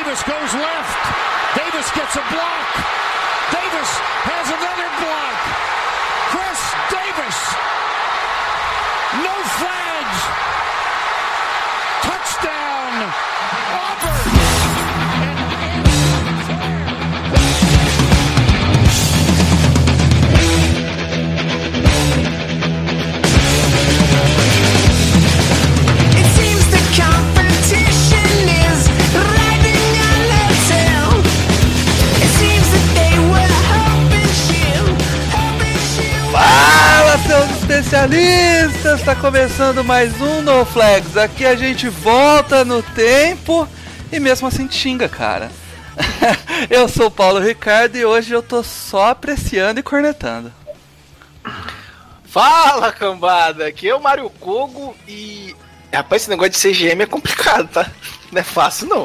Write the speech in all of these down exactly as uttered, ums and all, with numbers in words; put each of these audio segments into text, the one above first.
Davis goes left. Davis gets a block. Davis has another block. Chris Davis. No flags. Touchdown. Auburn. Fala, seus especialistas! Tá começando mais um No Flags. Aqui a gente volta no tempo e mesmo assim xinga, cara. Eu sou o Paulo Ricardo e hoje eu tô só apreciando e cornetando. Fala, cambada! Aqui é o Mário Kogo e... Rapaz, esse negócio de C G M é complicado, tá? Não é fácil, não.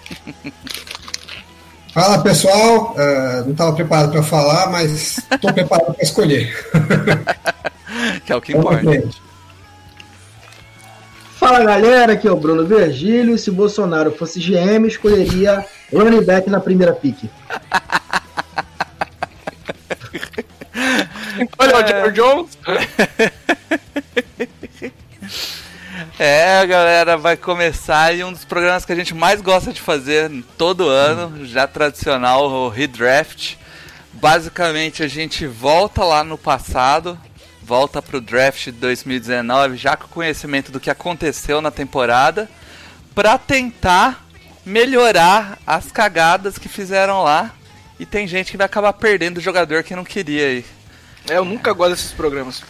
Fala, pessoal, uh, não estava preparado para falar, mas estou preparado para escolher. Que é o que importa. Fala, galera, aqui é o Bruno Virgílio. Se Bolsonaro fosse G M, escolheria running back na primeira pick. Olha o Jerry Jones. É, galera, vai começar aí um dos programas que a gente mais gosta de fazer todo ano, já tradicional, o Redraft. Basicamente, a gente volta lá no passado, volta pro draft de dois mil e dezenove, já com conhecimento do que aconteceu na temporada, pra tentar melhorar as cagadas que fizeram lá. E tem gente que vai acabar perdendo o jogador que não queria aí. É, eu nunca gosto desses programas.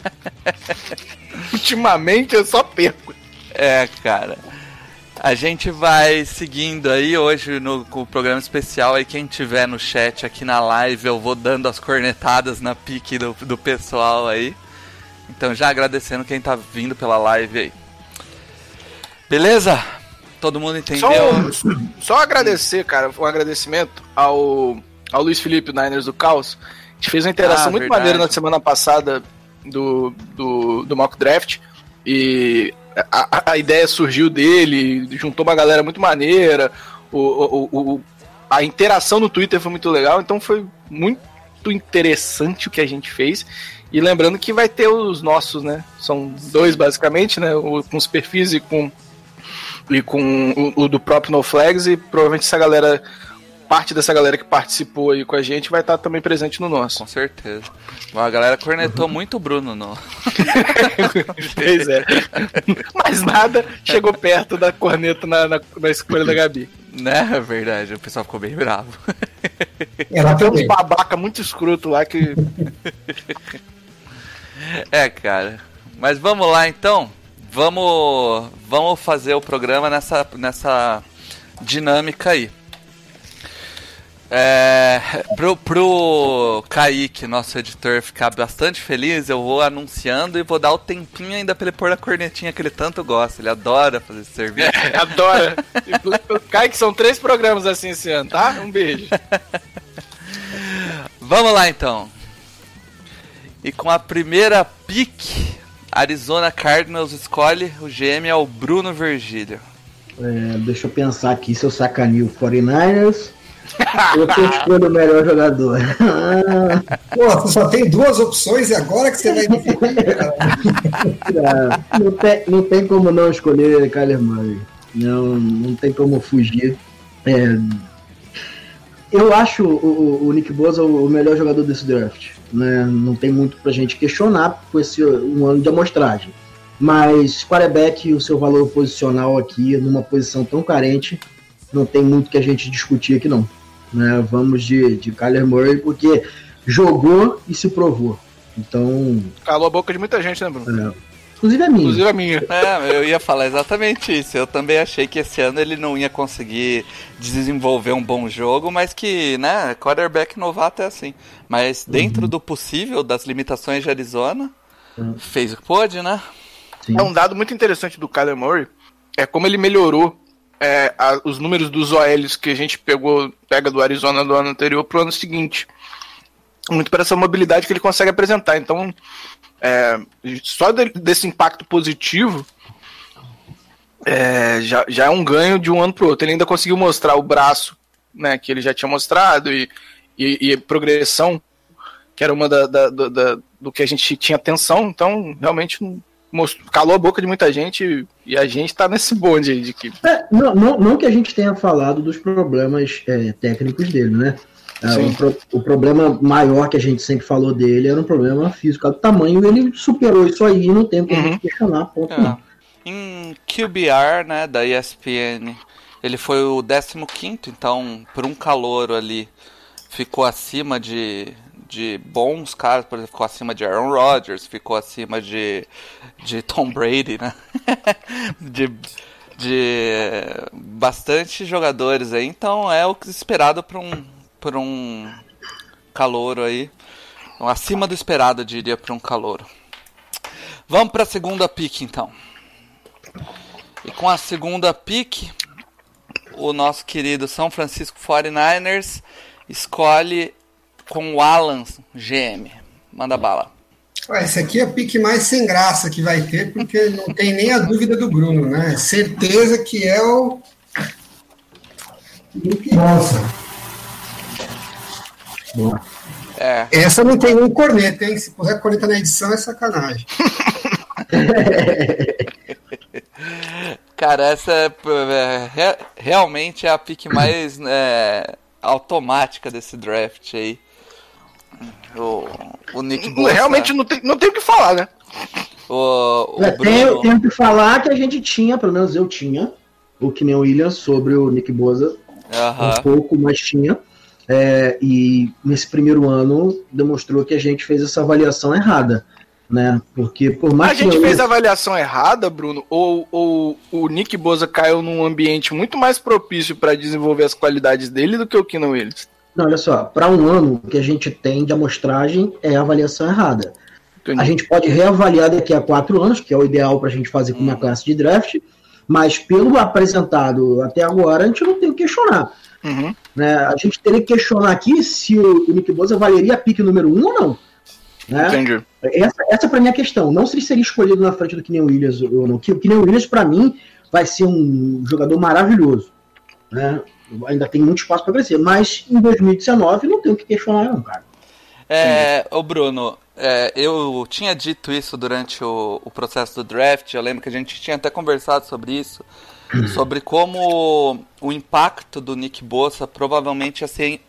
Ultimamente eu só perco. É, cara. A gente vai seguindo aí hoje no com o programa especial aí. Quem tiver no chat aqui na live, eu vou dando as cornetadas na pique do, do pessoal aí. Então já agradecendo quem tá vindo pela live aí. Beleza? Todo mundo entendeu? Só, só agradecer, cara, um agradecimento ao, ao Luiz Felipe, Niners do Caos. A gente fez uma interação Ah, muito verdade. maneira na semana passada do, do, do Mock Draft. E a, a, a ideia surgiu dele, juntou uma galera muito maneira. O, o, o, a interação no Twitter foi muito legal, então foi muito interessante o que a gente fez. E lembrando que vai ter os nossos, né? São dois basicamente, né? O, com os perfis e com, e com o, o do próprio No Flags. E provavelmente essa galera... parte dessa galera que participou aí com a gente vai estar também presente no nosso. Com certeza. Bom, a galera cornetou muito o Bruno, não. Pois é. Mas nada chegou perto da corneta na, na, na escolha da Gabi. Né, é verdade. O pessoal ficou bem bravo. Ela tem uns babaca muito escroto lá que... É, cara. Mas vamos lá, então. Vamos, vamos fazer o programa nessa, nessa dinâmica aí. É, pro, pro Kaique, nosso editor, ficar bastante feliz, eu vou anunciando e vou dar o tempinho ainda pra ele pôr a cornetinha que ele tanto gosta. Ele adora fazer esse serviço. É, adora. Kaique, são três programas assim esse ano, tá? Um beijo. Vamos lá, então. E com a primeira pick, Arizona Cardinals escolhe o G M é o Bruno Virgílio. É, deixa eu pensar aqui se eu sacaneio o quarenta e nine ers. Eu que escolho o melhor jogador. Pô, você só tem duas opções e agora que você vai defender, cara. não, tem, não tem como não escolher Kyler Murray. Não, não tem como fugir. É, eu acho o, o Nick Bosa o melhor jogador desse draft. Né? Não tem muito pra gente questionar com esse um ano de amostragem. Mas quarterback, o seu valor posicional aqui, numa posição tão carente, não tem muito que a gente discutir aqui não. Né, vamos de, de Kyler Murray, porque jogou e se provou. Então. Calou a boca de muita gente, né, Bruno? É, inclusive a minha. Inclusive a minha. É, eu ia falar exatamente isso. Eu também achei que esse ano ele não ia conseguir desenvolver um bom jogo, mas que, né, quarterback novato é assim. Mas dentro uhum. do possível, das limitações de Arizona, uhum. fez o que pôde, né? Sim. É um dado muito interessante do Kyler Murray, é como ele melhorou É, a, os números dos O Ls que a gente pegou, pega do Arizona do ano anterior pro ano seguinte. Muito para essa mobilidade que ele consegue apresentar. Então, é, só de, desse impacto positivo, é, já, já é um ganho de um ano pro outro. Ele ainda conseguiu mostrar o braço, né, que ele já tinha mostrado, e, e, e progressão, que era uma da, da, da, da, do que a gente tinha atenção. Então, realmente, mostrou, calou a boca de muita gente, e a gente tá nesse bonde aí de que... É, não, não, não que a gente tenha falado dos problemas é, técnicos dele, né? É, o, pro, o problema maior que a gente sempre falou dele era um problema físico do tamanho, e ele superou isso aí, não tem como uhum. questionar, ponto é. não. Em Q B R, né, da E S P N, ele foi o décimo quinto, então, por um calouro ali, ficou acima de, de bons caras, por exemplo, ficou acima de Aaron Rodgers, ficou acima de, de Tom Brady, né? de, de bastante jogadores aí, então é o que esperado para um, por um calouro aí, acima do esperado, eu diria, para um calouro. Vamos para a segunda pick, então. E com a segunda pick, o nosso querido São Francisco forty-niners escolhe com o Alan G M. Manda bala. Esse aqui é a pick mais sem graça que vai ter, porque não tem nem a dúvida do Bruno, né? Certeza que é o... Nossa. Boa. É. Essa não tem nem corneta, hein? Se puser corneta na edição, é sacanagem. Cara, essa é, é, realmente é a pick mais é, automática desse draft aí. O, o Nick Bosa. Realmente não tem, não tem o que falar, né? O, o é, Bruno... Tenho que falar que a gente tinha, pelo menos eu tinha, o que nem o Williams sobre o Nick Bosa. Uh-huh. Um pouco, mas tinha. É, e nesse primeiro ano demonstrou que a gente fez essa avaliação errada. Né? Porque por mais a gente eu... fez a avaliação errada, Bruno, ou, ou o Nick Bosa caiu num ambiente muito mais propício para desenvolver as qualidades dele do que o Keenan Willis? Não, olha só, para um ano que a gente tem de amostragem é a avaliação errada. Entendi. A gente pode reavaliar daqui a quatro anos, que é o ideal para a gente fazer com uma classe de draft, mas pelo apresentado até agora a gente não tem o que questionar. Uhum. Né? A gente teria que questionar aqui se o, o Nick Bosa valeria a pick número um ou não. Né? Entendi. Essa, essa para mim é a questão. Não se ele seria escolhido na frente do Keenan Williams ou não. O Keenan Williams, para mim, vai ser um jogador maravilhoso. Né? Ainda tem muito espaço para crescer. Mas em dois mil e dezenove não tem o que questionar, não, cara. É, ô Bruno, é, eu tinha dito isso durante o, o processo do draft. Eu lembro que a gente tinha até conversado sobre isso. Sobre como o impacto do Nick Bosa provavelmente ia ser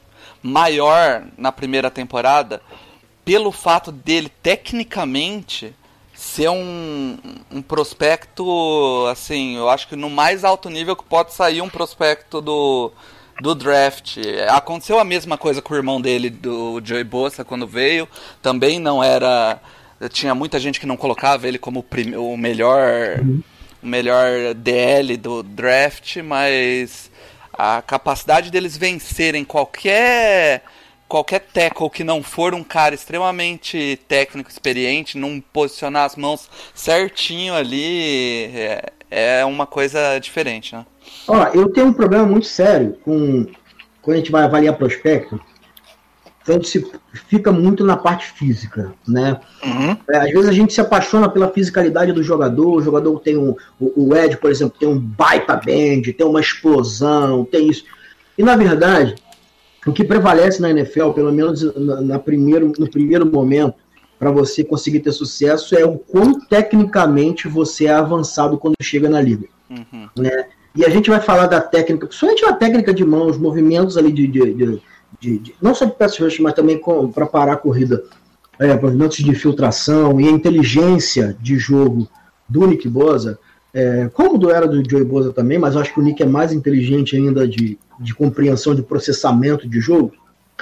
maior na primeira temporada, pelo fato dele, tecnicamente, ser um, um prospecto, assim, eu acho que no mais alto nível que pode sair um prospecto do, do draft. Aconteceu a mesma coisa com o irmão dele, do Joey Bosa, quando veio. Também não era... Tinha muita gente que não colocava ele como prim, o melhor, o melhor D L do draft, mas a capacidade deles vencerem qualquer... qualquer tackle que não for um cara extremamente técnico, experiente, não posicionar as mãos certinho ali, é, é uma coisa diferente, né? Ó, eu tenho um problema muito sério com quando a gente vai avaliar prospecto, quando se fica muito na parte física, né? Uhum. É, às vezes a gente se apaixona pela fisicalidade do jogador, o jogador tem um, o, o Ed, por exemplo, tem um baita bend, tem uma explosão, tem isso. E na verdade, o que prevalece na N F L, pelo menos na, na primeiro, no primeiro momento, para você conseguir ter sucesso, é o quão tecnicamente você é avançado quando chega na liga. Uhum. Né? E a gente vai falar da técnica, principalmente a técnica de mãos, movimentos ali de, de, de, de, de não só de pass rush, mas também para parar a corrida, é, movimentos de infiltração e a inteligência de jogo do Nick Bosa, é, como do era do Joey Bosa também, mas eu acho que o Nick é mais inteligente ainda de, de compreensão, de processamento de jogo.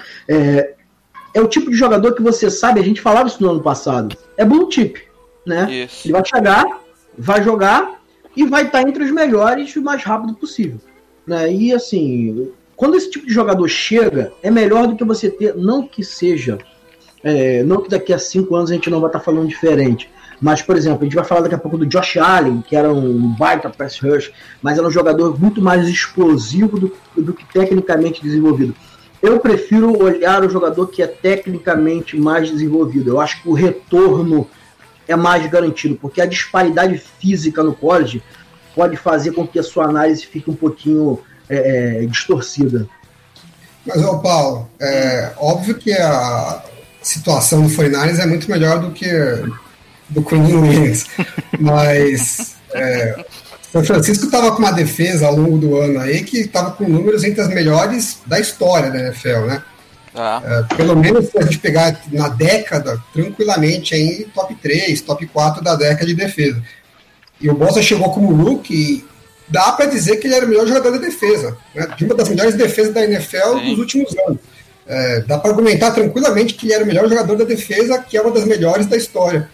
É, é o tipo de jogador que você sabe, a gente falava isso no ano passado, é blue chip, né? Isso. Ele vai chegar, vai jogar e vai estar entre os melhores o mais rápido possível. Né? E assim, quando esse tipo de jogador chega, é melhor do que você ter, não que seja, é, não que daqui a cinco anos a gente não vai estar falando diferente, mas, por exemplo, a gente vai falar daqui a pouco do Josh Allen, que era um baita pass rush, mas era um jogador muito mais explosivo do, do que tecnicamente desenvolvido. Eu prefiro olhar o jogador que é tecnicamente mais desenvolvido. Eu acho que o retorno é mais garantido, porque a disparidade física no college pode fazer com que a sua análise fique um pouquinho é, é, distorcida. Mas, ô Paulo, é óbvio que a situação do quarenta e nine ers é muito melhor do que do Quinn Williams, mas é, São Francisco estava com uma defesa ao longo do ano aí que estava com números entre as melhores da história da N F L, né? Ah. É, pelo menos se a gente pegar na década, tranquilamente em top três, top quatro da década de defesa. E o Bosa chegou como rookie, dá para dizer que ele era o melhor jogador da defesa, né? De uma das melhores defesas da N F L Sim. dos últimos anos. É, dá para argumentar tranquilamente que ele era o melhor jogador da defesa, que é uma das melhores da história.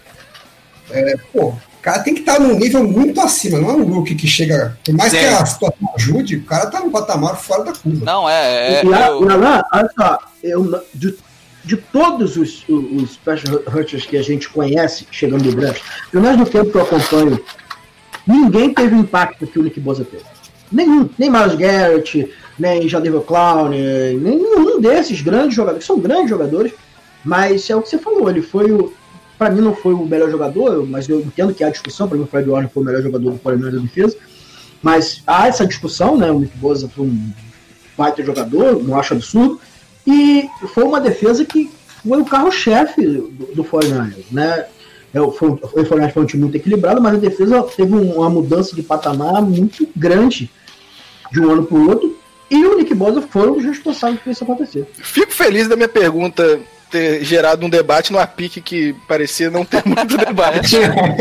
É, pô, o cara tem que estar num nível muito acima, não é um rookie que chega, por mais Sim. que a situação ajude, o cara tá num patamar fora da curva. Não, é... é e, eu... e Alan, olha só, eu, de, de todos os, os special rushers que a gente conhece, chegando do draft, pelo menos no tempo que eu acompanho, ninguém teve o impacto que o Nick Bosa teve. Nenhum. Nem Myles Garrett, nem Jadeveon Clowney, nenhum desses grandes jogadores, que são grandes jogadores, mas é o que você falou, ele foi o... Pra mim não foi o melhor jogador, mas eu entendo que há discussão, pra mim o Fred Warner foi o melhor jogador do quarenta e nine ers da defesa, mas há essa discussão, né, o Nick Bosa foi um baita jogador, não acho absurdo, e foi uma defesa que foi o carro-chefe do, do quarenta e nine ers, né. O quarenta e nine ers foi um time muito equilibrado, mas a defesa teve uma mudança de patamar muito grande de um ano para o outro, e o Nick Bosa foi um dos responsáveis por isso acontecer. Fico feliz da minha pergunta ter gerado um debate numa pique que parecia não ter muito debate.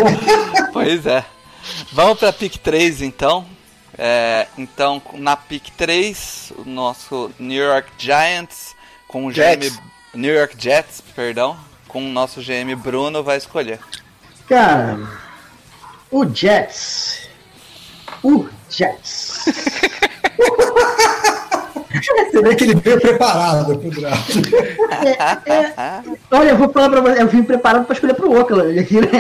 Pois é. Vamos para a pick três, então. É, então, na pick três, o nosso New York Giants, com o Jets. G M... New York Jets, perdão, com o nosso G M Bruno, vai escolher. Cara, o Jets. O Jets. Você vê que ele veio preparado pro draft. É, é, olha, eu vou falar pra você, eu vim preparado pra escolher pro Oakland aqui, né?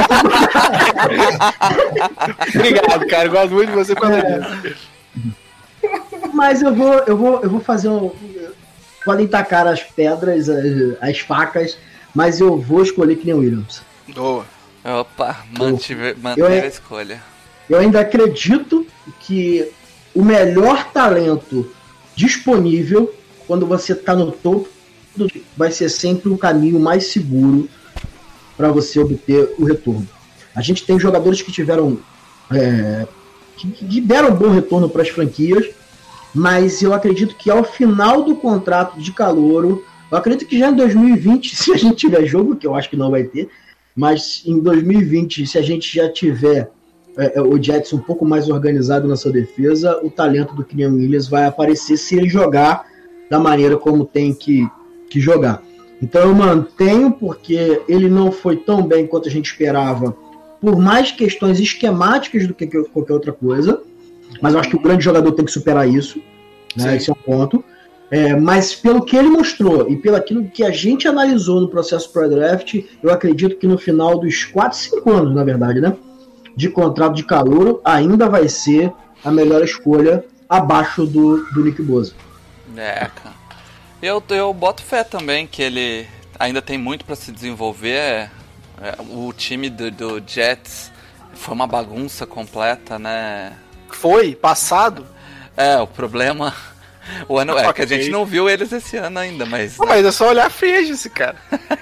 Obrigado, cara, eu gosto muito de você quando é. Mas eu vou, eu vou, eu vou fazer um. Podem tacar as pedras, as, as facas, mas eu vou escolher Quinnen Williams. Boa. Opa, mantive, manteve eu, a escolha. Eu ainda acredito que o melhor talento disponível, quando você está no topo, vai ser sempre um caminho mais seguro para você obter o retorno. A gente tem jogadores que tiveram é, que, que deram bom retorno para as franquias, mas eu acredito que ao final do contrato de calouro, eu acredito que já em dois mil e vinte, se a gente tiver jogo, que eu acho que não vai ter, mas em dois mil e vinte, se a gente já tiver é, o Jets um pouco mais organizado na sua defesa, o talento do Quinnen Williams vai aparecer se ele jogar da maneira como tem que, que jogar. Então eu mantenho, porque ele não foi tão bem quanto a gente esperava, por mais questões esquemáticas do que qualquer outra coisa, mas eu acho que o grande jogador tem que superar isso, né? Esse é um ponto. É, mas pelo que ele mostrou e pelo aquilo que a gente analisou no processo pré-draft, eu acredito que no final dos quatro, cinco anos, na verdade, né, de contrato de calouro, ainda vai ser a melhor escolha abaixo do, do Nick Bosa. É, cara. Eu, eu boto fé também que ele ainda tem muito para se desenvolver. É, é, o time do, do Jets foi uma bagunça completa, né? Foi? Passado? É, o problema... O ano é que a gente não viu eles esse ano ainda, mas... Não, mas é só olhar a free agency, cara.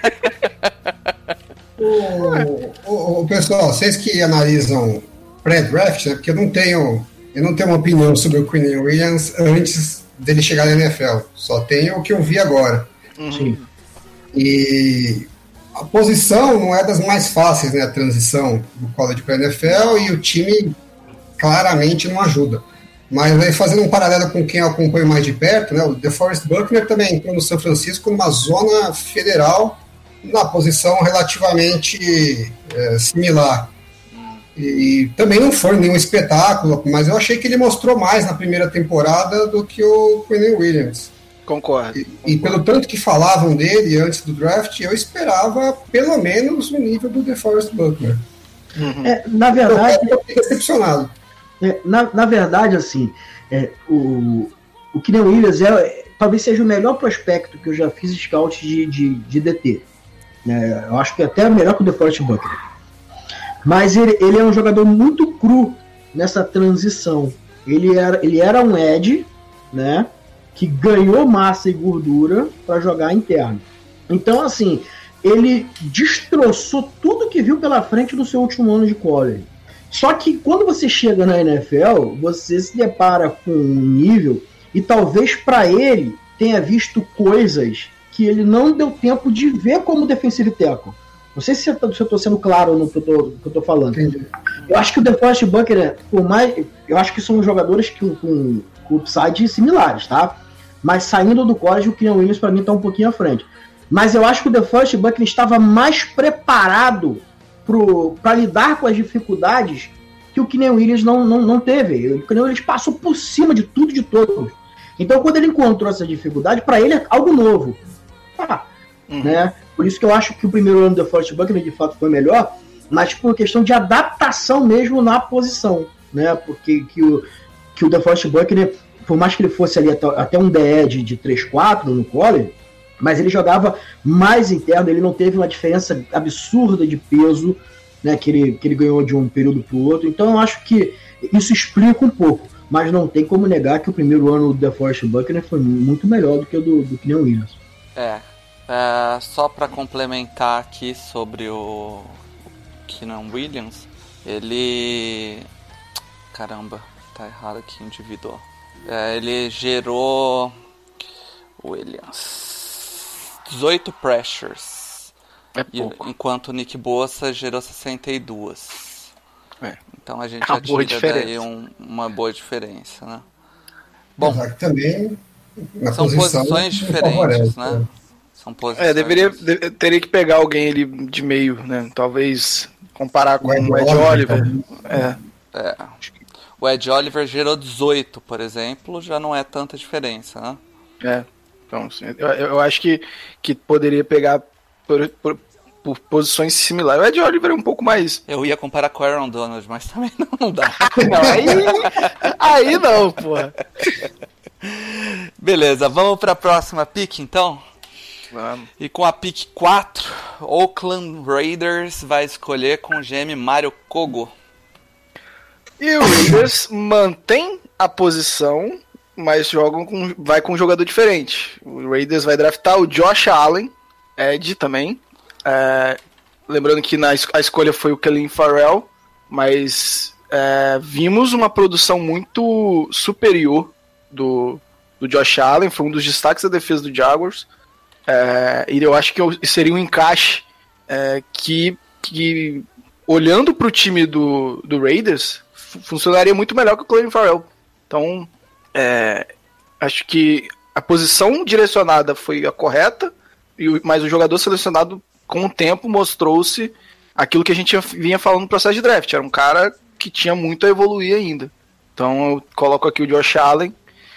o, o, o pessoal, vocês que analisam pré-draft, né, porque eu não tenho eu não tenho uma opinião sobre o Quinnen Williams antes dele chegar na N F L, só tenho o que eu vi agora. Uhum. E a posição não é das mais fáceis, né, a transição do college para a N F L, e o time claramente não ajuda. Mas aí, fazendo um paralelo com quem eu acompanho mais de perto, né, o DeForest Buckner também entrou no São Francisco numa zona federal, na posição relativamente é, similar. E, e também não foi nenhum espetáculo, mas eu achei que ele mostrou mais na primeira temporada do que o Quinnen Williams. Concordo. E, e pelo tanto que falavam dele antes do draft, eu esperava pelo menos o nível do DeForest Buckner. Uhum. É, na verdade... Eu fiquei decepcionado. É, na, na verdade, assim, é, o, o Quinnen Williams é, é, talvez seja o melhor prospecto que eu já fiz scout de, de, de D T. É, eu acho que é até melhor que o DeForest Buckner. Mas ele, ele é um jogador muito cru nessa transição. Ele era, ele era um edge, né, que ganhou massa e gordura para jogar interno. Então, assim, ele destroçou tudo que viu pela frente no seu último ano de college. Só que quando você chega na N F L, você se depara com um nível e talvez para ele tenha visto coisas que ele não deu tempo de ver como defensive tackle. Não sei se eu estou sendo claro no que eu estou falando. Entendi. Eu acho que o DeForest Buckner, por mais, eu acho que são jogadores que, com, com upside similares, tá? Mas saindo do college, o Quinnen Williams para mim está um pouquinho à frente. Mas eu acho que o DeForest Buckner estava mais preparado para lidar com as dificuldades que o Quinnen Williams não, não, não teve. O Quinnen Williams passou por cima de tudo e de todos. Então, quando ele encontrou essa dificuldade, para ele é algo novo. Ah, uhum. Né? Por isso que eu acho que o primeiro ano do DeForest Buckner de fato foi melhor, mas por questão de adaptação mesmo na posição, né? Porque que o, que o DeForest Buckner, por mais que ele fosse ali até, até um D E de, de três quatro no college, mas ele jogava mais interno, ele não teve uma diferença absurda de peso, né, que, ele, que ele ganhou de um período para o outro. Então eu acho que isso explica um pouco, mas não tem como negar que o primeiro ano do DeForest Buckner foi muito melhor do que o do, do Quinnen Williams. É, é só para complementar aqui sobre o Quinnen Williams, ele... Caramba, tá errado aqui, individual. É, ele gerou... Williams... dezoito pressures. É pouco. E, enquanto o Nick Bosa gerou sessenta e dois. É. Então a gente é já tira daí um, uma boa diferença, né? Bom, também na são posição, posições diferentes, né? São posições. É, deveria, de, teria que pegar alguém ali de meio, né? Talvez comparar com o Ed, Ed Oliver. Oliver. É. é. O Ed Oliver gerou dezoito, por exemplo, já não é tanta diferença, né? É. Então, assim, eu, eu acho que, que poderia pegar por, por, por posições similares. O Ed Oliver é um pouco mais... Eu ia comparar com o Aaron Donald, mas também não, não dá. Não, aí, aí não, porra. Beleza, vamos para a próxima pick, então? Vamos. E com a pick quatro, Oakland Raiders vai escolher com o G M Mario Kogo. E o Raiders mantém a posição... mas jogam com, vai com um jogador diferente. O Raiders vai draftar o Josh Allen, Ed também. É, lembrando que na, a escolha foi o Khalil Farrell, mas é, vimos uma produção muito superior do, do Josh Allen, foi um dos destaques da defesa do Jaguars. É, e eu acho que seria um encaixe é, que, que, olhando para o time do, do Raiders, funcionaria muito melhor que o Khalil Farrell. Então... É, acho que a posição direcionada foi a correta, mas o jogador selecionado com o tempo mostrou-se aquilo que a gente vinha falando no processo de draft. Era um cara que tinha muito a evoluir ainda. Então eu coloco aqui o Josh Allen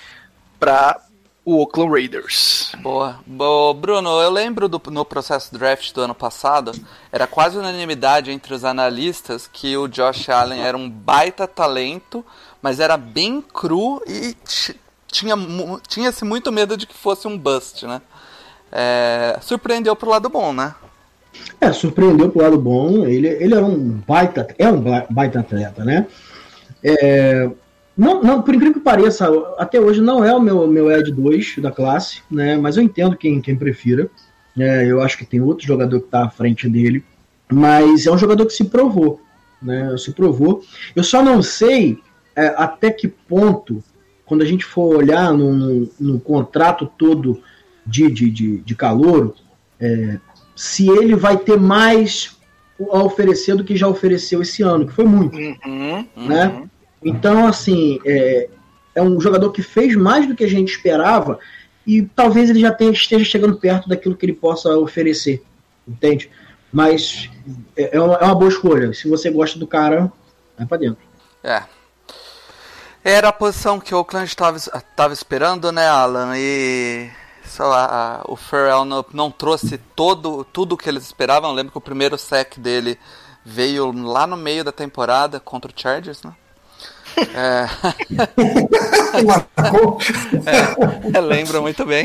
para o Oakland Raiders. Boa. Boa. Bruno, eu lembro do, no processo draft do ano passado, era quase unanimidade entre os analistas que o Josh Allen era um baita talento, mas era bem cru e tinha, tinha-se muito medo de que fosse um bust, né? É, surpreendeu pro lado bom, né? É, surpreendeu pro lado bom. Ele, ele era um baita, é um baita atleta, né? É, não, não, por incrível que pareça, até hoje não é o meu, meu Ed dois da classe, né? Mas eu entendo quem, quem prefira. É, eu acho que tem outro jogador que tá à frente dele, mas é um jogador que se provou, né? Se provou. Eu só não sei é, até que ponto, quando a gente for olhar no, no, no contrato todo de, de, de, de calouro, é, se ele vai ter mais a oferecer do que já ofereceu esse ano, que foi muito, uhum, né? Uhum. Então, assim, é, é um jogador que fez mais do que a gente esperava e talvez ele já tenha, esteja chegando perto daquilo que ele possa oferecer, entende? Mas é, é, uma, é uma boa escolha. Se você gosta do cara, vai pra dentro. É. Era a posição que o Oakland estava esperando, né, Alan? E sei lá, o Farrell não, não trouxe todo, tudo o que eles esperavam. Eu lembro que o primeiro sack dele veio lá no meio da temporada contra o Chargers, né? É... é, lembro muito bem.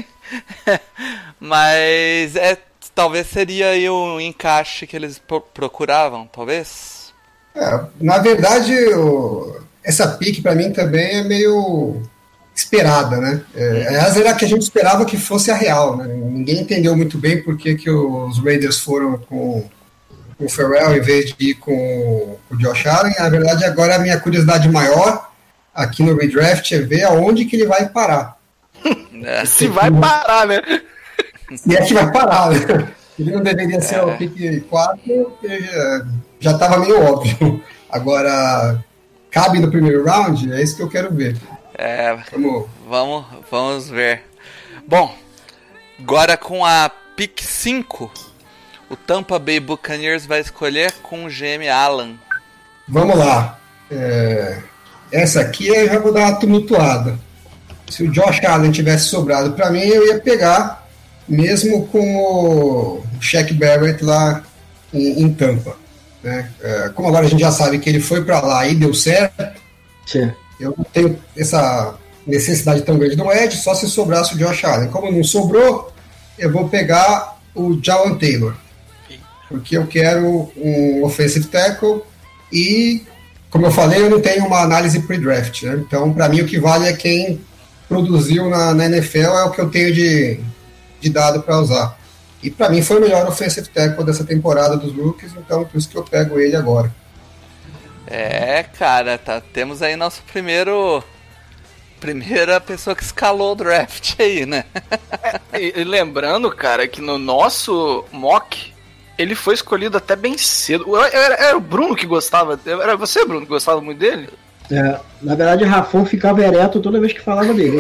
Mas é, talvez seria aí o encaixe que eles procuravam, talvez? É, na verdade, o... essa pick para mim também é meio esperada, né? É, aliás, era a que a gente esperava que fosse a real, né? Ninguém entendeu muito bem por que, que os Raiders foram com, com o Ferrell em vez de ir com, com o Josh Allen. Na verdade, agora a minha curiosidade maior aqui no redraft é ver aonde que ele vai parar. É, se vai parar, né? E é que vai parar, né? Ele não deveria ser é. o pick quatro, já estava meio óbvio. Agora, cabe no primeiro round? É isso que eu quero ver. É, vamos, vamos, vamos ver. Bom, agora com a pick cinco, o Tampa Bay Buccaneers vai escolher com o G M Allen. Vamos lá. É, essa aqui eu já vou dar uma tumultuada. Se o Josh Allen tivesse sobrado para mim, eu ia pegar, mesmo com o Shaq Barrett lá em, em Tampa. Né? É, como agora a gente já sabe que ele foi para lá e deu certo, Sim. eu não tenho essa necessidade tão grande no edge, só se sobrasse o Josh Allen. Como não sobrou, eu vou pegar o Jawan Taylor, porque eu quero um offensive tackle e, como eu falei, eu não tenho uma análise pre-draft, né? Então, para mim, o que vale é quem produziu na, na N F L, é o que eu tenho de, de dado para usar. E para mim foi o melhor offensive tackle dessa temporada dos rookies, então por isso que eu pego ele agora. É, cara, tá, temos aí nosso primeiro... Primeira pessoa que escalou o draft aí, né? É, e, e lembrando, cara, que no nosso mock, ele foi escolhido até bem cedo. Era, era o Bruno que gostava, era você, Bruno, que gostava muito dele? É, na verdade, o Rafão ficava ereto toda vez que falava dele.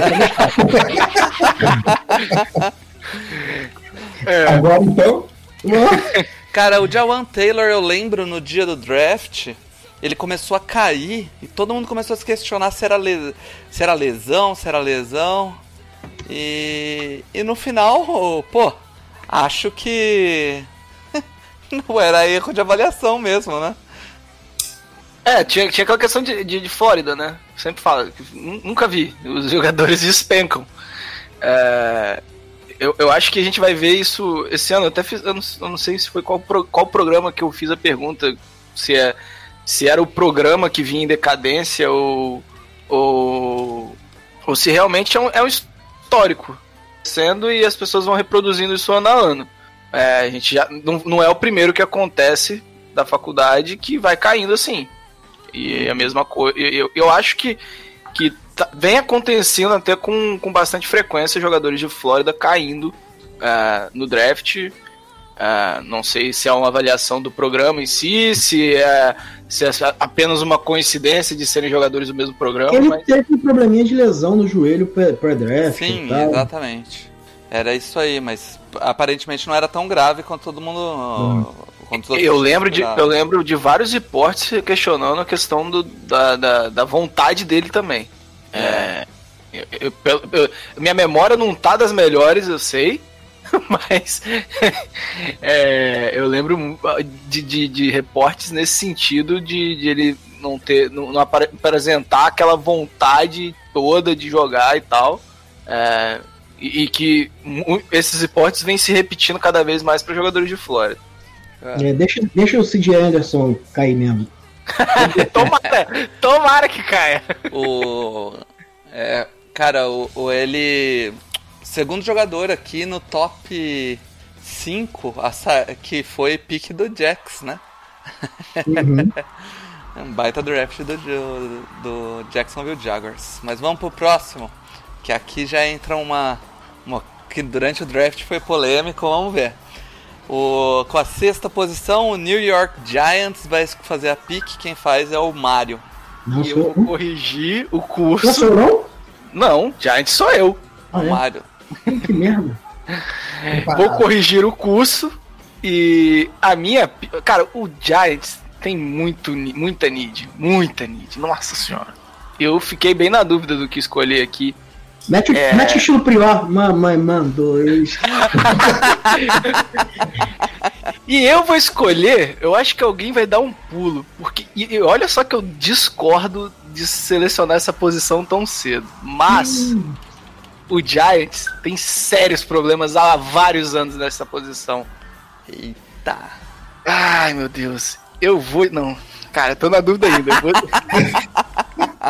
É. Agora então. Cara, o Jawan Taylor, eu lembro no dia do draft, ele começou a cair e todo mundo começou a se questionar se era, les... se era lesão, se era lesão. E, e no final, pô, acho que não era erro de avaliação mesmo, né? É, tinha, tinha aquela questão de, de, de Flórida, né? Sempre falo, nunca vi, os jogadores despencam. É, eu, eu acho que a gente vai ver isso esse ano. Eu até fiz, eu não, eu não sei se foi qual, qual programa que eu fiz a pergunta, se, é, se era o programa que vinha em decadência ou, ou, ou se realmente é um, é um histórico sendo e as pessoas vão reproduzindo isso ano a ano. É, a gente já não, não é o primeiro que acontece da faculdade que vai caindo assim. E a mesma coisa, eu, eu acho que, que tá, vem acontecendo até com, com bastante frequência jogadores de Flórida caindo uh, no draft. Uh, não sei se é uma avaliação do programa em si, se é, se é apenas uma coincidência de serem jogadores do mesmo programa. Ele mas... teve um probleminha de lesão no joelho pré-draft. Sim, exatamente. Era isso aí, mas aparentemente não era tão grave quanto todo mundo... Hum. Eu lembro, de, eu lembro de vários reportes questionando a questão do, da, da, da vontade dele também. É. É, eu, eu, eu, minha memória não tá das melhores, eu sei, mas é, eu lembro de, de, de reportes nesse sentido de, de ele não ter, não, não apresentar aquela vontade toda de jogar e tal. É, e, e que esses reportes vêm se repetindo cada vez mais para jogadores de Flórida. É, deixa, deixa o C J Anderson cair mesmo. tomara, tomara que caia. O, é, cara, o, o ele... Segundo jogador aqui no top cinco, que foi pick do Jax, né? Uhum. Um baita draft do, do, do Jacksonville Jaguars. Mas vamos pro próximo, que aqui já entra uma, uma... que durante o draft foi polêmico, vamos ver. O, com a sexta posição, o New York Giants vai fazer a pick. Quem faz é o Mário. Não e sou eu vou corrigir o curso. Não sou não? Não, Giants sou eu. Ah, o é? Mário. Que merda. Vou corrigir o curso. E a minha... Cara, o Giants tem muito, muita need. Muita need. Nossa senhora. Eu fiquei bem na dúvida do que escolher aqui. Mete, é... mete o estilo Prior, mamãe, mandou. E eu vou escolher, eu acho que alguém vai dar um pulo. Porque e, e olha só que eu discordo de selecionar essa posição tão cedo. Mas hum. o Giants tem sérios problemas há vários anos nessa posição. Eita. Ai, meu Deus. Eu vou... Não, cara, eu tô na dúvida ainda. Eu vou...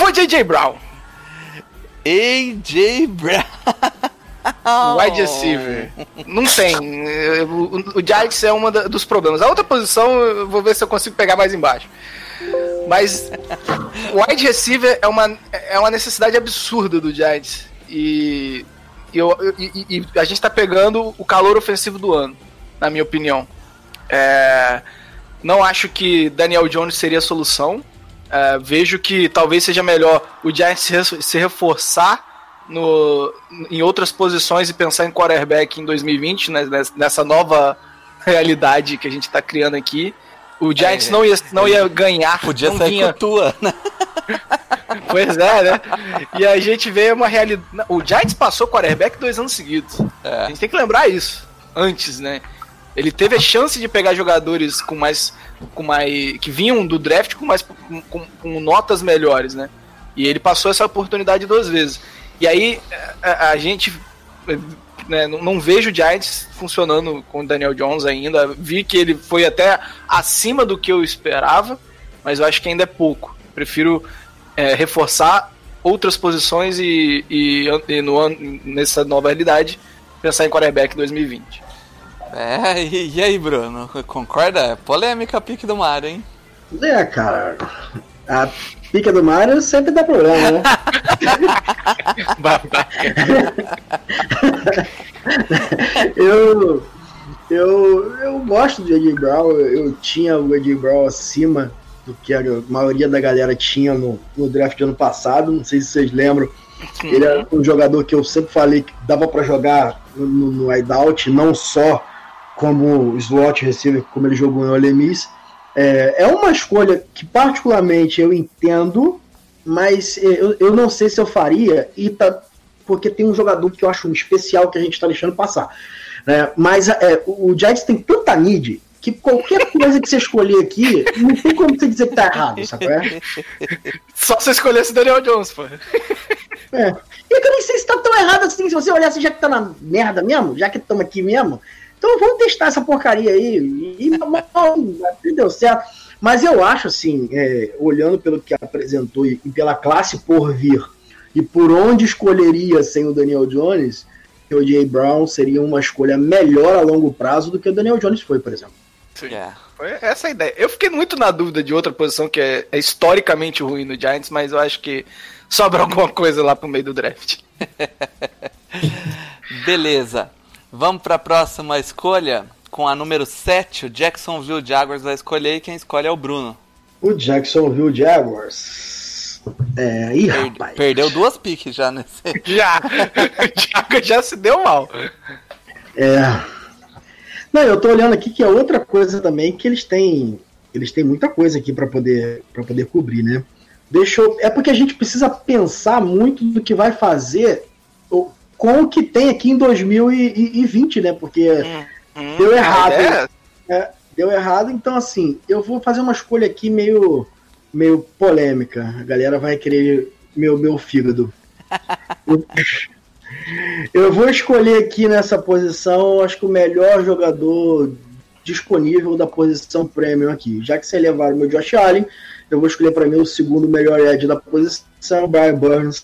ou J J Brown? A J Brown. Wide receiver. Não tem. O, o Giants é um dos problemas. A outra posição, eu vou ver se eu consigo pegar mais embaixo. Mas wide receiver é uma, é uma necessidade absurda do Giants. E, e, eu, e, e a gente tá pegando o calor ofensivo do ano, na minha opinião. É, não acho que Daniel Jones seria a solução. É, vejo que talvez seja melhor o Giants se, se reforçar no, em outras posições e pensar em quarterback em dois mil e vinte, né, nessa nova realidade que a gente tá criando aqui. O Giants é, não, ia, não ia ganhar. Podia não sair vinha... com a tua, né? Pois é, né? E a gente vê uma realidade. O Giants passou quarterback dois anos seguidos. É. A gente tem que lembrar isso antes, né? Ele teve a chance de pegar jogadores com mais, com mais que vinham do draft com mais com, com, com notas melhores, né? E ele passou essa oportunidade duas vezes. E aí a, a gente, né, não, não vejo o Giants funcionando com o Daniel Jones ainda. Vi que ele foi até acima do que eu esperava, mas eu acho que ainda é pouco. Prefiro é, reforçar outras posições e, e, e no, nessa nova realidade pensar em quarterback dois mil e vinte. É, e, e aí, Bruno? Concorda? É polêmica a pique do Mário, hein? É, cara. A pique do Mário sempre dá problema, né? eu, eu, eu gosto do A J Brown. Eu tinha o A J Brown acima do que a maioria da galera tinha no, no draft de ano passado. Não sei se vocês lembram. Sim. Ele era um jogador que eu sempre falei que dava pra jogar no, no wideout, não só como slot receiver, como ele jogou em Ole Miss. É, é uma escolha que particularmente eu entendo, mas eu, eu não sei se eu faria, e tá, porque tem um jogador que eu acho um especial que a gente está deixando passar. Né? Mas é, o Giants tem tanta need que qualquer coisa que você escolher aqui, não tem como você dizer que tá errado, sabe? É? Só se você escolhesse Daniel Jones, pô. É. E eu nem sei se tá tão errado assim, se você olhar assim, já que tá na merda mesmo, já que estamos aqui mesmo, então vamos testar essa porcaria aí. E deu certo. Mas eu acho assim, é, olhando pelo que apresentou e, e pela classe por vir, e por onde escolheria sem o Daniel Jones, o J. Brown seria uma escolha melhor a longo prazo do que o Daniel Jones foi, por exemplo. Sim. Yeah. Foi essa a ideia. Eu fiquei muito na dúvida de outra posição que é, é historicamente ruim no Giants, mas eu acho que sobra alguma coisa lá pro meio do draft. Beleza. Vamos para a próxima escolha. Com a número sete, o Jacksonville Jaguars vai escolher e quem escolhe é o Bruno. O Jacksonville Jaguars. É, ih, per- rapaz. Perdeu duas piques já nesse. Já! O Jaguars já se deu mal. É. Não, eu tô olhando aqui que é outra coisa também que eles têm. Eles têm muita coisa aqui para poder, para poder cobrir, né? Deixa eu, é porque a gente precisa pensar muito do que vai fazer com o que tem aqui em dois mil e vinte, né? Porque hum, hum, deu errado. É. É, deu errado, então assim, eu vou fazer uma escolha aqui meio, meio polêmica. A galera vai querer meu, meu fígado. Eu vou escolher aqui nessa posição, acho que o melhor jogador disponível da posição premium aqui. Já que você levaram o meu Josh Allen, eu vou escolher para mim o segundo melhor edge da posição, o Brian Burns.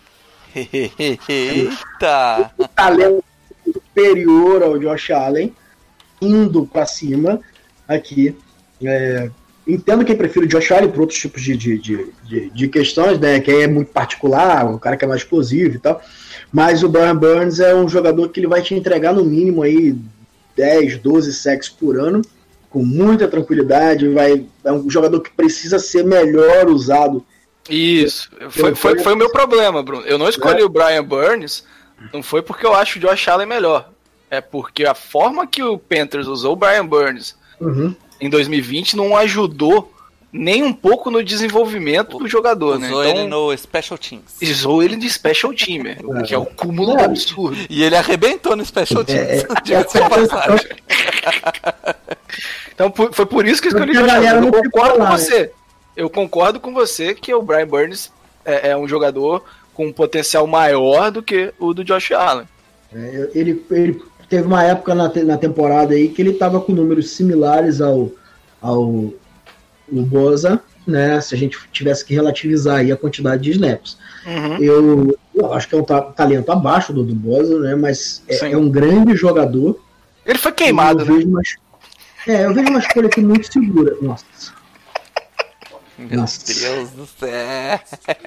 Eita! Um talento superior ao Josh Allen, indo para cima aqui. É, entendo quem prefere o Josh Allen por outros tipos de, de, de, de, de questões, né? Quem é muito particular, o cara que é mais explosivo e tal. Mas o Brian Burns é um jogador que ele vai te entregar no mínimo aí dez, doze sacks por ano, com muita tranquilidade. Vai, é um jogador que precisa ser melhor usado. Isso, foi, foi, foi o meu problema, Bruno. Eu não escolhi é. o Brian Burns, não foi porque eu acho o Josh Allen melhor. É porque a forma que o Panthers usou o Brian Burns uhum. em dois mil e vinte não ajudou nem um pouco no desenvolvimento do jogador, né? Usou então, ele no Special Teams. Usou ele de Special Team, é. que é o cúmulo é. do absurdo. E ele arrebentou no Special Teams. É, é, então foi por isso que eu escolhi o Josh Allen. Eu concordo com você. Eu concordo com você que o Brian Burns é, é um jogador com um potencial maior do que o do Josh Allen. É, ele, ele teve uma época na, na temporada aí que ele estava com números similares ao, ao o Bosa, né, se a gente tivesse que relativizar aí a quantidade de snaps. Uhum. Eu, eu acho que é um ta- talento abaixo do do Bosa, né, mas é, é um grande jogador. Ele foi queimado, eu né? vejo uma, é, eu vejo uma escolha aqui muito segura. Nossa. Meu Nossa. Deus do céu.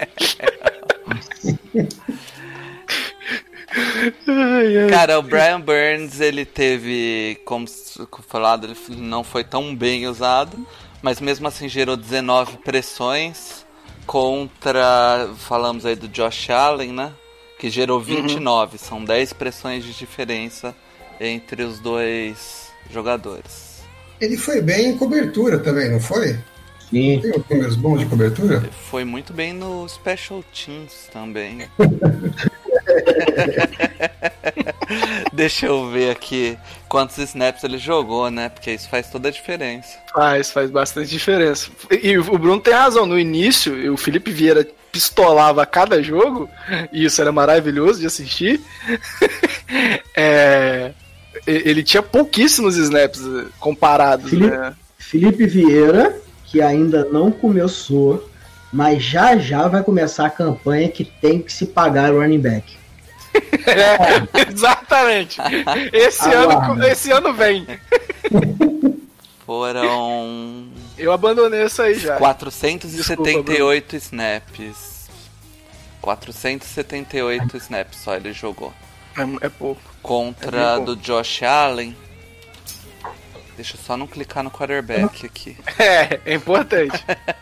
Cara, o Brian Burns, ele teve, como falado, ele não foi tão bem usado, mas mesmo assim gerou dezenove pressões contra, falamos aí do Josh Allen, né? Que gerou vinte e nove, uhum. São dez pressões de diferença entre os dois jogadores. Ele foi bem em cobertura também, não foi? Sim. Tem números bons de cobertura? Ele foi muito bem no Special Teams também. Deixa eu ver aqui quantos snaps ele jogou, né? Porque isso faz toda a diferença. Faz, faz bastante diferença. E, e o Bruno tem razão, no início o Felipe Vieira pistolava a cada jogo, e isso era maravilhoso de assistir. é, ele tinha pouquíssimos snaps comparados, Felipe, né? Felipe Vieira, que ainda não começou, mas já já vai começar a campanha que tem que se pagar o running back. É, exatamente. Esse ano, esse ano vem. Foram... Eu abandonei isso aí já. quatrocentos e setenta e oito Desculpa, snaps. quatrocentos e setenta e oito snaps só ele jogou. É, é pouco. Contra é do Josh Allen. Deixa eu só não clicar no quarterback aqui. É, é importante.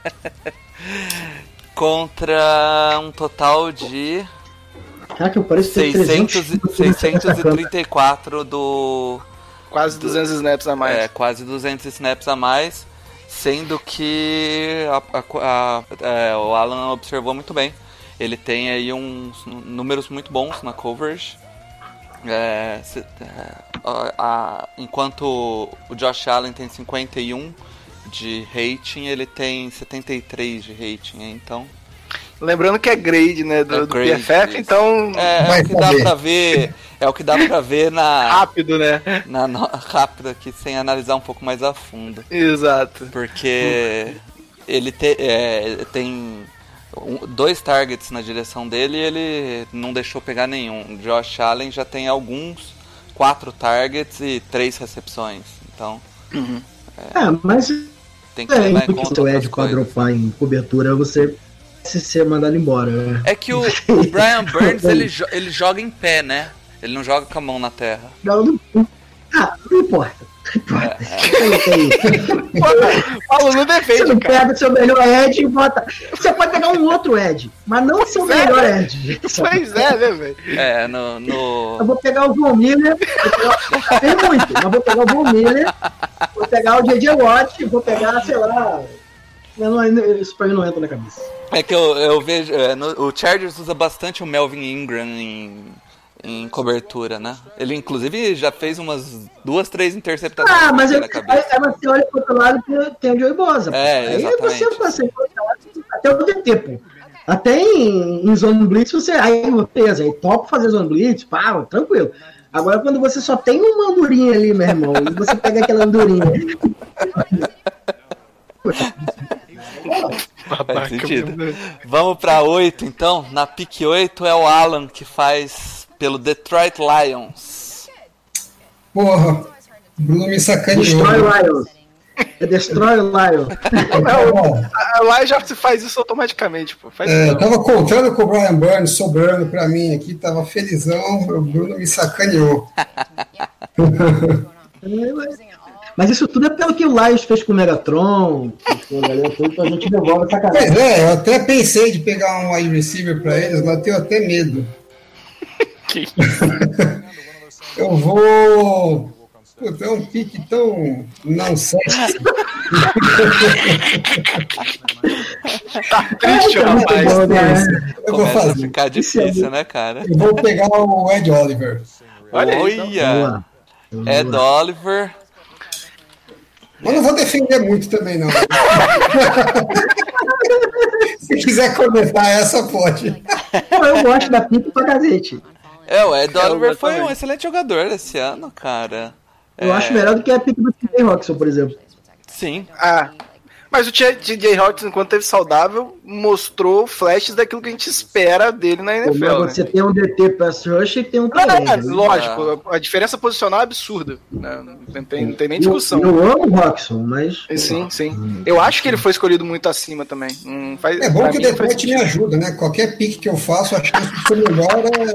Contra um total de Caraca, eu pareço ter seiscentos e trinta e quatro do... Quase duzentos do, snaps a mais. É, quase duzentos snaps a mais. Sendo que a, a, a, é, o Alan observou muito bem. Ele tem aí uns números muito bons na coverage. É, se, é, a, a, enquanto o Josh Allen tem cinquenta e um de rating, ele tem setenta e três de rating, então... Lembrando que é grade, né, do, é do P F F, então... É, é o que dá pra ver, é o que dá pra ver na... Rápido, né? Na, na, rápido aqui, sem analisar um pouco mais a fundo. Exato. Porque ele te, é, tem um, dois targets na direção dele e ele não deixou pegar nenhum. Josh Allen já tem alguns, quatro targets e três recepções, então... Uhum. É, é, mas... Tem que é, levar em porque conta o Ed quadropar em cobertura, você se ser mandado embora, né? É que o, o Brian Burns, ele, jo- ele joga em pé, né? Ele não joga com a mão na terra. Não, não, ah, não importa. Não importa. É, é. Paulo, não defende, Você não cara. pega o seu melhor Ed e bota... Você pode pegar um outro Ed, mas não o seu Pois é, melhor né? Ed. Pois é, né, velho? É, no... no... Eu vou pegar o Von Miller, tem muito, mas vou pegar o Von Miller, vou pegar o J J Watt, vou pegar, sei lá... Eu não, isso pra mim não entra na cabeça. É que eu, eu vejo... É, no, o Chargers usa bastante o Melvin Ingram em, em cobertura, né? Ele, inclusive, já fez umas duas, três interceptações Ah, mas eu, na cabeça. aí você olha pro outro lado que tem o Joey Bosa. É, aí exatamente. você consegue até o D T, pô. Até em, em Zone Blitz você... Aí, beleza, aí top fazer Zone Blitz, pá, tranquilo. Agora, quando você só tem uma andorinha ali, meu irmão, e você pega aquela andorinha... Faz sentido. Vamos pra oito, então. Na pick oito é o Alan que faz pelo Detroit Lions. Porra, Bruno me sacaneou. Destroy Lions. É Destroy Lions. A Lions já se faz isso automaticamente, pô. Faz É, isso. eu tava contando com o Brian Burns sobrando pra mim aqui, tava felizão, o Bruno me sacaneou. Mas isso tudo é pelo que o Lions fez com o Megatron, com a galera toda, então a gente devolve essa cara. Pois é, eu até pensei de pegar um wide receiver pra eles, mas eu tenho até medo. Que... Eu vou... Puta, é um pique tão... não sei. Tá triste, É, tá muito rapaz. bom, né? Eu vou Começa a fazer. ficar difícil, né, cara? Eu vou pegar o Ed Oliver. Olha aí, Olha! Ed Oliver. Mas não vou defender muito também, não. Se quiser comentar essa, pode. Eu gosto da pique pra cacete. É, o Ed É, Oliver eu foi também. um excelente jogador esse ano, cara. Eu É, acho melhor do que a pique do T J Rockson, por exemplo. Sim. Ah, Mas o T J Hawkins, enquanto esteve saudável, mostrou flashes daquilo que a gente espera dele na N F L. Você né? tem um D T pass rush e tem um Ah, Tyrande. é, lógico, a diferença posicional é absurda. Né? Não, tem, não tem nem discussão. Eu, eu amo o Roxon, mas... Sim, sim. Eu acho que ele foi escolhido muito acima também. Hum, faz, É bom que o mim, Detroit me ajuda, né? Qualquer pique que eu faço, a chance de ser melhor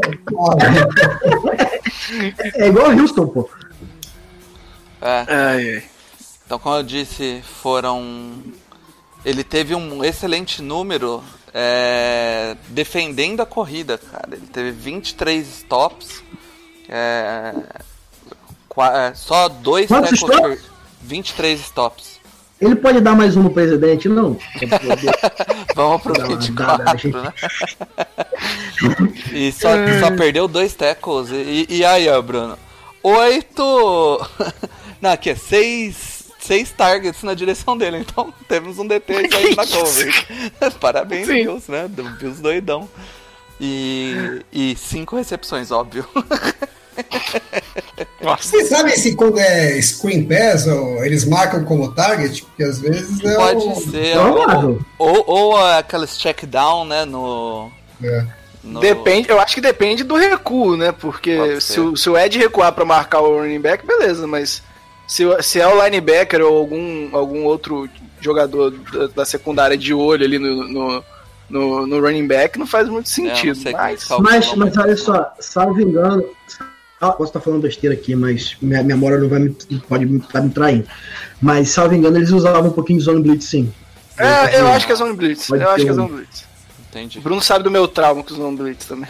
é... É igual o Houston, pô. É. Ai, ai. Então, como eu disse, foram... Ele teve um excelente número é... defendendo a corrida, cara. Ele teve vinte e três stops. É... Qua... Só dois Quantos tackles por... stops? vinte e três stops. Ele pode dar mais um no presidente, não? Vamos pro Dá uma vinte e dada, quatro, gente. né? E só, só perdeu dois tackles. E, e aí, ó, Bruno? Oito... Não, aqui é seis, seis targets na direção dele. Então temos um D T aí na cover. Parabéns, Sim. Bills, né? Bills doidão. E, e cinco recepções, óbvio. Nossa. Vocês sabem se quando é screen pass ou eles marcam como target? Porque às vezes é Pode o... ser. Provável. Ou, ou, ou aqueles check down, né? No... É. no... Depende, eu acho que depende do recuo, né? Porque Pode se ser. o, se o Ed recuar pra marcar o running back, beleza, mas se, o- se é o linebacker ou algum, algum outro jogador da, da secundária de olho ali no, no, no, no running back, não faz muito É, eu não sentido. sei como é que mas, calcula, Mas, não. mas olha só, salvo engano... Ah, posso estar falando besteira aqui, mas minha memória não vai me, pode me, tá me traindo. Mas, salvo engano, eles usavam um pouquinho de Zone Blitz, sim. é, eu acho que é Zone Blitz. Pode Eu acho ter que é um. Zone Blitz. Entendi. O Bruno sabe do meu trauma com os Zone Blitz também.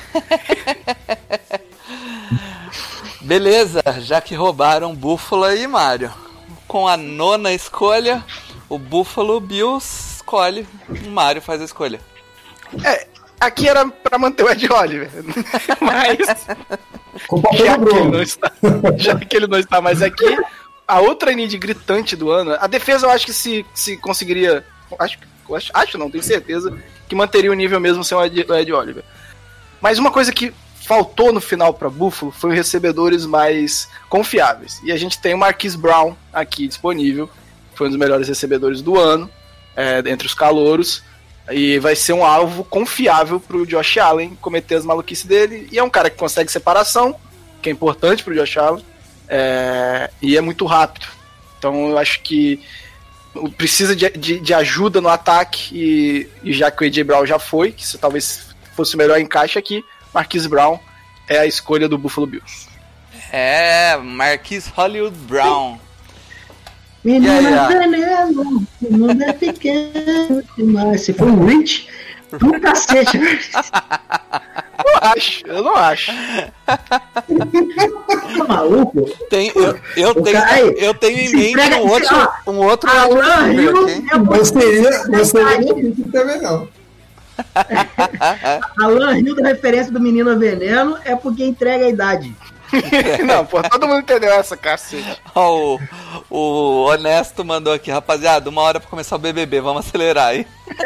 Beleza, já que roubaram Buffalo e Mario. Com a nona escolha, o Buffalo Bills escolhe, o Mario faz a escolha. É, aqui era pra manter o Ed Oliver. Mas Com o já papel do que, ele não Bruno. está, já que ele não está mais aqui, a outra need gritante do ano, a defesa eu acho que se, se conseguiria, acho, acho, acho não, tenho certeza, que manteria o nível mesmo sem o Ed, o Ed Oliver. Mas uma coisa que faltou no final para Buffalo foi os recebedores mais confiáveis. E a gente tem o Marquise Brown aqui disponível, foi um dos melhores recebedores do ano, é, entre os calouros. E vai ser um alvo confiável pro Josh Allen cometer as maluquices dele. E é um cara que consegue separação, que é importante pro Josh Allen, é, e é muito rápido. Então eu acho que precisa de, de, de ajuda no ataque. E, e já que o A J Brown já foi, que isso talvez fosse o melhor encaixe aqui, Marquise Brown é a escolha do Buffalo Bills. É, Marquise Hollywood Brown. Menina E aí, ó? veneno, o mundo é pequeno demais. Se for um Rich, do cacete. Eu acho, eu não acho. Tá maluco? Tem, eu, eu, O tenho, cara- eu tenho em se mente prega- um outro, ó, um outro Alan wide receiver Hills aqui. é Não seria, não seria verdade. meu pique também, não. Alan Hill da referência do Menino Veneno é porque entrega a idade. Não, pô, todo mundo entendeu essa, cacete. Ó, o, o Honesto mandou aqui, rapaziada, uma hora pra começar o B B B, vamos acelerar aí.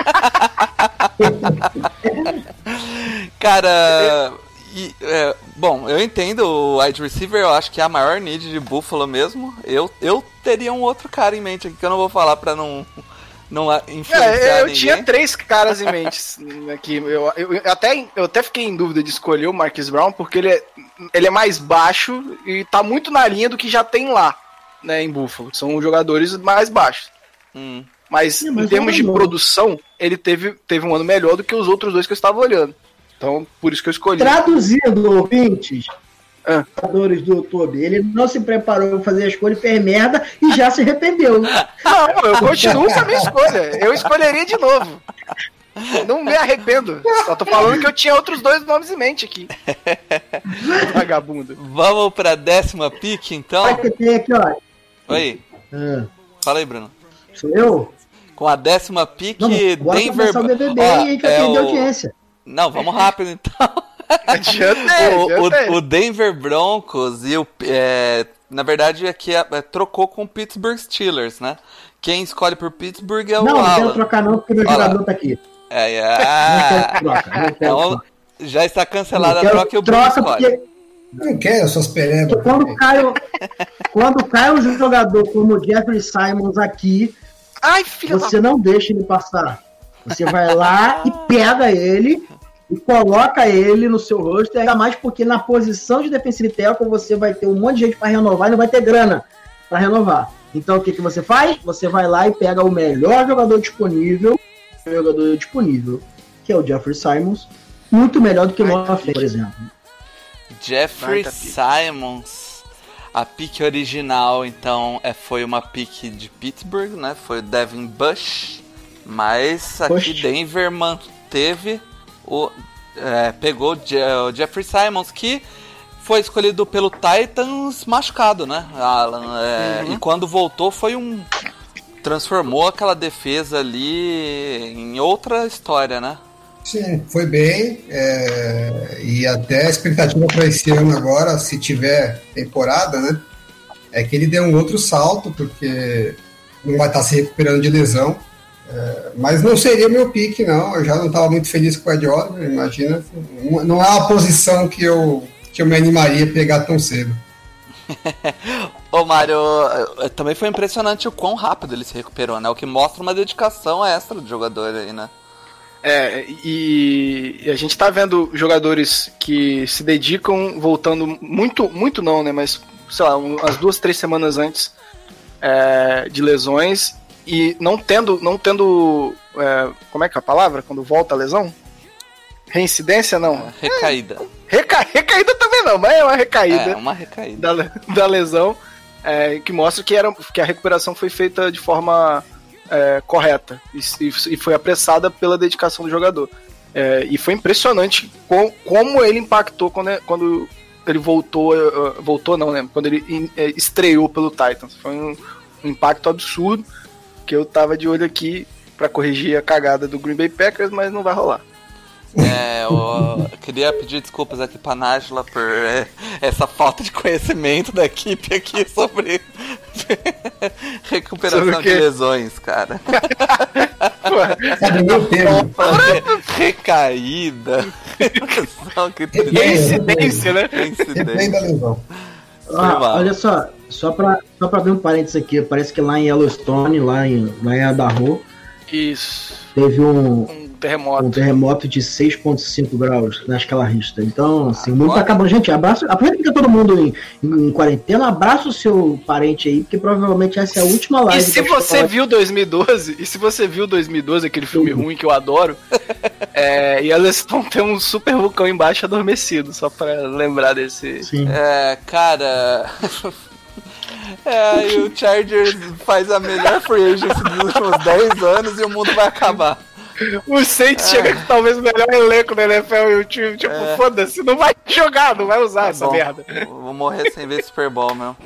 Cara, e, é, bom, eu entendo o wide receiver, eu acho que é a maior need de Buffalo mesmo. Eu, eu teria um outro cara em mente aqui que eu não vou falar pra não, não a- influenciar É, eu ninguém. tinha três caras em mente aqui. Eu, eu, eu até, eu até fiquei em dúvida de escolher o Marquise Brown, porque ele é, ele é mais baixo e tá muito na linha do que já tem lá, né, em Buffalo. São jogadores mais baixos. Hum. Mas, Sim, mas em termos é de bom. produção, ele teve, teve um ano melhor do que os outros dois que eu estava olhando. Então, por isso que eu escolhi. Traduzindo, ouvintes, Ah. jogadores do YouTube, ele não se preparou para fazer a escolha e fez merda e já se arrependeu. Não, eu continuo com a minha escolha. Eu escolheria de novo. Não me arrependo. Só tô falando que eu tinha outros dois nomes em mente aqui. Vagabundo. Vamos pra décima pick, então? Olha que tem aqui, ó. Oi, Ah, fala aí, Bruno. sou eu? Com a décima pick, Não, bora Denver... começar o B B B Ó, e a gente vai é perder a o- audiência. Não, vamos rápido então. Adiantei, o, adiantei. o, o Denver Broncos e o é, na verdade aqui é, é, trocou com o Pittsburgh Steelers, né? Quem escolhe por Pittsburgh é o Não, não quero Alan. trocar não, porque meu Olha lá. jogador tá aqui. É, Não quero é. troca, não quero Então, troca. já está cancelada Não a quero troca e o Bruno troca escolhe. porque Não quero suas perebas. quando cai, o- quando cai um jogador como o Jeffrey Simons aqui, Ai, filha Você não deixa ele passar. Você vai lá e pega ele e coloca ele no seu rosto, ainda mais porque na posição de defensive tackle você vai ter um monte de gente para renovar e não vai ter grana para renovar. Então o que, que você faz? Você vai lá e pega o melhor jogador disponível, o jogador disponível, que é o Jeffrey Simmons, muito melhor do que o Noah Fant, por exemplo. Jeffrey Simmons, a pick original, então, é, foi uma pick de Pittsburgh, né? Foi o Devin Bush, mas aqui Poxa. Denver manteve o, é, pegou o, Je- o Jeffrey Simmons, que foi escolhido pelo Titans machucado, né, Alan? É, Uhum. E quando voltou foi um... transformou aquela defesa ali em outra história, né? Sim, foi bem. É, e até a expectativa para esse ano agora, se tiver temporada, né? É que ele dê um outro salto, porque não vai estar se recuperando de lesão. É, mas não seria meu pique, não. Eu já não estava muito feliz com o Ed Oliver, imagina. Não é uma posição que eu, que eu me animaria a pegar tão cedo. Ô Mário, também foi impressionante o quão rápido ele se recuperou, né? O que mostra uma dedicação extra do jogador aí, né? É, e, e a gente tá vendo jogadores que se dedicam voltando muito, muito não, né? Mas, sei lá, umas duas, três semanas antes é, de lesões e não tendo, não tendo é, como é que é a palavra? Quando volta a lesão? Reincidência, não. É, recaída. Reca, recaída também não, mas é uma recaída. É, uma recaída. Da, da lesão, é, que mostra que, era, que a recuperação foi feita de forma é, correta e, e foi apressada pela dedicação do jogador. É, e foi impressionante com, como ele impactou quando, quando ele voltou, voltou não, né? Quando ele estreou pelo Titans. Foi um, um impacto absurdo, que eu tava de olho aqui pra corrigir a cagada do Green Bay Packers, mas não vai rolar. É, eu queria pedir desculpas aqui pra Nájila por é, essa falta de conhecimento da equipe aqui sobre recuperação Sobre de lesões, cara. Sabe meu termo. Recaída. Reincidência, né? Depende da lesão. Ah, olha só, só pra, só pra ver um parênteses aqui, parece que lá em Yellowstone, lá em, lá em Idaho, Isso. teve um, Um terremoto. um terremoto de seis vírgula cinco graus na escala Richter. Então, assim, o mundo Agora? tá acabando. Gente, abraço. Aproveita que tá todo mundo em, em, em quarentena, abraça o seu parente aí, porque provavelmente essa é a última live. E se da você escola. viu dois mil e doze, e se você viu dois mil e doze, aquele filme ruim que eu adoro, é, e elas vão ter um super vulcão embaixo adormecido, só pra lembrar desse. Sim. É, cara. É, e o Chargers faz a melhor free agency dos últimos dez anos e o mundo vai acabar. O Saints chega com talvez o melhor elenco da N F L e o time, tipo, É. foda-se, não vai jogar, não vai usar Tá essa bom, merda. Vou morrer sem ver Super Bowl, meu.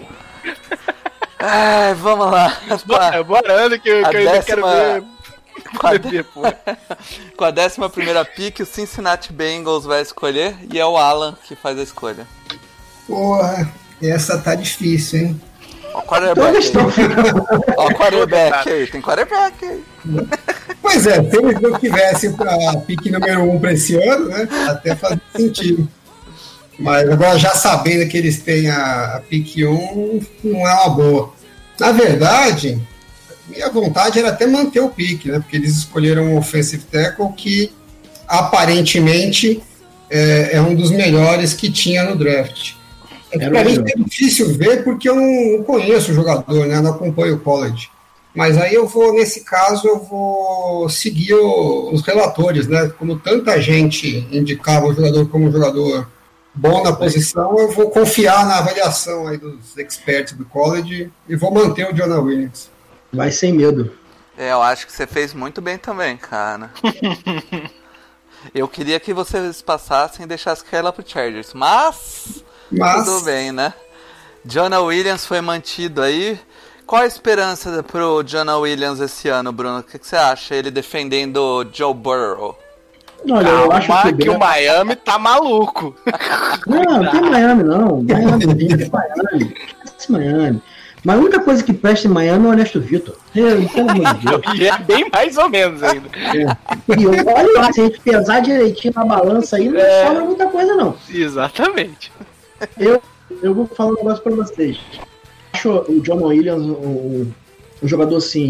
É, vamos lá. Bora, bora, ano que, A que eu ainda quero décima- ver. Com a, Bebê, pô. com a décima primeira pick, o Cincinnati Bengals vai escolher e é o Alan que faz a escolha. Porra, essa tá difícil, hein? Ó o Então quarterback eles estão aí. Ó o quarterback aí. Tem quarterback aí. Pois é, se eles não tivessem a pique número um para esse ano, né? Até faz sentido. Mas agora, já sabendo que eles têm a, a pique um, não é uma boa. Na verdade, minha vontade era até manter o pique, né? Porque eles escolheram um offensive tackle que aparentemente é, é um dos melhores que tinha no draft. É que pra mim é difícil ver porque eu não conheço o jogador, né? Não acompanho o college. Mas aí eu vou, nesse caso, eu vou seguir o, os relatores, né? Como tanta gente indicava o jogador como um jogador bom na posição, eu vou confiar na avaliação aí dos experts do college e vou manter o Jonah Williams. Vai sem medo. É, eu acho que você fez muito bem também, cara. Eu queria que vocês passassem e deixassem ela pro Chargers, mas... Mas tudo bem, né? Jonah Williams foi mantido aí. Qual a esperança pro Jonah Williams esse ano, Bruno? O que, que você acha? Ele defendendo o Joe Burrow. Olha, eu acho Calma, que, que o Miami tá maluco. Não, não tem Miami, não. Miami, tem Miami. Esse Miami. Mas a única coisa que presta em Miami é o Ernesto Vitor. Eu, pelo amor de Deus. E é bem mais ou menos ainda. E olha lá, se a gente pesar direitinho na balança aí, não É. sobra muita coisa, não. Exatamente. Eu, eu vou falar um negócio pra vocês. Acho o John Williams um, um jogador assim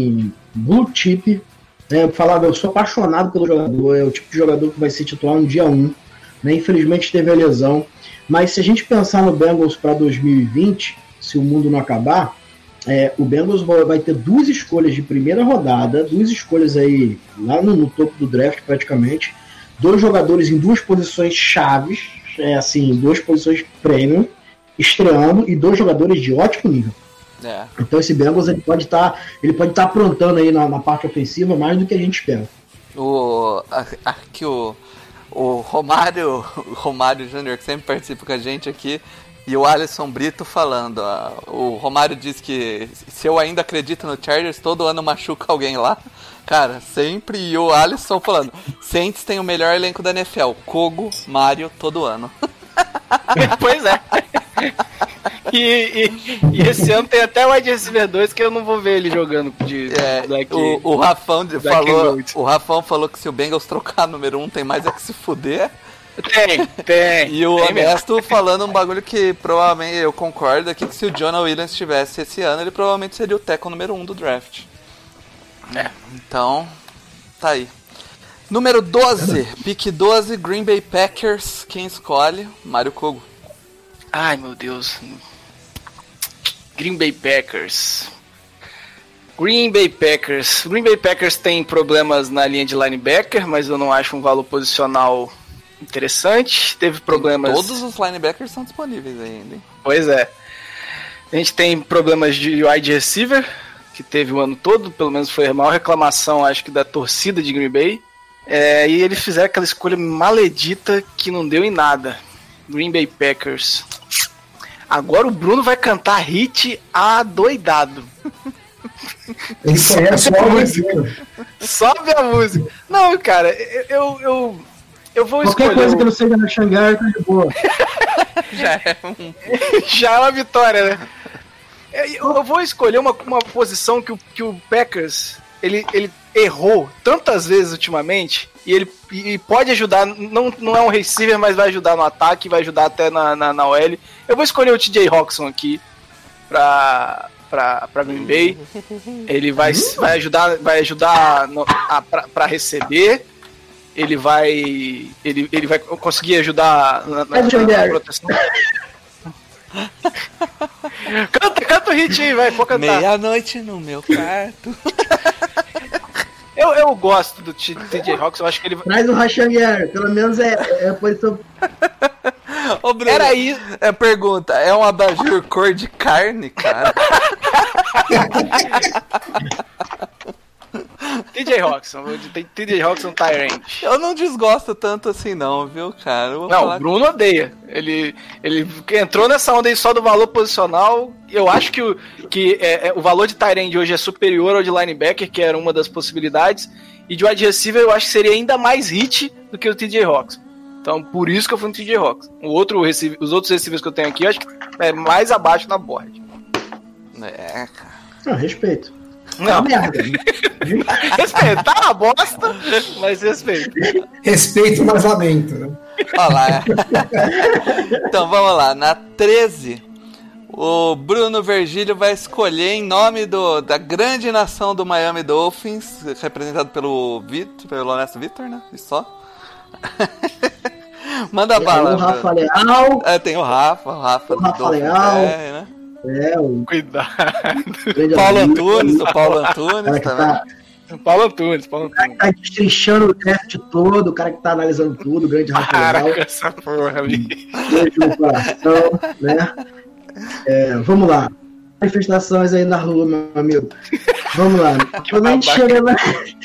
blue chip. Né? Eu falava, eu sou apaixonado pelo jogador, é o tipo de jogador que vai ser titular no dia um. Né? Infelizmente teve a lesão. Mas se a gente pensar no Bengals para dois mil e vinte, se o mundo não acabar, é, o Bengals vai ter duas escolhas de primeira rodada, duas escolhas aí lá no, no topo do draft praticamente, dois jogadores em duas posições chaves, é, assim, duas posições premium, estreando, e dois jogadores de ótimo nível. É. Então esse Bengals ele pode estar tá, ele pode estar tá aprontando aí na, na parte ofensiva mais do que a gente espera. O, aqui o, o Romário, o Romário Júnior, que sempre participa com a gente aqui, e o Alisson Brito falando, ó, o Romário diz que se eu ainda acredito no Chargers, todo ano machuca alguém lá. Cara, sempre. E o Alisson falando, Saints tem o melhor elenco da N F L, Kogo, Mário, todo ano. Pois é. E, e, e esse ano tem até o wide receiver dois que eu não vou ver ele jogando de é, Black, o, o Rafão falou, o Rafão falou que se o Bengals trocar número um tem mais é que se fuder. Tem, tem. E o tem Honesto mesmo. Falando um bagulho que provavelmente eu concordo aqui, que se o Jonah Williams tivesse esse ano, ele provavelmente seria o tackle número um do draft. É. Então, tá aí. Número doze, pick doze, Green Bay Packers. Quem escolhe? Mário Kogo. Ai, meu Deus. Green Bay Packers. Green Bay Packers. Green Bay Packers tem problemas na linha de linebacker, mas eu não acho um valor posicional interessante. Teve problemas... Todos os linebackers são disponíveis ainda, hein? Pois é. A gente tem problemas de wide receiver, que teve o ano todo, pelo menos foi a maior reclamação, acho que da torcida de Green Bay. É, e eles fizeram aquela escolha maledita que não deu em nada. Green Bay Packers. Agora o Bruno vai cantar hit adoidado. Isso é só a música. Sobe a música. Não, cara, eu, eu, eu vou Qualquer escolher... Qualquer coisa o... que não seja na Xangai tá de boa. Já é um... Já é uma vitória, né? Eu, eu vou escolher uma, uma posição que o, que o Packers ele, ele errou tantas vezes ultimamente e ele e pode ajudar, não, não é um receiver, mas vai ajudar no ataque, vai ajudar até na, na, na O L. Eu vou escolher o T J Hawkinson aqui pra, pra, pra Green Bay. Ele vai, vai ajudar, vai ajudar no, a, pra, pra receber. Ele vai ele, ele vai conseguir ajudar na, na, na proteção. Canta, canta o hit aí, vai, pode cantar. Meia-noite no meu quarto. eu, eu gosto do T J Hawks, eu acho que ele... Traz o Rashan Gary, pelo menos é, é a posição... Ô, Bruno, era aí. É pergunta, é um abajur cor de carne, cara? T J Hawkinson, T J Hawkinson Tyrant. Eu não desgosto tanto assim não, viu, cara? Não, falar... o Bruno odeia. Ele, ele entrou nessa onda aí só do valor posicional. Eu acho que, o, que é, é, o valor de Tyrant hoje é superior ao de linebacker, que era uma das possibilidades. E de wide receiver eu acho que seria ainda mais hit do que o T J Hawkinson. Então por isso que eu fui no T J Hawkinson. O outro receiver, os outros receivers que eu tenho aqui eu acho que é mais abaixo na board. É, cara. Não, respeito. Não, merda. Respeito, tá uma bosta, mas respeito. Respeito, mas lamento, né? Olha lá. Então vamos lá. Na treze, o Bruno Vergílio vai escolher em nome do, da grande nação do Miami Dolphins, representado pelo Vitor, pelo honesto Vitor, né? E só. Manda tem bala. Tem o Rafa Leal. É, tem o Rafa, o Rafa. O Rafa Leal. É, né? É, o... Cuidado. Paulo Antunes, o Paulo Antunes também. Tá... Paulo Antunes, Paulo Antunes. O cara que tá destrinchando o draft todo, o cara que tá analisando tudo, o grande Rafa Caraca, Leal. essa porra ali. Beijo no coração, né? É, vamos lá. Manifestações aí na rua, meu amigo. Vamos lá. Quando a gente chega na...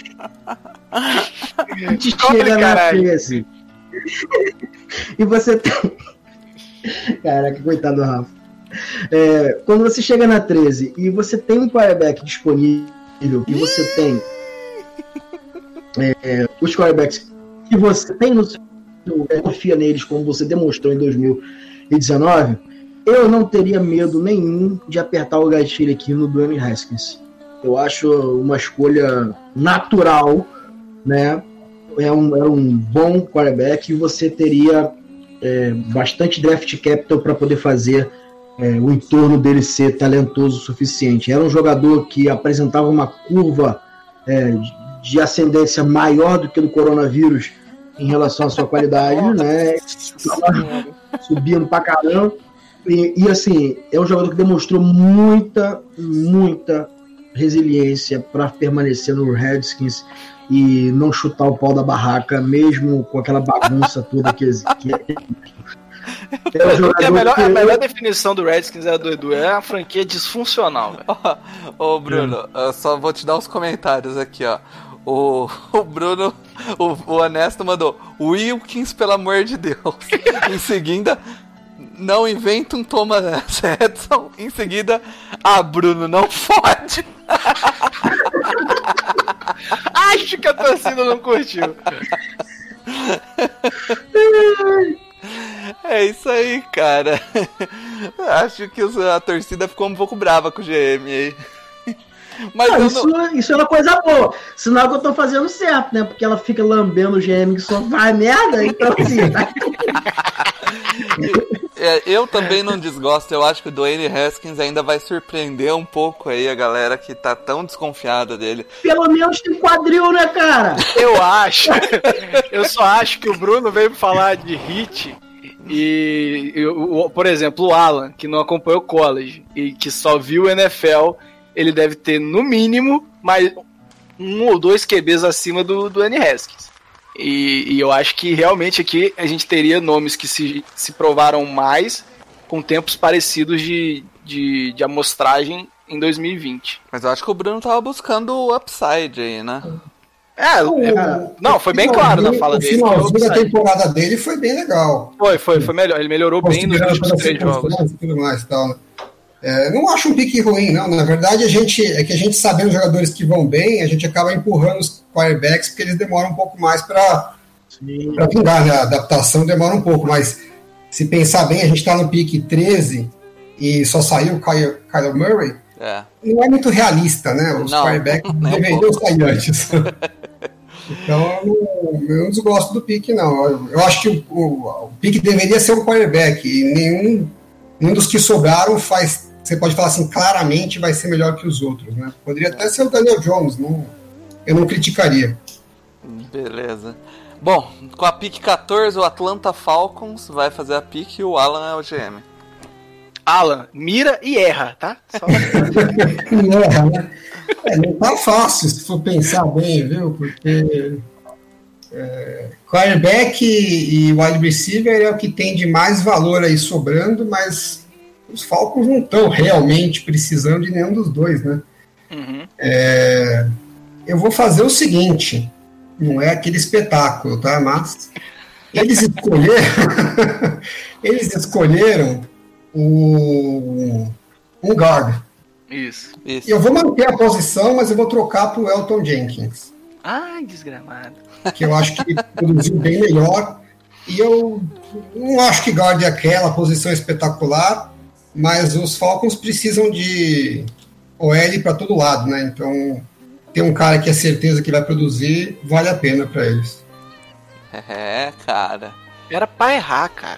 A gente chega na treze. E você tem... Caraca, coitado do Rafa. É, quando você chega na treze e você tem um quarterback disponível e você tem é, os quarterbacks que você tem no seu, confia neles como você demonstrou em dois mil e dezenove, eu não teria medo nenhum de apertar o gatilho aqui no Dwayne Haskins. Eu acho uma escolha natural, né? É um, é um bom quarterback e você teria é, bastante draft capital para poder fazer É, o entorno dele ser talentoso o suficiente. Era um jogador que apresentava uma curva é, de ascendência maior do que do coronavírus em relação à sua qualidade, né? Subindo pra caramba. E, e assim, é um jogador que demonstrou muita, muita resiliência para permanecer no Redskins e não chutar o pau da barraca, mesmo com aquela bagunça toda que existe. É um jogador a, melhor, que... a melhor definição do Redskins é do Edu, é a franquia disfuncional. Ô, Bruno, eu só vou te dar os comentários aqui, ó. O, o Bruno, o, o Honesto mandou Wilkins, pelo amor de Deus. Em seguida, não inventa um Thomas Edison. Em seguida, ah, Bruno, não fode. Acho que a torcida não curtiu. É isso aí, cara. Acho que a torcida ficou um pouco brava com o G M aí. Mas não, não... Isso, isso é uma coisa boa. Sinal que eu tô fazendo certo, né? Porque ela fica lambendo o G M que só vai merda, então assim. Tá... é, eu também não desgosto. Eu acho que o Dwayne Haskins ainda vai surpreender um pouco aí a galera que tá tão desconfiada dele. Pelo menos tem quadril, né, cara? Eu acho. Eu só acho que o Bruno veio falar de hit. E, eu, por exemplo, o Alan, que não acompanhou o college e que só viu o N F L, ele deve ter, no mínimo, mais um ou dois Q Bs acima do, do N. Haskins. E, e eu acho que realmente aqui a gente teria nomes que se, se provaram mais com tempos parecidos de, de, de amostragem em dois mil e vinte. Mas eu acho que o Bruno tava buscando o upside aí, né? É, é não, foi bem claro na fala dele. O finalzinho da temporada dele foi bem legal. Foi, foi, foi melhor. Ele melhorou bem nos últimos três jogos. Tudo mais, tal, né? É, não acho um pique ruim, não. Na verdade, a gente, é que a gente sabendo os jogadores que vão bem, a gente acaba empurrando os quarterbacks porque eles demoram um pouco mais para vingar, né? A adaptação demora um pouco, mas se pensar bem, a gente está no pique treze e só saiu o Kyle, Kyler Murray, é. Não é muito realista, né? Os quarterbacks deveriam sair antes. Então, eu não, eu não desgosto do pique, não. Eu, eu acho que o, o, o pique deveria ser o quarterback e nenhum, nenhum dos que sobraram faz... Você pode falar assim, claramente vai ser melhor que os outros, né? Poderia até ser o Daniel Jones, não, eu não criticaria. Beleza. Bom, com a pick catorze, o Atlanta Falcons vai fazer a pick e o Alan é o G M. Alan, mira e erra, tá? Só... erra, né? É, não tá fácil, se for pensar bem, viu? Porque é, quarterback e, e wide receiver é o que tem de mais valor aí sobrando, mas... Os Falcons não estão realmente precisando de nenhum dos dois, né? Uhum. É, eu vou fazer o seguinte, não é aquele espetáculo, tá? Mas eles escolheram, eles escolheram o, um guard. Isso, isso. E eu vou manter a posição, mas eu vou trocar para o Elton Jenkins. Ai, desgramado. Que eu acho que produziu bem melhor. E eu não acho que guard é aquela posição espetacular. Mas os Falcons precisam de O L para todo lado, né? Então, ter um cara que é certeza que vai produzir, vale a pena para eles. É, cara. Era pra errar, cara.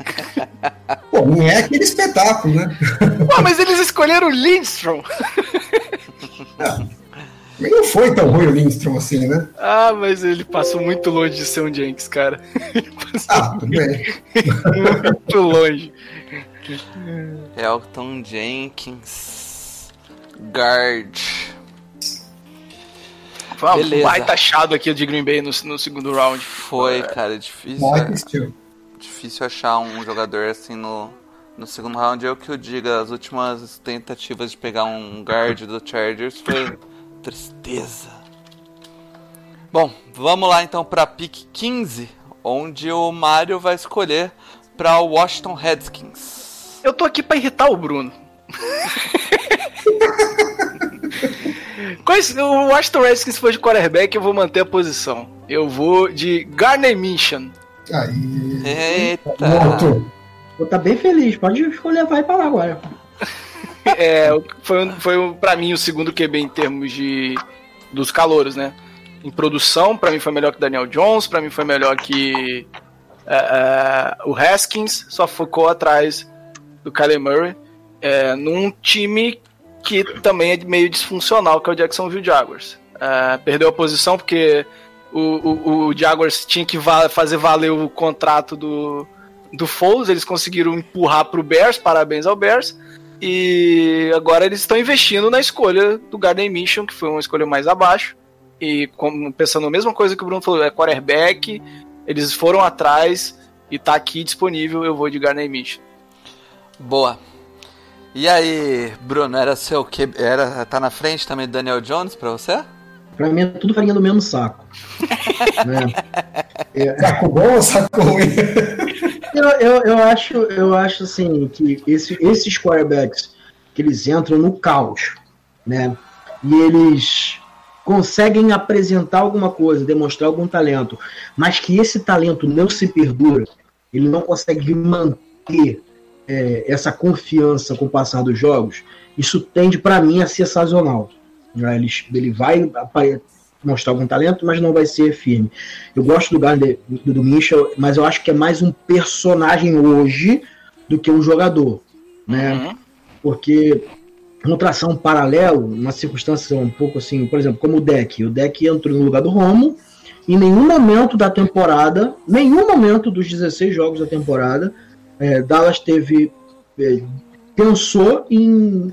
Pô, não é aquele espetáculo, né? Pô, mas eles escolheram o Lindstrom. Ah, mas não foi tão ruim o Lindstrom assim, né? Ah, mas ele passou muito longe de ser um Jenks, cara. Ah, tudo bem. Muito longe. Elton Jenkins guard. Foi um baita achado aqui de Green Bay no, no segundo round. Foi, cara, é difícil. É, difícil achar um jogador assim no, no segundo round. Eu que eu diga, as últimas tentativas de pegar um guard do Chargers foi tristeza. Bom, vamos lá então para pick quinze, onde o Mário vai escolher para o Washington Redskins. Eu tô aqui pra irritar o Bruno. O Washington Redskins, se for de quarterback, eu vou manter a posição. Eu vou de Gardner Minshew. Aí. Eita. Vou tá bem feliz. Pode escolher, vai pra lá agora. É, foi, foi pra mim o segundo Q B em termos de dos calouros, né? Em produção, pra mim foi melhor que Daniel Jones, pra mim foi melhor que uh, uh, o Haskins, só ficou atrás do Kyler Murray, é, num time que também é meio disfuncional, que é o Jacksonville Jaguars. Uh, perdeu a posição porque o, o, o Jaguars tinha que va- fazer valer o contrato do, do Foles. Eles conseguiram empurrar pro Bears, parabéns ao Bears. E agora eles estão investindo na escolha do Gardner Minshew, que foi uma escolha mais abaixo. E como, pensando a mesma coisa que o Bruno falou, é quarterback, eles foram atrás e tá aqui disponível, eu vou de Gardner Minshew. Boa. E aí, Bruno, era seu que era tá na frente também do Daniel Jones pra você? Pra mim é tudo farinha do mesmo saco. Né? É, saco bom ou saco ruim? eu, eu, eu, acho, eu acho assim que esse, esses quarterbacks que eles entram no caos, né? E eles conseguem apresentar alguma coisa, demonstrar algum talento, mas que esse talento não se perdura, ele não consegue manter é, essa confiança com o passar dos jogos, isso tende para mim a ser sazonal. Ele, ele vai mostrar algum talento, mas não vai ser firme. Eu gosto do Gardner, do, do Minshew, mas eu acho que é mais um personagem hoje do que um jogador, né? Uhum. Porque uma tração paralelo, uma circunstância um pouco assim, por exemplo, como o Dak. O Dak entrou no lugar do Romo, em nenhum momento da temporada, nenhum momento dos dezesseis jogos da temporada, é, Dallas teve é, pensou em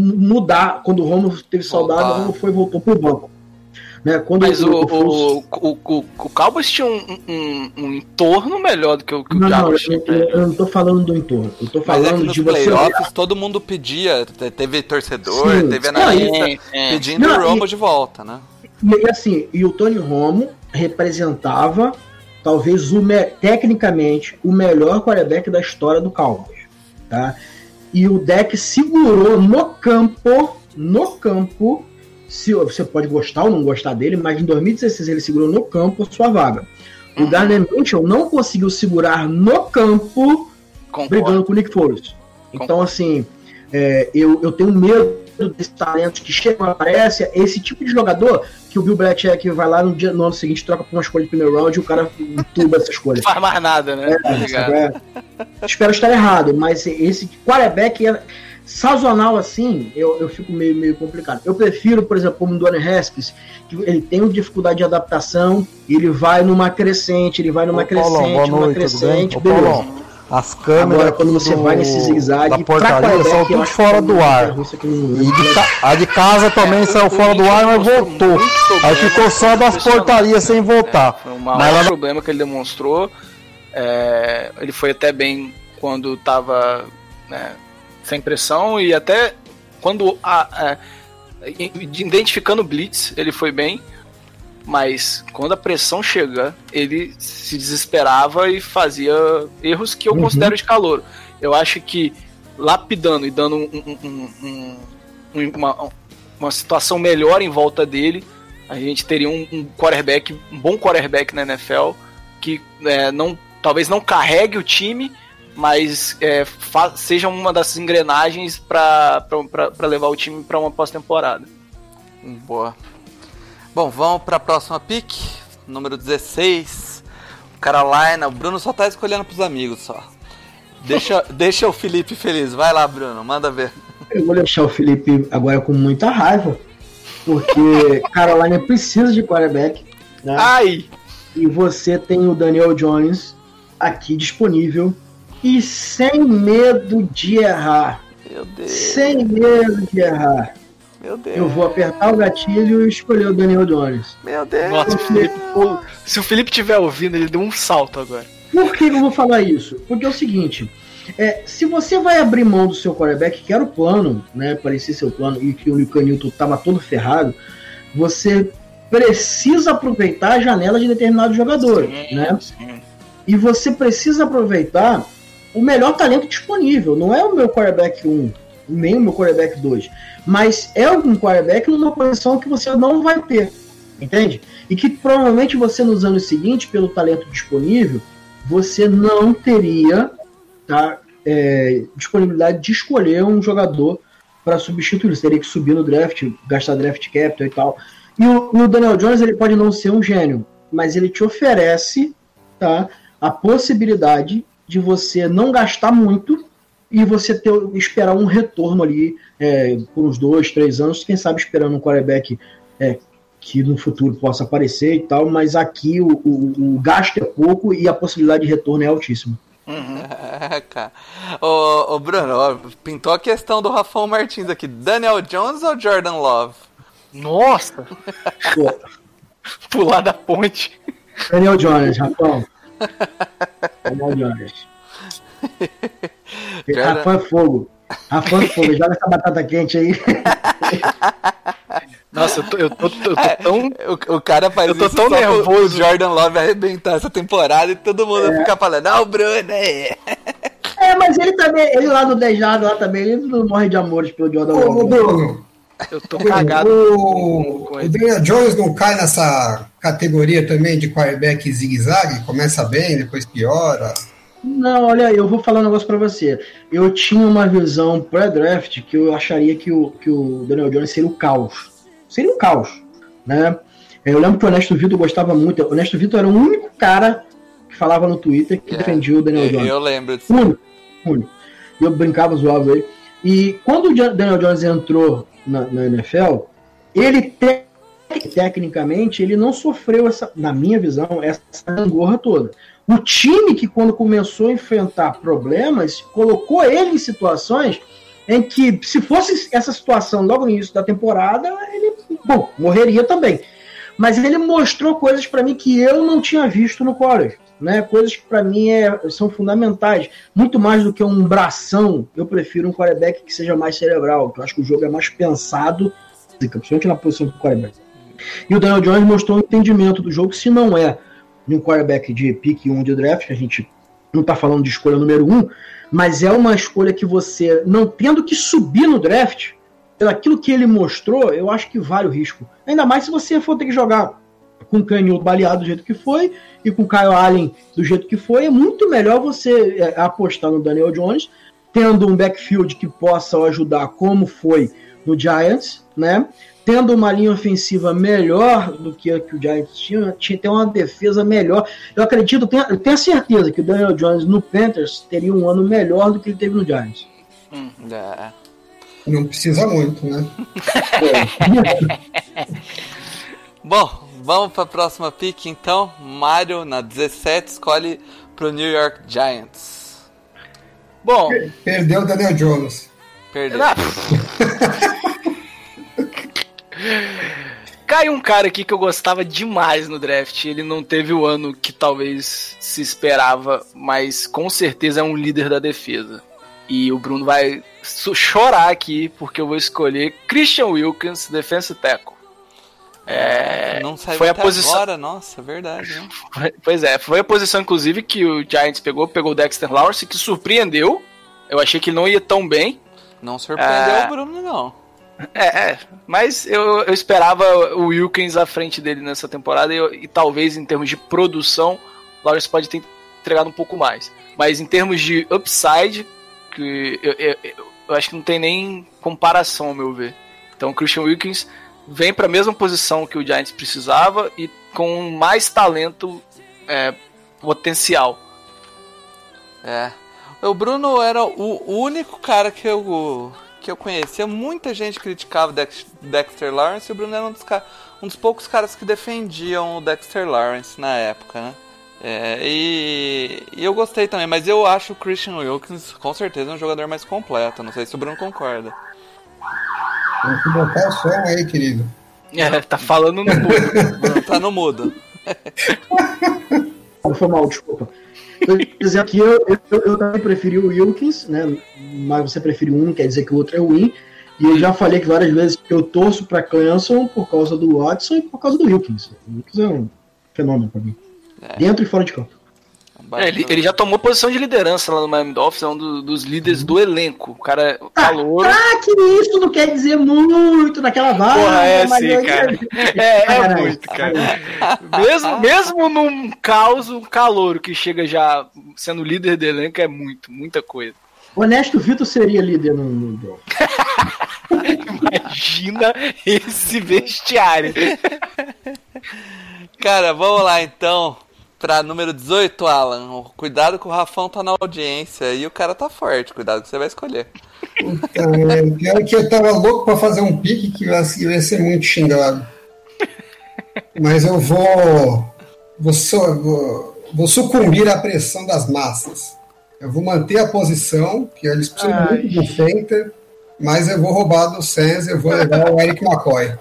mudar, quando o Romo teve saudável, o Romo foi e voltou pro banco. Né? Quando Mas o, o, o, o, o, o Cowboys tinha um, um, um entorno melhor do que o, que não, o Jaguars tinha. Eu, eu não tô falando do entorno, eu tô falando Mas é que de nos você playoffs olhar. todo mundo pedia, teve torcedor, Sim, teve analista sim, sim. pedindo Não, o Romo e, de volta, né? E assim, e o Tony Romo representava talvez o me, tecnicamente o melhor quarterback da história do Cowboys, tá? E o Dak segurou no campo, no campo, se você pode gostar ou não gostar dele, mas em dois mil e dezesseis ele segurou no campo a sua vaga. O Gardner Minshew não conseguiu segurar no campo, Concordo. brigando com o Nick Foles. Então, Concordo. assim, é, eu, eu tenho medo desses talentos que chegam e aparecem, esse tipo de jogador que o Bill Belichick vai lá no, dia, no ano seguinte, troca por uma escolha de primeiro round e o cara entuba essa escolha. Não faz mais nada, né? É, é, espero estar errado, mas esse quarterback é sazonal assim, eu, eu fico meio, meio complicado. Eu prefiro, por exemplo, como o Dwayne Haskins, que ele tem uma dificuldade de adaptação, ele vai numa crescente, ele vai numa Ô, crescente, Paulão, numa noite, crescente, Ô, Paulão, as câmeras. Agora, quando você do, vai nesse zigue-zague, da portaria são tudo fora do ar. E de ca... a de casa também é, saiu fora do ar, mas voltou. Aí ficou só das portarias sem voltar. É, foi o maior mas problema que ele demonstrou. É, ele foi até bem quando estava, né, sem pressão, e até quando a, a, identificando o blitz, ele foi bem. Mas quando a pressão chega, ele se desesperava e fazia erros que eu uhum. considero de calor. Eu acho que lapidando e dando um, um, um, um, uma, uma situação melhor em volta dele, a gente teria um, um quarterback, um bom quarterback na N F L, que é, não, talvez não carregue o time, mas é, fa- seja uma das engrenagens para levar o time para uma pós-temporada. Boa. Bom, vamos para a próxima pick, número dezesseis, Carolina. O Bruno só tá escolhendo pros amigos só. Deixa, deixa o Felipe feliz. Vai lá, Bruno, manda ver. Eu vou deixar o Felipe agora com muita raiva, porque Carolina precisa de quarterback, né? Ai! E você tem o Daniel Jones aqui disponível e sem medo de errar. Meu Deus. Sem medo de errar. Meu Deus. Eu vou apertar o gatilho e escolher o Daniel Jones. Meu Deus. Nossa, o Felipe, pô, se o Felipe estiver ouvindo, ele deu um salto agora. Por que eu vou falar isso? Porque é o seguinte, é, se você vai abrir mão do seu quarterback, que era o plano, né, parecia ser o plano, e que o Nico Newton estava todo ferrado, você precisa aproveitar a janela de determinados jogadores, sim, né? Sim. E você precisa aproveitar o melhor talento disponível. Não é o meu quarterback um, nem o meu quarterback dois, mas é um quarterback numa posição que você não vai ter, entende? E que provavelmente você nos anos seguintes, pelo talento disponível, você não teria, tá, é, disponibilidade de escolher um jogador para substituir. Você teria que subir no draft, gastar draft capital e tal. E o, o Daniel Jones, ele pode não ser um gênio, mas ele te oferece, tá, a possibilidade de você não gastar muito e você ter, esperar um retorno ali é, por uns dois, três anos, quem sabe esperando um quarterback é, que no futuro possa aparecer e tal, mas aqui o, o, o gasto é pouco e a possibilidade de retorno é altíssima. Uhum. É, cara. Ô, ô Bruno, ó, pintou a questão do Rafão Martins aqui. Daniel Jones ou Jordan Love? Nossa! Pular da ponte. Daniel Jones, Rafão. Daniel Jones. Jordan... Rafão é fogo. Rafão é fogo. Joga essa batata quente aí. Nossa, eu tô, eu tô, eu tô tão... O, o cara faz eu tô isso tão só nervoso. O Jordan Love arrebentar essa temporada e todo mundo É. fica falando, ah, o Bruno é... É, mas ele também, ele lá no dez jardas lá também, ele não morre de amores pelo Jordan Ô, Love. Bruno, Eu tô cagado. o, com o ele. Daniel Jones não cai nessa categoria também de quarterback zigue-zague? Começa bem, depois piora. Não, olha, eu vou falar um negócio pra você. Eu tinha uma visão pré-draft que eu acharia que o, que o Daniel Jones seria o caos. Seria um caos, né? Eu lembro que o Ernesto Vitor gostava muito. O Ernesto Vitor era o único cara que falava no Twitter que É, defendia o Daniel eu, Jones. eu lembro disso. Único, único. E eu brincava, zoava ele. E quando o Daniel Jones entrou na, na N F L, ele te, tecnicamente ele não sofreu essa, na minha visão, essa gangorra toda. O time que quando começou a enfrentar problemas, colocou ele em situações em que, se fosse essa situação logo no início da temporada, ele, bom, morreria também. Mas ele mostrou coisas para mim que eu não tinha visto no college, né? Coisas que para mim é, são fundamentais. Muito mais do que um bração, eu prefiro um quarterback que seja mais cerebral, que eu acho que o jogo é mais pensado, principalmente na posição do quarterback. E o Daniel Jones mostrou um entendimento do jogo, se não é de um quarterback de pick um de draft, que a gente não está falando de escolha número um, mas é uma escolha que você, não tendo que subir no draft, pelo aquilo que ele mostrou, eu acho que vale o risco. Ainda mais se você for ter que jogar com o canhoto baleado do jeito que foi e com o Kyle Allen do jeito que foi, é muito melhor você é, apostar no Daniel Jones, tendo um backfield que possa ajudar, como foi no Giants, né? Tendo uma linha ofensiva melhor do que a que o Giants tinha, tinha ter uma defesa melhor. Eu acredito, eu tenho, eu tenho a certeza que o Daniel Jones no Panthers teria um ano melhor do que ele teve no Giants. Hum, é. Não precisa muito, né? Bom, vamos para a próxima pick então. Mário, na dezessete, escolhe pro New York Giants. Bom, Perdeu o Daniel Jones. Perdeu. caiu um cara aqui que eu gostava demais no draft. Ele não teve o ano que talvez se esperava, mas com certeza é um líder da defesa. E o Bruno vai chorar aqui porque eu vou escolher Christian Wilkins, defensive tackle. É, não saiu foi a até posição... agora, nossa, verdade, né? Pois é, foi a posição inclusive que o Giants pegou, pegou o Dexter Lawrence, que surpreendeu. Eu achei que ele não ia tão bem. Não surpreendeu É... o Bruno, não. É, é, mas eu, eu esperava o Wilkins à frente dele nessa temporada e, eu, e talvez em termos de produção, o Lawrence pode ter entregado um pouco mais. Mas em termos de upside, que eu, eu, eu acho que não tem nem comparação, ao meu ver. Então o Christian Wilkins vem para a mesma posição que o Giants precisava e com mais talento é, potencial. É. O Bruno era o único cara que eu, que eu conhecia. Muita gente criticava o Dex, Dexter Lawrence e o Bruno era um dos, um dos poucos caras que defendiam o Dexter Lawrence na época, né? É, e, e eu gostei também, mas eu acho o Christian Wilkins com certeza um jogador mais completo. Não sei se o Bruno concorda. Tem que botar o som aí, querido. É, tá falando no mudo. Bruno tá no mudo. Foi mal, desculpa. Estou dizendo que eu, eu, eu também preferi o Wilkins, né? Mas você prefere um, quer dizer que o outro é ruim. E eu já falei que várias vezes que eu torço para Clemson por causa do Watson e por causa do Wilkins. O Wilkins é um fenômeno para mim. É. Dentro e fora de campo. É, ele, ele já tomou posição de liderança lá no Miami Dolphins, é um do, dos líderes do elenco. O cara calor. Ah, que isso não quer dizer muito naquela vaga. Porra, é mas sim, eu- cara. É, é muito, cara. Mesmo, mesmo num caos, um calouro que chega já sendo líder do elenco é muito, muita coisa. Honesto Vitor seria líder no, no Dolphins. Imagina esse vestiário. Cara, vamos lá então pra número dezoito, Alan. Cuidado que o Rafão tá na audiência e o cara tá forte. Cuidado que você vai escolher. Puta, merda. Pior que eu tava louco pra fazer um pique que eu ia ser muito xingado. mas eu vou, vou, vou, vou sucumbir à pressão das massas. Eu vou manter a posição, que eles precisam Ai. muito do center, mas eu vou roubar do Suns, eu vou levar o Eric McCoy.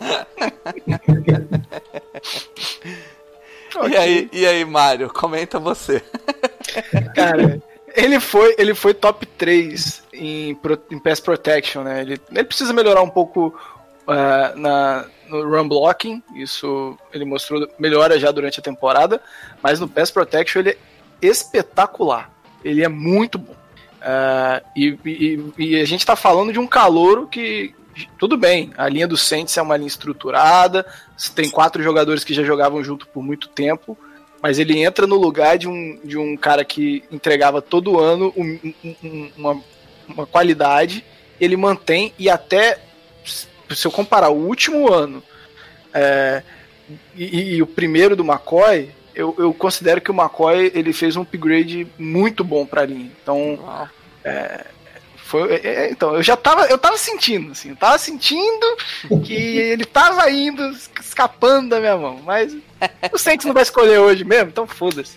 E aí, e aí, Mário, comenta você. Cara, ele foi, ele foi top três em, em Pass Protection, né? Ele, ele precisa melhorar um pouco uh, na, no Run Blocking, isso ele mostrou melhora já durante a temporada, mas no Pass Protection ele é espetacular, ele é muito bom. Uh, e, e, e a gente tá falando de um calouro que, tudo bem, a linha do Saints é uma linha estruturada, tem quatro jogadores que já jogavam junto por muito tempo, mas ele entra no lugar de um, de um cara que entregava todo ano um, um, uma, uma qualidade, ele mantém, e até, se eu comparar o último ano é, e, e o primeiro do McCoy, eu, eu considero que o McCoy ele fez um upgrade muito bom para a linha. Então, é, foi, é, então eu já tava, eu tava sentindo, assim, eu tava sentindo que ele tava indo, escapando da minha mão, mas o Saints não vai escolher hoje mesmo, então foda-se.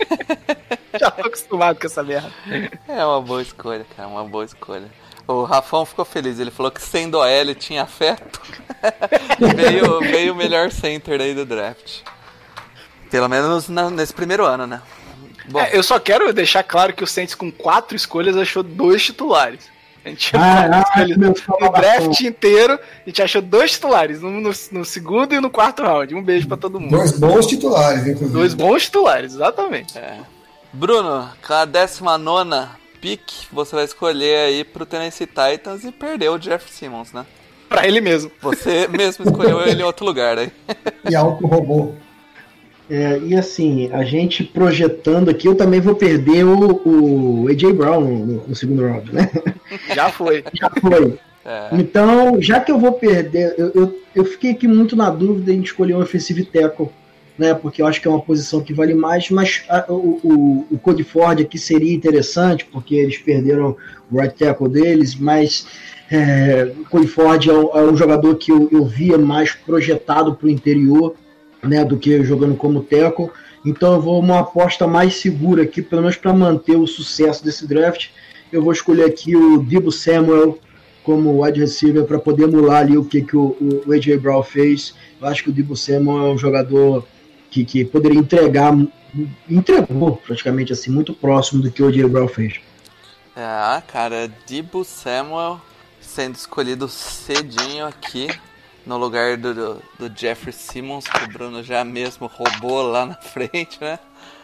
Já tô acostumado com essa merda. É uma boa escolha, cara, uma boa escolha. O Rafão ficou feliz, ele falou que sendo O L tinha afeto. veio, veio o melhor center aí do draft. Pelo menos na, nesse primeiro ano, né? Bom. É, eu só quero deixar claro que o Saints com quatro escolhas achou dois titulares. A gente tinha ah, ah, no draft inteiro, a gente achou dois titulares, no, no, no segundo e no quarto round. Um beijo pra todo mundo. Dois bons titulares, inclusive. Dois bons titulares, exatamente. É. Bruno, com a décima nona pick, você vai escolher aí pro Tennessee Titans e perdeu o Jeff Simmons, né? Pra ele mesmo. Você mesmo escolheu ele em outro lugar aí. E algo roubou. É, e assim, a gente projetando aqui, eu também vou perder o, o A J Brown no, no segundo round, né? Já foi. Já foi. É. Então, já que eu vou perder, eu, eu, eu fiquei aqui muito na dúvida em escolher um offensive tackle, né? Porque eu acho que é uma posição que vale mais, mas a, o, o, o Cody Ford aqui seria interessante, porque eles perderam o right tackle deles, mas é, o Cody Ford é um, é um jogador que eu, eu via mais projetado para o interior, né, do que jogando como tackle, então eu vou uma aposta mais segura aqui, pelo menos para manter o sucesso desse draft. Eu vou escolher aqui o Deebo Samuel como wide receiver para poder emular ali o que, que o, o A J Brown fez. Eu acho que o Deebo Samuel é um jogador que, que poderia entregar, entregou praticamente assim, muito próximo do que o A J Brown fez. Ah, cara, Deebo Samuel sendo escolhido cedinho aqui no lugar do, do, do Jeffrey Simmons, que o Bruno já mesmo roubou lá na frente, né?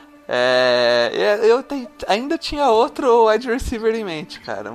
É, eu te, ainda tinha outro wide receiver em mente, cara,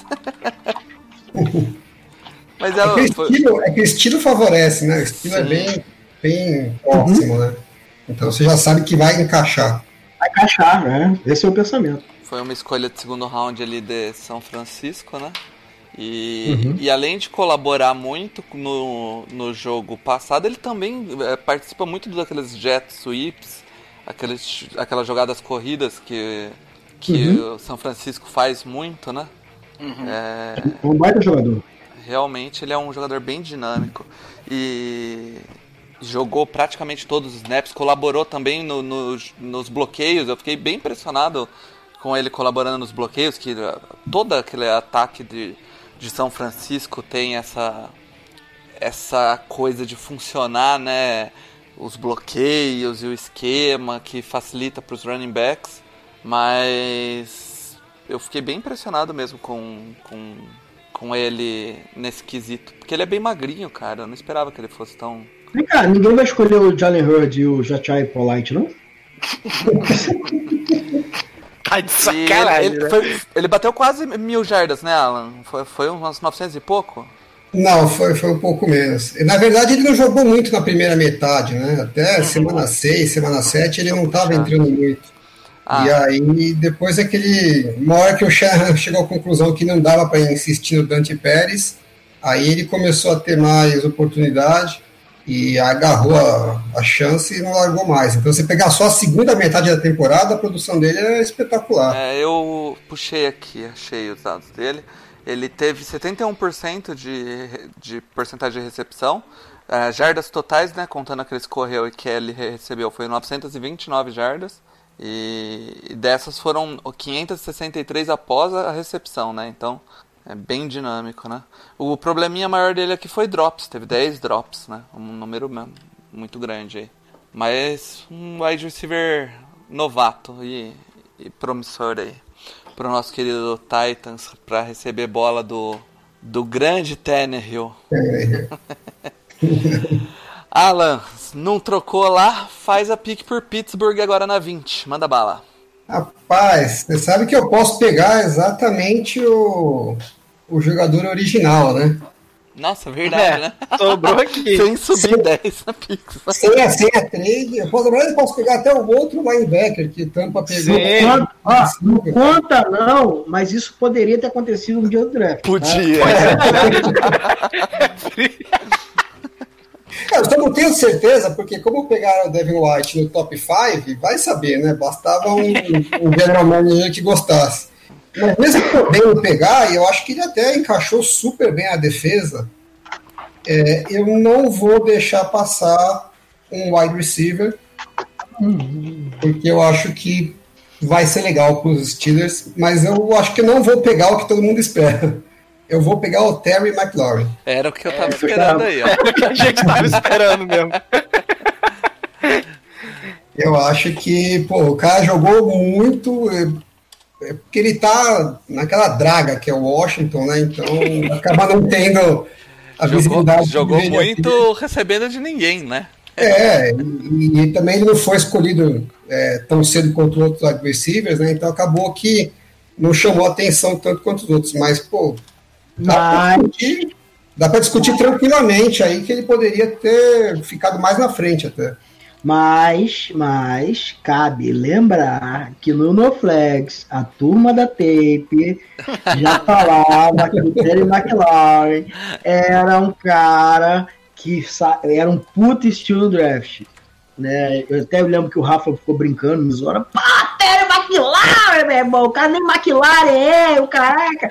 mas... mas ela, é, que foi... estilo, é que o estilo favorece, né? O estilo Sim. é bem, bem próximo, uhum. né? Então você já sabe que vai encaixar. Vai encaixar, né? Esse é o pensamento. Foi uma escolha de segundo round ali de São Francisco, né? E, uhum. e além de colaborar muito no, no jogo passado, ele também é, participa muito daqueles jet sweeps, aqueles, aquelas jogadas corridas que, que uhum. o São Francisco faz muito, né? Uhum. É um baita jogador. Realmente ele é um jogador bem dinâmico e jogou praticamente todos os snaps, colaborou também no, no, nos bloqueios. Eu fiquei bem impressionado com ele colaborando nos bloqueios, que todo aquele ataque de de São Francisco tem essa essa coisa de funcionar, né, os bloqueios e o esquema que facilita para os running backs, mas eu fiquei bem impressionado mesmo com, com, com ele nesse quesito, porque ele é bem magrinho, cara, eu não esperava que ele fosse tão... Vem cá, ninguém vai escolher o Jalen Hurd e o Jachai Polite, não? Tá de sacanagem, ele, ele, né? foi, ele bateu quase mil jardas, né, Alan? Foi, foi umas novecentos e pouco? Não, foi, foi um pouco menos. Na verdade, ele não jogou muito na primeira metade, né? Até uhum. semana seis, semana sete, ele não estava entrando muito. Ah. E aí, depois é que ele... Uma hora que o Shanahan chegou à conclusão que não dava para insistir no Dante Pérez, aí ele começou a ter mais oportunidade. e agarrou a, a chance e não largou mais. Então, você pegar só a segunda metade da temporada, a produção dele é espetacular. É, eu puxei aqui, achei os dados dele. Ele teve setenta e um por cento de, de porcentagem de recepção. Uh, jardas totais, né, contando aqueles que correu e que ele recebeu, foi novecentas e vinte e nove jardas. E dessas foram quinhentas e sessenta e três após a recepção, né? Então é bem dinâmico, né? O probleminha maior dele aqui foi drops, teve dez drops, né? Um número muito grande aí. Mas um wide receiver novato e, e promissor aí pro nosso querido Titans para receber bola do, do grande Tannehill. Alan, não trocou lá, faz a pick por Pittsburgh agora na vinte, manda bala. Rapaz, você sabe que eu posso pegar exatamente o, o jogador original, né? Nossa, verdade, é, né? Sobrou aqui. Sem subir dez na pick. Sem a, sem a trade, eu posso, eu posso pegar até o outro linebacker que Tampa pegou. Não, ó, não conta não, mas isso poderia ter acontecido no dia do draft. Podia. Tá? Eu só não tenho certeza, porque como pegaram o Devin White no top cinco, vai saber, né? Bastava um, um general manager que gostasse. Mas mesmo podendo pegar, e eu acho que ele até encaixou super bem a defesa, é, eu não vou deixar passar um wide receiver, porque eu acho que vai ser legal para os Steelers, mas eu acho que não vou pegar o que todo mundo espera. Eu vou pegar o Terry McLaurin. Era o que eu tava é, esperando aí, ó. Era o que a gente tava esperando mesmo. Eu acho que, pô, o cara jogou muito, é, porque ele tá naquela draga que é o Washington, né? Então acaba não tendo a jogou, visibilidade. Jogou muito aqui. Recebendo de ninguém, né? É, e, e também ele não foi escolhido é, tão cedo quanto outros wide receivers, né? Então acabou que não chamou atenção tanto quanto os outros, mas, pô, dá para discutir, dá para discutir tranquilamente aí que ele poderia ter ficado mais na frente até. Mas, mas, cabe lembrar que no NoFlex, a turma da Tape já falava que o Terry McLaurin era um cara que era um puto estilo draft. Né? Eu até lembro que o Rafa ficou brincando nos horas. Pá, Terry McLaurin, meu irmão, o cara nem McLaurin é, o caraca.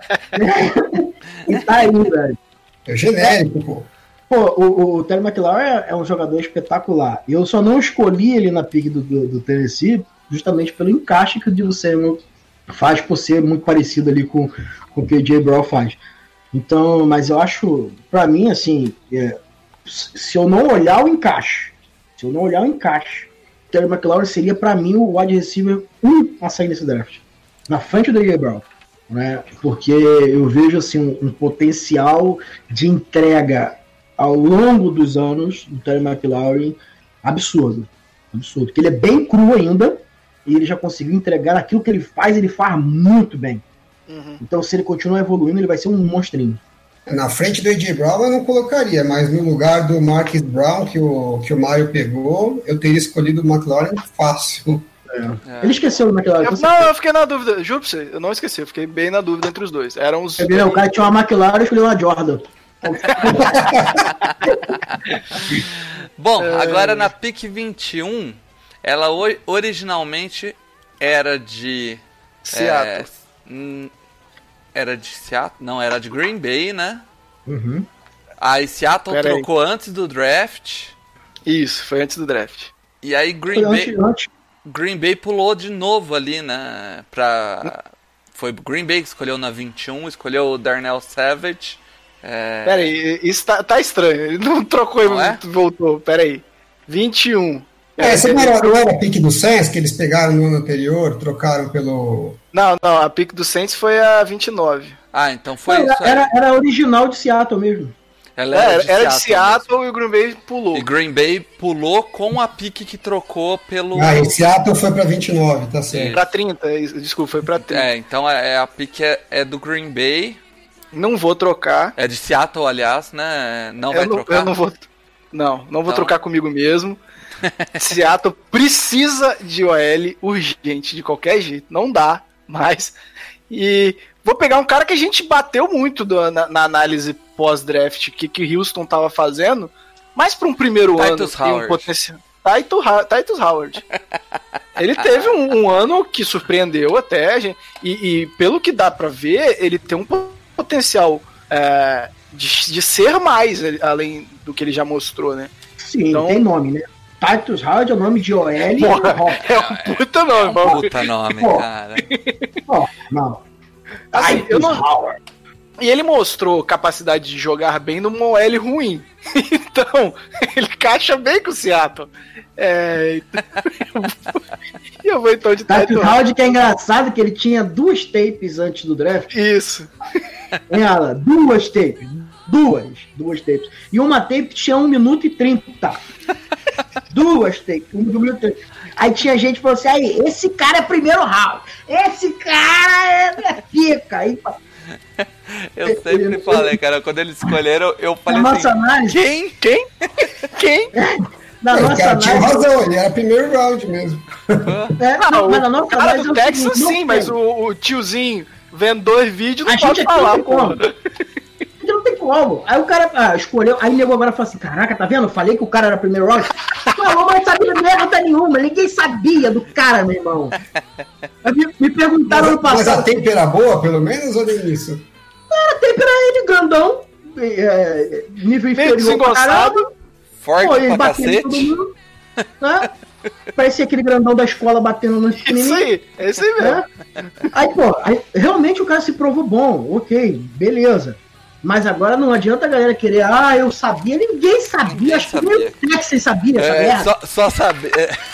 E tá aí, velho. É genérico, pô. Pô, o, o Terry McLaurin é um jogador espetacular. Eu só não escolhi ele na pick do, do, do Tennessee justamente pelo encaixe que o Deebo Samuel faz por ser muito parecido ali com, com o que o J. Brown faz. Então, mas eu acho, pra mim, assim, é, se eu não olhar o encaixe, se eu não olhar o encaixe, o Terry McLaurin seria pra mim o wide receiver um a sair desse draft. Na frente do J. Brown. Né? Porque eu vejo assim, um, um potencial de entrega ao longo dos anos do Terry McLaurin absurdo, absurdo, porque ele é bem cru ainda e ele já conseguiu entregar aquilo que ele faz, ele faz muito bem. Uhum. Então se ele continuar evoluindo, ele vai ser um monstrinho. Na frente do A J. Brown eu não colocaria, mas no lugar do Marquise Brown que o, que o Mário pegou, eu teria escolhido o McLaurin fácil. É. É. Ele esqueceu do McLaurin. Eu, não, eu fiquei na dúvida, juro pra você, eu não esqueci, eu fiquei bem na dúvida entre os dois. Eram os. É, o cara tinha uma McLaurin e escolheu uma Jordan. Bom, agora na pick vinte e um, ela originalmente era de Seattle. É, era de Seattle? Não, era de Green Bay, né? Uhum. Aí Seattle Pera trocou aí. antes do draft. Isso, foi antes do draft. E aí Green foi Bay antes, antes. Green Bay pulou de novo ali, né? Pra... Foi Green Bay que escolheu na vinte e um, escolheu o Darnell Savage. É... Pera aí, isso tá, tá estranho. Ele não trocou e é? voltou. Pera aí. vinte e um. É, essa não era, não era a pick do Saints que eles pegaram no ano anterior, trocaram pelo... Não, não, a pick do Saints foi a vinte e nove. Ah, então foi não, isso. Era, era original de Seattle mesmo. Ela era, era, de, era de Seattle Seattle e o Green Bay pulou. E Green Bay pulou com a pick que trocou pelo... Ah, e Seattle foi pra vinte e nove, tá certo. Pra trinta, desculpa, foi pra trinta. É, então é, a pick é, é do Green Bay. Não vou trocar. É de Seattle, aliás, né? Não eu vai não, trocar? Eu não vou... Não, não vou então... trocar comigo mesmo. Seattle precisa de O L urgente, de qualquer jeito. Não dá mais. E vou pegar um cara que a gente bateu muito do, na, na análise pós-draft, que que Houston tava fazendo, Mas para um primeiro Titus ano, tem um potencial. Titus, Titus Howard. Ele teve um, um ano que surpreendeu até, gente, e, e pelo que dá pra ver, ele tem um potencial é, de, de ser mais, além do que ele já mostrou, né? Sim, então, tem nome, né? Titus Howard é o nome de O L. Porra, é um puta nome. É um puta nome, Pô. cara. Ó, não. Assim, Titus eu não... Howard. E ele mostrou capacidade de jogar bem numa O L ruim. Então, ele caixa bem com o Seattle. É... E eu vou então de Titus Howard, que é engraçado que ele tinha duas tapes antes do draft. Isso. Ela, duas tapes. Duas. Duas tapes. E uma tape tinha um minuto e trinta. Duas tapes. Um minuto e trinta. Aí tinha gente que falou assim, aí, esse cara é primeiro round. Esse cara é pica. Aí, eu sempre falei, cara, quando eles escolheram, eu falei na assim, nossa análise, quem? Quem? Quem? na É, o nossa cara tinha análise, razão, ele era primeiro round mesmo. é, Não, não, mas na o nossa cara análise do é o Texas seguinte, sim, não mas tem. o, o tiozinho vendo dois vídeos A não gente pode aqui não falar, tem como. porra. Porque não tem como. Aí o cara ah, escolheu, aí nego agora fala assim, caraca, tá vendo? Eu falei que o cara era primeiro round. Falou, mas não sabia merda nenhuma, ninguém sabia do cara, meu irmão. Me, me perguntaram no Mas, mas a passado. tape era boa, pelo menos, ou nem isso? A tape era ele grandão, é, nível Meio inferior pra caramba. Forte Pô, ele pra batendo em todo cacete. mundo, né? Parecia aquele grandão da escola batendo no Isso pequenininho. aí, é isso aí mesmo. Né? Aí, pô, aí, realmente o cara se provou bom, ok, beleza. Mas agora não adianta a galera querer, ah, eu sabia, ninguém sabia, Ninguém acho que sabia. nem o Texas sabia essa É, merda. só, só sabia.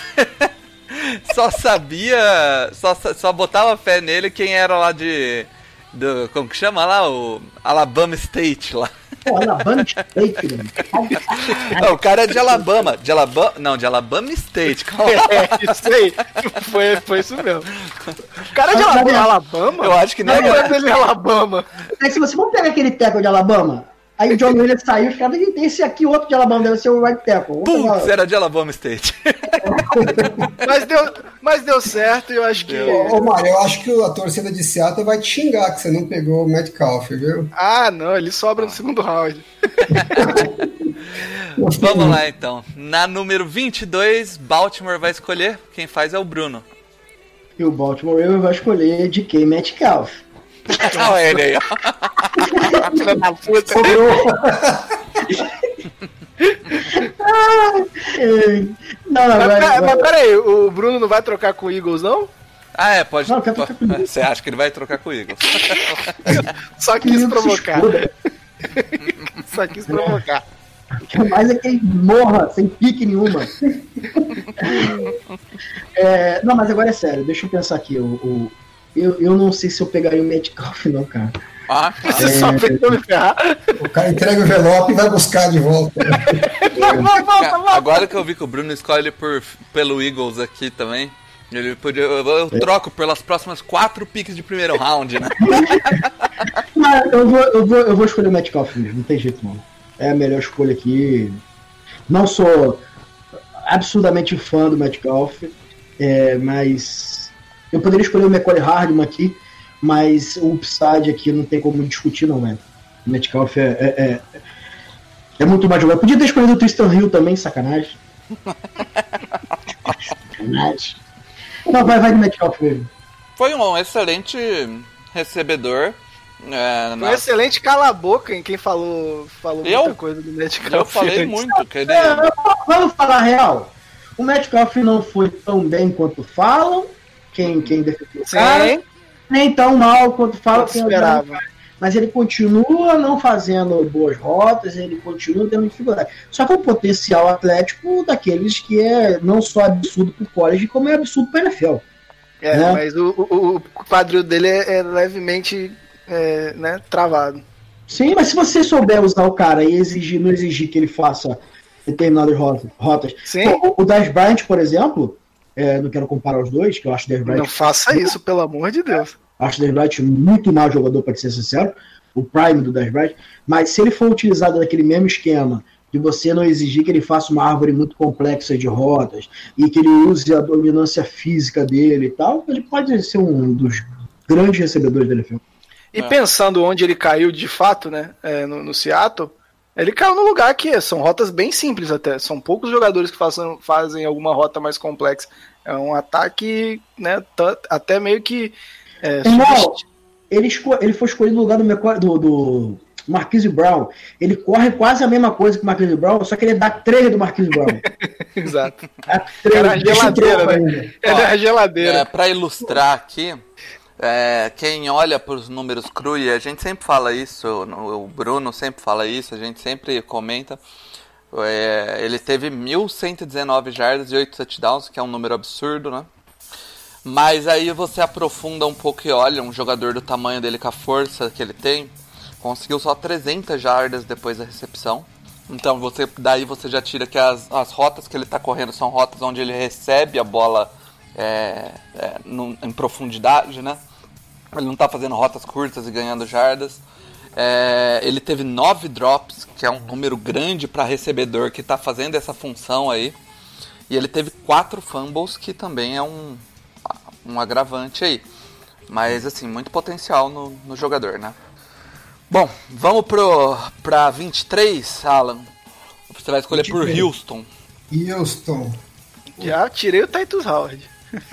Só sabia. Só, só botava fé nele quem era lá de. Do, como que chama lá? O Alabama State lá. Pô, Alabama State, mano. Não, o cara é de Alabama. De Alabama. Não, de Alabama State. Calma. É, isso aí. Foi, foi isso mesmo. O cara é de Mas, Alabama? mas- Alabama? Eu acho que nem Não é. é dele em Alabama. Aí se você for pegar aquele tackle de Alabama, aí o John Williams saiu, os caras, tem esse aqui, outro de Alabama, deve ser o right tackle. Vamos Putz, pegar- era de Alabama State. Mas deu, mas deu certo e eu acho que... Ô, ô, Mário, eu acho que a torcida de Seattle vai te xingar que você não pegou o Metcalf, viu? Ah, não, ele sobra no segundo round. Vamos lá então. Na número vinte e dois, Baltimore vai escolher. Quem faz é o Bruno. E o Baltimore Ravens vai escolher D K Metcalf. Olha ele aí, ó. Filha da puta. É, não, não, Mas, vai, pera- vai- mas peraí, o Bruno não vai trocar com o Eagles, não? Ah, é, pode. Não, quer trocar com o Eagles. Você acha que ele vai trocar com o Eagles? Só que quis se provocar. exploda. Só quis provocar. Que mais é que ele morra sem pique nenhuma. É, não, mas agora é sério, deixa eu pensar aqui. O, o- eu, eu não sei se eu pegaria o Metcalf, não, cara. Ah, Você só tentou me ferrar. O cara entrega o envelope e vai buscar de volta. Não, não, volta, volta. agora que eu vi que o Bruno escolhe por, pelo Eagles aqui também, ele podia, eu, eu troco pelas próximas quatro picks de primeiro round, né? Mas eu vou, eu, vou, eu vou escolher o Metcalf mesmo, não tem jeito não. É a melhor escolha aqui. Não sou absurdamente fã do Metcalf, é, mas eu poderia escolher o Mecole Hardman aqui, mas o upside aqui não tem como discutir não, velho. O Metcalf é, é, é, é muito mais jogador. Podia ter escolhido o Tristan Hill também, sacanagem. Sacanagem. Não, vai, vai do Metcalf mesmo. Foi um excelente recebedor. É, Foi na- excelente, cala a boca em quem falou, falou Eu? muita coisa do Metcalf. Eu falei muito, que ele... É, vamos falar a real. O Metcalf não foi tão bem quanto falam, quem, quem defendeu o cara, Sim, nem tão mal quanto falam eu quem esperava. mas ele continua não fazendo boas rotas, ele continua tendo dificuldade. Só que o potencial atlético daqueles que é não só absurdo pro college, como é absurdo pro N F L. É, né? mas o, o, o quadril dele é, é levemente é, né, travado. Sim, mas se você souber usar o cara e exigir, não exigir que ele faça determinadas rotas. rotas. Sim. Pô, o Dez Bryant, por exemplo, é, não quero comparar os dois, que eu acho o Dez Bryant Não faça isso, pelo amor de Deus. Acho o Dez Bryant muito mau jogador, para ser sincero, o prime do Dez Bryant, mas se ele for utilizado naquele mesmo esquema de você não exigir que ele faça uma árvore muito complexa de rotas e que ele use a dominância física dele e tal, ele pode ser um dos grandes recebedores da N F L. E É. pensando onde ele caiu de fato, né, é, no, no Seattle, Ele caiu no lugar que são rotas bem simples até. São poucos jogadores que façam, fazem alguma rota mais complexa. É um ataque, né, t- até meio que... É, Não, ele, esco- ele foi escolhido no lugar do, Meco- do, do Marquise Brown. Ele corre quase a mesma coisa que o Marquise Brown, só que ele dá três do Marquise Brown. Exato. Dá três, Era a deixa o geladeira, troco né? ainda. Ele é a geladeira. É, para ilustrar aqui, é, quem olha para os números cru, e a gente sempre fala isso, o Bruno sempre fala isso, a gente sempre comenta, é, ele teve mil cento e dezenove jardas e oito touchdowns, que é um número absurdo, né? Mas aí você aprofunda um pouco e olha, um jogador do tamanho dele com a força que ele tem, conseguiu só trezentas jardas depois da recepção. Então você, daí você já tira que as, as rotas que ele está correndo são rotas onde ele recebe a bola é, é, no, em profundidade, né? Ele não está fazendo rotas curtas e ganhando jardas. É, ele teve nove drops, que é um número grande para recebedor que está fazendo essa função aí. E ele teve quatro fumbles, que também é um, um agravante aí. Mas assim, muito potencial no, no jogador, né? Bom, vamos pro, pra vinte e três, Alan. Você vai escolher por Houston. Houston. Já tirei o Titus Howard.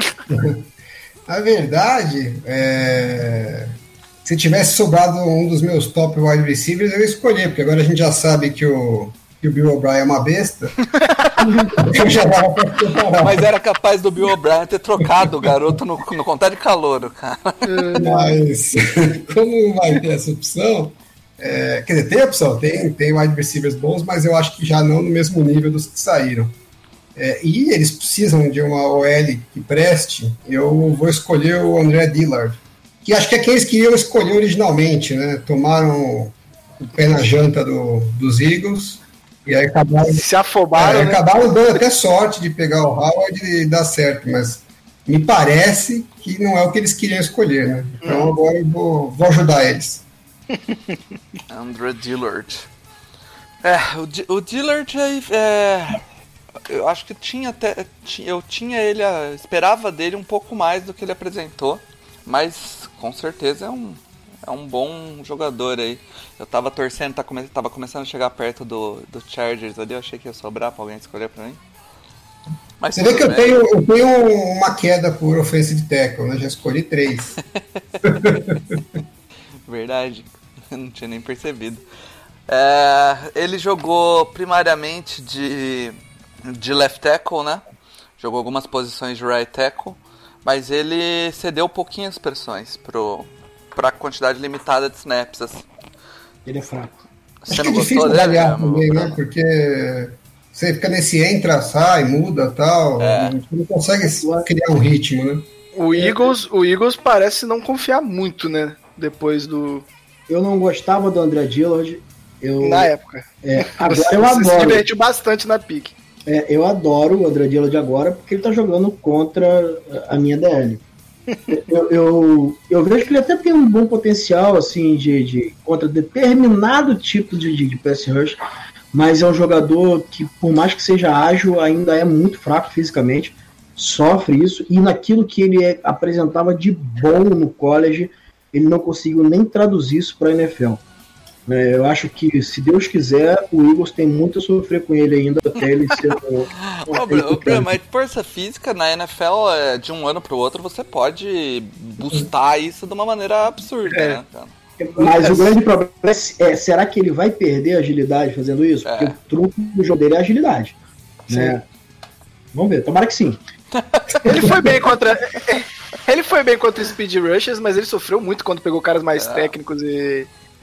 Na verdade, é... se tivesse sobrado um dos meus top wide receivers, eu escolhi, porque agora a gente já sabe que o, que o Bill O'Brien é uma besta. Eu já dava pra preparar. Mas era capaz do Bill O'Brien ter trocado o garoto no, no contar de calouro, cara. Mas, como vai ter essa opção, é... quer dizer, tem opção, tem, tem wide receivers bons, mas eu acho que já não no mesmo nível dos que saíram. É, e eles precisam de uma O L que preste, eu vou escolher o André Dillard, que acho que é quem eles queriam escolher originalmente, né? Tomaram o pé na janta do, dos Eagles e aí acabaram, Se afobaram, é, né? acabaram dando até sorte de pegar o Howard e dar certo, mas me parece que não é o que eles queriam escolher, né? Então agora eu vou, vou ajudar eles. André Dillard. É, o, D- o Dillard é, é, eu acho que tinha até, eu tinha ele, esperava dele um pouco mais do que ele apresentou, mas com certeza é um, é um bom jogador aí. Eu tava torcendo, tá come, tava começando a chegar perto do, do Chargers ali, eu achei que ia sobrar pra alguém escolher pra mim. Mas Você vê tudo que eu bem. tenho, eu tenho uma queda por offensive tackle, né? Já escolhi três. Verdade, eu não tinha nem percebido. É, ele jogou primariamente de, de left tackle, né? Jogou algumas posições de right tackle, mas ele cedeu pouquinhas pressões para a quantidade limitada de snaps. Assim. Ele é fraco. Você Acho que não é gostou difícil dele? avaliar Bruno? também, né? Porque você fica nesse entra, sai, muda tal. É. Você não consegue criar um ritmo, né? O Eagles, o Eagles parece não confiar muito, né? Depois do... Eu não gostava do André Dillard. Eu, Na época. é, agora Você, eu você se adoro. divertiu bastante na pique. É, eu adoro o André Dillard agora porque ele tá jogando contra a minha D L. Eu, eu, eu vejo que ele até tem um bom potencial assim, de, de contra determinado tipo de, de, de pass rush, mas é um jogador que, por mais que seja ágil, ainda é muito fraco fisicamente, sofre isso, e naquilo que ele é, apresentava de bom no college, ele não conseguiu nem traduzir isso para a N F L. É, eu acho que, se Deus quiser, o Eagles tem muito a sofrer com ele ainda até ele ser um, um Ô, Bruno, ô, Bruno, mas força física na N F L, é, de um ano pro outro, você pode boostar isso de uma maneira absurda, É. né, cara? Mas o grande problema é, é, será que ele vai perder a agilidade fazendo isso? É. Porque o truque do jogo dele é a agilidade. Né? Vamos ver, tomara que sim. Ele foi bem contra... Ele foi bem contra Speed Rushers, mas ele sofreu muito quando pegou caras mais É. técnicos e,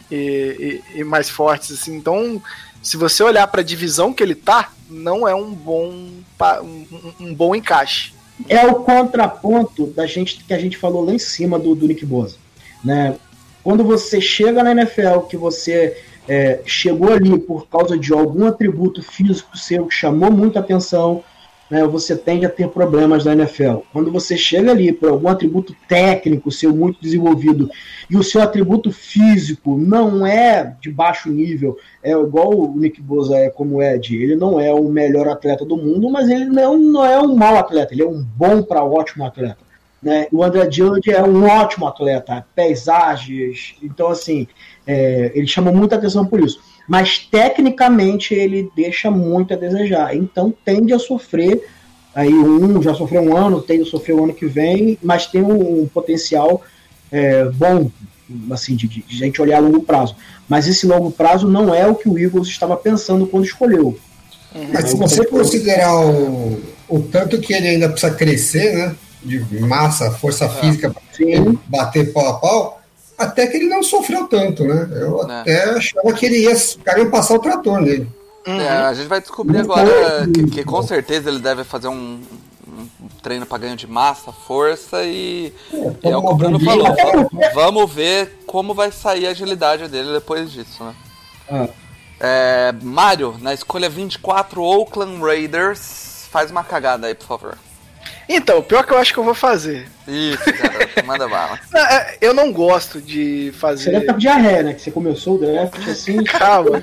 e, e, e mais fortes, assim. Então, se você olhar pra divisão que ele tá, não é um bom, pa- um, um- um bom encaixe. É o contraponto da gente que a gente falou lá em cima do, do Nick Bosa. Né? Quando você chega na N F L, que você é, chegou ali por causa de algum atributo físico seu que chamou muita atenção, né, você tende a ter problemas na N F L. Quando você chega ali por algum atributo técnico seu muito desenvolvido e o seu atributo físico não é de baixo nível, é igual o Nick Bosa é como é, de, ele não é o melhor atleta do mundo, mas ele não, não é um mau atleta, ele é um bom para ótimo atleta. Né? O André Dillard é um ótimo atleta, pés ágeis, então assim, é, ele chama muita atenção por isso. mas tecnicamente ele deixa muito a desejar. Então tende a sofrer, aí um já sofreu um ano, tende a sofrer o ano que vem, mas tem um, um potencial é, bom, assim, de, de gente olhar a longo prazo. Mas esse longo prazo não é o que o Eagles estava pensando quando escolheu. Mas se você considerar o, o tanto que ele ainda precisa crescer, né, de massa, força física, para bater pau a pau, até que ele não sofreu tanto, né? Eu é. até achava que ele ia, o cara ia passar o trator nele. Uhum. É, a gente vai descobrir agora que, que com certeza ele deve fazer um, um treino para ganho de massa, força e é, e é o que o Bruno falou. Vamos, vamos ver como vai sair a agilidade dele depois disso, né? Ah. É, Mário, na escolha vinte e quatro, Oakland Raiders, faz uma cagada aí, por favor. Então, o pior que eu acho que eu vou fazer. Isso, cara, manda bala. Não, eu não gosto de fazer... Você deve estar com diarreia, né? Que você começou o draft assim... Calma.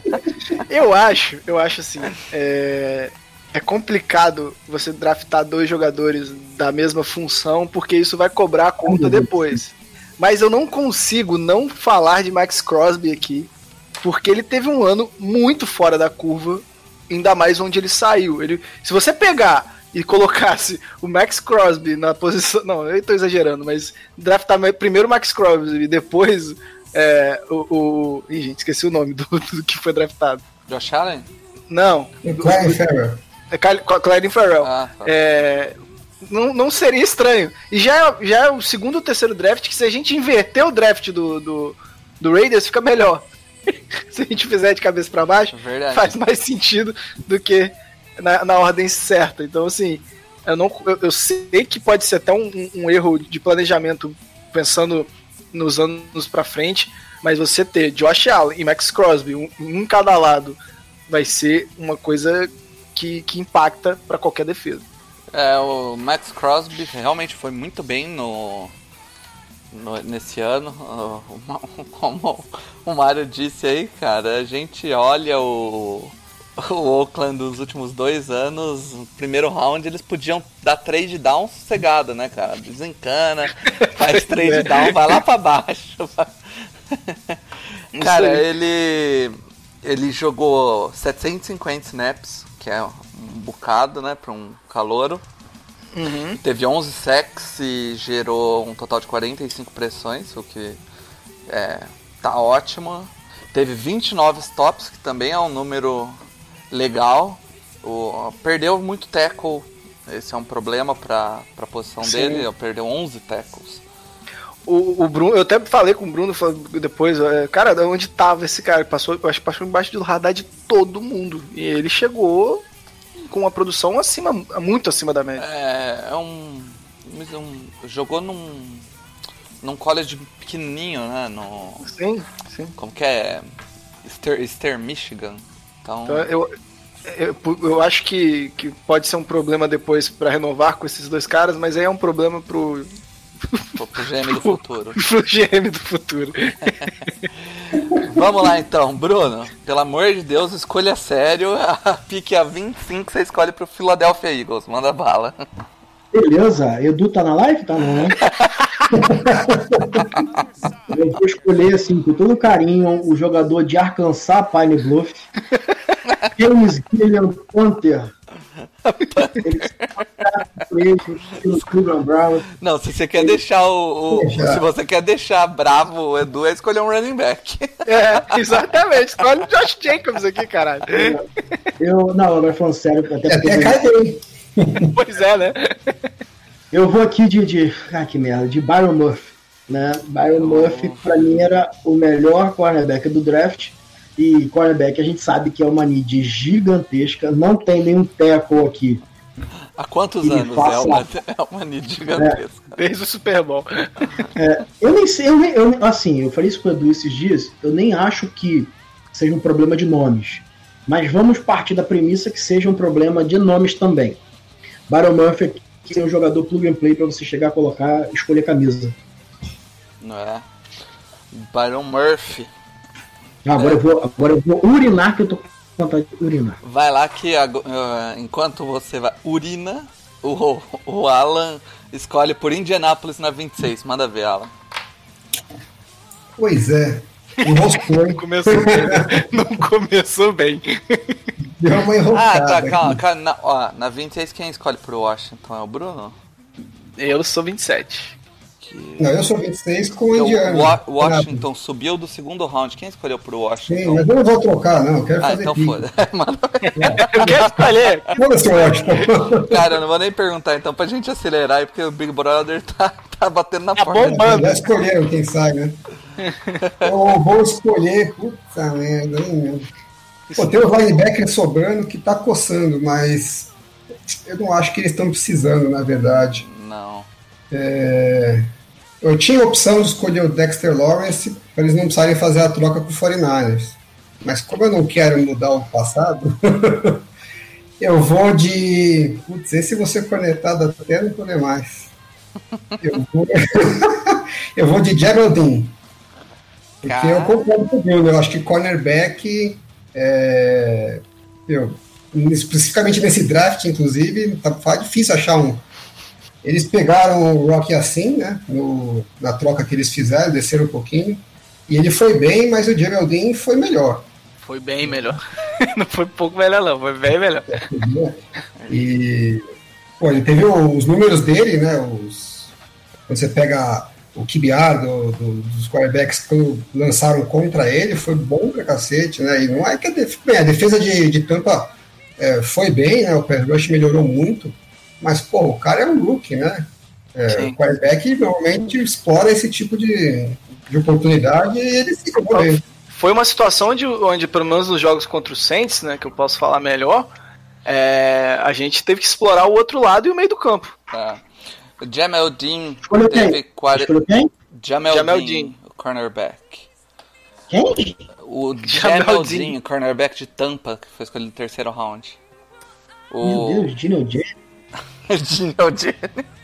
Eu acho, eu acho assim, é... é complicado você draftar dois jogadores da mesma função, porque isso vai cobrar a conta depois. Mas eu não consigo não falar de Max Crosby aqui, porque ele teve um ano muito fora da curva, ainda mais onde ele saiu. Ele... Se você pegar... e colocasse o Max Crosby na posição... Não, eu tô exagerando, mas draftar primeiro o Max Crosby e depois é, o, o... Ih, gente, esqueci o nome do, do que foi draftado. Josh Allen? Não. Clarence Farrell. É Clarence Farrell. Ah, tá. É, não, não seria estranho. E já é, já é o segundo ou terceiro draft que se a gente inverter o draft do, do, do Raiders, fica melhor. Se a gente fizer de cabeça pra baixo, verdade, faz mais sentido do que... Na, na ordem certa. Então, assim, eu, não, eu, eu sei que pode ser até um, um, um erro de planejamento pensando nos anos pra frente, mas você ter Josh Allen e Max Crosby, um, um em cada lado, vai ser uma coisa que, que impacta pra qualquer defesa. É, o Max Crosby realmente foi muito bem no, no nesse ano. Como o Mário disse aí, cara, a gente olha o o Oakland dos últimos dois anos, no primeiro round, eles podiam dar trade down sossegado, né, cara? Desencana, faz trade down, vai lá pra baixo. Cara, ele ele jogou setecentos e cinquenta snaps, que é um bocado, né, pra um calouro. Uhum. Teve onze sacks e gerou um total de quarenta e cinco pressões, o que é, tá ótimo. Teve vinte e nove stops, que também é um número legal. O, perdeu muito tackle, esse é um problema para a posição Sim. dele, perdeu onze tackles. O, o Bruno, eu até falei com o Bruno depois, cara, onde tava esse cara? Passou, eu acho que passou embaixo do radar de todo mundo. E ele chegou com uma produção acima, muito acima da média. É, é um, um jogou num num college pequenininho, né? No, sim, sim. Como que é? Eastern Michigan. Então, então eu, eu, eu acho que, que pode ser um problema depois para renovar com esses dois caras, mas aí é um problema pro... pro, pro G M do futuro. Pro G M do futuro. Vamos lá então, Bruno. Pelo amor de Deus, escolha sério. A pique a vinte e cinco você escolhe pro Philadelphia Eagles. Manda bala. Beleza. Edu tá na live? Tá não, né? Eu vou escolher, assim, com todo carinho, o jogador de Arkansas, Pine Bluff, James Gillian Panther. Ele no Cleveland Browns. Não, se você quer deixar o, o se você quer deixar bravo o Edu, é escolher um running back. É, exatamente. Escolhe o Josh Jacobs aqui, caralho. Eu, não, agora falando sério, até porque cadê? Pois é, né? Eu vou aqui de, de ah, que merda, de Byron Murphy, né? Byron oh. Murphy pra mim era o melhor cornerback do draft. E cornerback a gente sabe que é uma need gigantesca, não tem nenhum tackle aqui. Há quantos anos faça... é, uma, é uma need gigantesca? É. Desde o Super Bowl. É, eu nem sei, eu, nem, eu assim, eu falei isso com o Edu esses dias, eu nem acho que seja um problema de nomes, mas vamos partir da premissa que seja um problema de nomes também. Byron Murphy que é um jogador plug and play para você chegar a colocar, escolher camisa. Não é? Byron Murphy. Ah, agora, é. eu vou, agora eu vou urinar, que eu tô com vontade de urinar. Vai lá que uh, enquanto você vai urina, o, o Alan escolhe por Indianápolis na vinte e seis. Manda ver, Alan. Pois é. Enroscou, hein? Começou bem. Não começou bem. Deu uma enroscada. Ah, tá, calma, aqui. calma. Na, ó, na vinte e seis quem escolhe pro Washington? É o Bruno? Eu sou vinte e sete. Não, eu sou vinte e seis com o Então, Indiana. Wa- Washington subiu do segundo round. Quem escolheu pro Sim, Washington? mas eu não vou trocar, não. Eu quero Ah, fazer então pique. foda. Mano, Eu quero escolher. Foda-se o Washington. cara, eu não vou nem perguntar então pra gente acelerar aí, porque o Big Brother tá, tá batendo na Tá porta. bombando. Já escolheram quem sai, né? Eu vou escolher. Puta merda, hein, meu. Pô, tem o linebacker sobrando que tá coçando, mas eu não acho que eles estão precisando, na verdade. Não. É, eu tinha a opção de escolher o Dexter Lawrence para eles não precisarem fazer a troca com o quarenta e nove ers. Mas como eu não quero mudar o passado, eu vou de... Putz, esse você conectado até não poder mais. Eu vou, eu vou de Geraldine. Porque Cara. eu concordo com o Bruno. Eu acho que cornerback... É, eu, especificamente nesse draft, inclusive, tá, tá difícil achar um. Eles pegaram o Rock assim, né? No, na troca que eles fizeram, desceram um pouquinho. E ele foi bem, mas o Geraldine foi melhor. Foi bem melhor. Não foi pouco melhor, não. Foi bem melhor. E pô, ele teve os números dele, né? Os, quando você pega o Q B R do, do, dos quarterbacks quando lançaram contra ele, foi bom pra cacete, né? E não é que a, def, bem, a defesa de, de Tampa é, foi bem, né? O pass rush melhorou muito, mas, pô, o cara é um rookie, né? É, o quarterback normalmente explora esse tipo de, de oportunidade e ele fica bem. Foi uma situação onde, onde, pelo menos nos jogos contra o Saints, né, que eu posso falar melhor, é, a gente teve que explorar o outro lado e o meio do campo. Tá. O Jamel Dean Escolheu teve quem? quarenta... Escolheu quem? Jamel, Jamel Dean, Dean. o cornerback. Quem? O Jamel Jamel Dean. Dean, o cornerback de Tampa, que foi escolhido no terceiro round. Meu O... Deus, Dino J. Gino Jennings.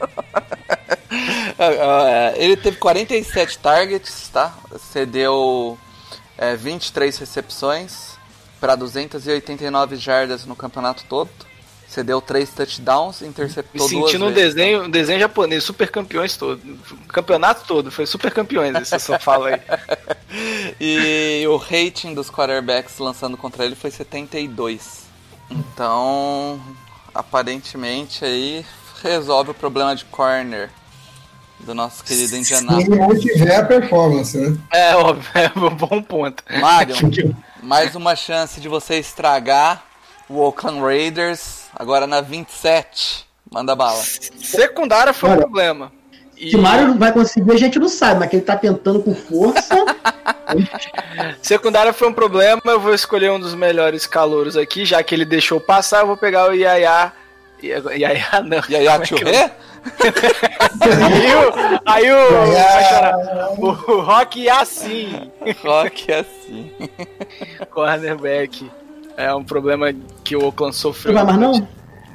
Ele teve quarenta e sete targets, tá? Cedeu é, vinte e três recepções para duzentas e oitenta e nove jardas no campeonato todo. Cedeu três touchdowns, Me interceptou duas sentindo um vezes. desenho, um desenho japonês, super campeões todo. O campeonato todo, foi super campeões, você só fala aí. E o rating dos quarterbacks lançando contra ele foi setenta e dois. Então, aparentemente aí resolve o problema de corner do nosso querido Se Indianapolis. ele não tiver a performance, né? É, óbvio, é um bom ponto. Mário, mais uma chance de você estragar o Oakland Raiders, agora na vinte e sete. Manda bala. Secundária foi um Olha, problema. E Se o Mário não vai conseguir, a gente não sabe, mas que ele tá tentando com força. secundária foi um problema, eu vou escolher um dos melhores calouros aqui, já que ele deixou passar, eu vou pegar o Yaya. Yaya não. E aí, a Como é que eu- Churré? Aí o. Aí o. Yaya. vai chorar. O, o Rock ia assim. Rock é assim. Cornerback. É um problema que o Oakland sofreu. Não vai mais não?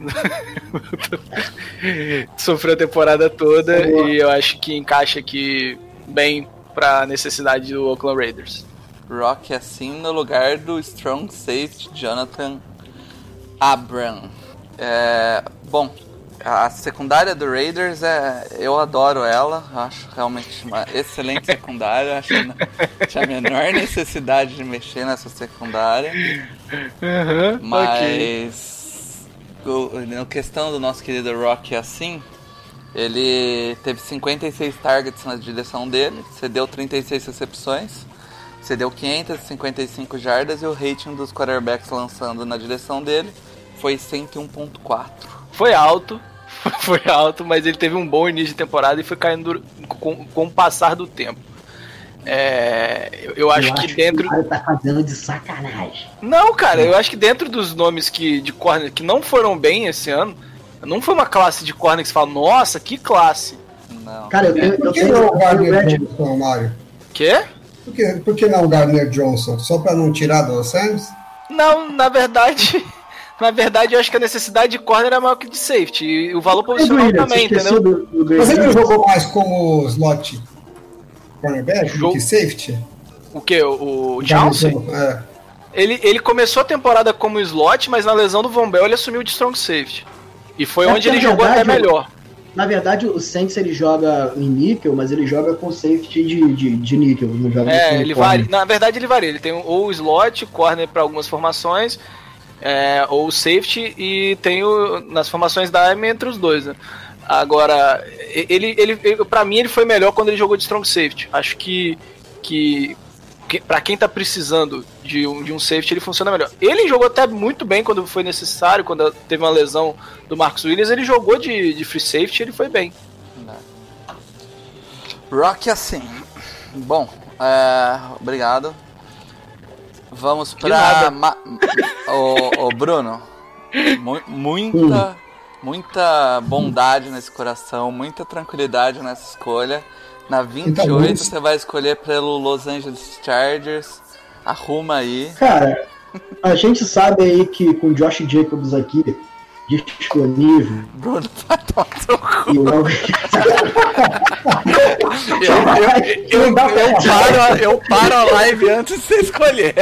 Sofreu a temporada toda e eu acho que encaixa aqui bem pra necessidade do Oakland Raiders. Rock assim no lugar do strong safety Jonathan Abram. É, bom, a secundária do Raiders, é, eu adoro ela, acho realmente uma excelente secundária, acho que não tinha a menor necessidade de mexer nessa secundária, Uhum, mas o- na questão do nosso querido Rock assim, ele teve cinquenta e seis targets na direção dele, cedeu trinta e seis recepções, cedeu quinhentas e cinquenta e cinco jardas e o rating dos quarterbacks lançando na direção dele foi cento e um ponto quatro. Foi alto, foi alto, mas ele teve um bom início de temporada e foi caindo com, com o passar do tempo. É, eu, eu acho que dentro. O Mário tá fazendo de sacanagem. Não, cara, eu acho que dentro dos nomes que, de corner que não foram bem esse ano, não foi uma classe de corner que você fala, nossa, que classe. Não. Cara, eu, eu, Por eu que tenho. não o eu tenho Gardner Red- Johnson, Mário? Quê? Por que, por que não o Gardner Johnson? Só pra não tirar do Sands? Não, na verdade. Na verdade, eu acho que a necessidade de corner é maior que de safety. E o valor posicional Williams, também, você esqueceu entendeu? do- do Mas ele não Williams? jogou mais como slot cornerback do Jogo- que safety? O que? O Johnson? É. Ele, ele começou a temporada como slot, mas na lesão do Von Bell ele assumiu de strong safety. E foi É onde porque, ele na jogou até verdade, melhor. Na verdade, o Saints ele joga em níquel, mas ele joga com safety de, de, de níquel. Não joga é, ele varia. Na verdade, ele varia. Ele tem ou o slot, corner para algumas formações, é, ou o safety, e tem o, nas formações da arma entre os dois, né? Agora, ele, ele, ele, pra mim, ele foi melhor quando ele jogou de strong safety. Acho que, que, que pra quem tá precisando de um, de um safety, ele funciona melhor. Ele jogou até muito bem quando foi necessário, quando teve uma lesão do Marcus Williams, ele jogou de, de free safety, ele foi bem. Rock assim. Bom, é, obrigado. Vamos pra... Ma- o, o Bruno, mu- muita... Hum. Muita bondade nesse coração, muita tranquilidade nessa escolha. Na vinte e oito você vai escolher pelo Los Angeles Chargers. Arruma aí. Cara, a gente sabe aí que com o Josh Jacobs aqui disponível. Bruno, vai tomar seu cu. Eu, eu, eu, eu, paro, eu paro a live antes de você escolher.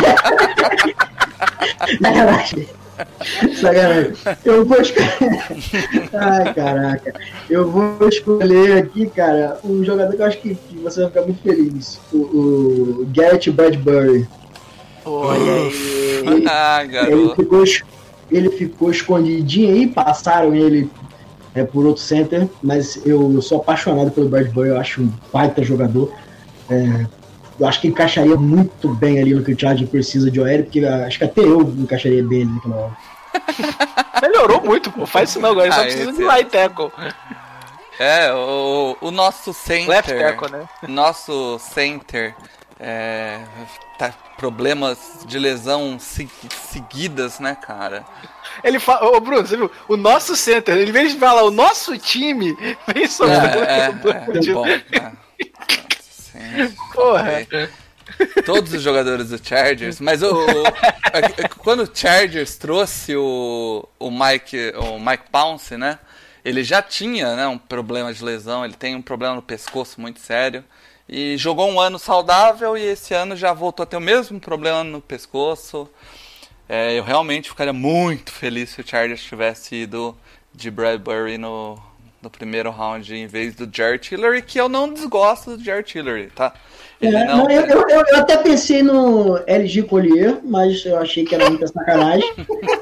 Sacanagem. Eu vou escolher. Ai, caraca. Eu vou escolher aqui, cara, um jogador que eu acho que, que você vai ficar muito feliz. O, o Garrett Bradbury. Olha aí. Ah, garoto. Ele ficou, ele ficou escondidinho aí, passaram ele é, por outro center, mas eu sou apaixonado pelo Bradbury, eu acho um baita jogador. É, eu acho que encaixaria muito bem ali no que o Charlie precisa de O L, porque acho que até eu encaixaria bem ali naquela hora. Melhorou muito, pô. Faz isso não, agora ele só ah, precisa esse... de light tackle. É, o, o nosso center... Left tackle, né? Nosso center... É, tá, problemas de lesão se, seguidas, né, cara? Ele fala... Ô, Bruno, você viu? O nosso center, ele vem de falar o nosso time, vem sobre é, o é, é, bom, é. Sim, porra. Okay. Todos os jogadores do Chargers, mas o, o quando o Chargers trouxe o, o Mike o Mike Pouncey, né? Ele já tinha, né, um problema de lesão, ele tem um problema no pescoço muito sério e jogou um ano saudável e esse ano já voltou a ter o mesmo problema no pescoço. É, eu realmente ficaria muito feliz se o Chargers tivesse ido de Bradbury no no primeiro round em vez do Jarrett Hillary, que eu não desgosto do Jarrett Hillary, tá? Ele é, não... eu, eu, eu até pensei no L G Collier, mas eu achei que era muita sacanagem.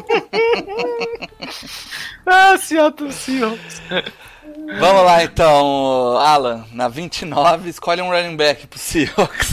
Ah, Seattle Seahawks. Vamos lá então, Alan, na vinte e nove, escolhe um running back pro Seahawks.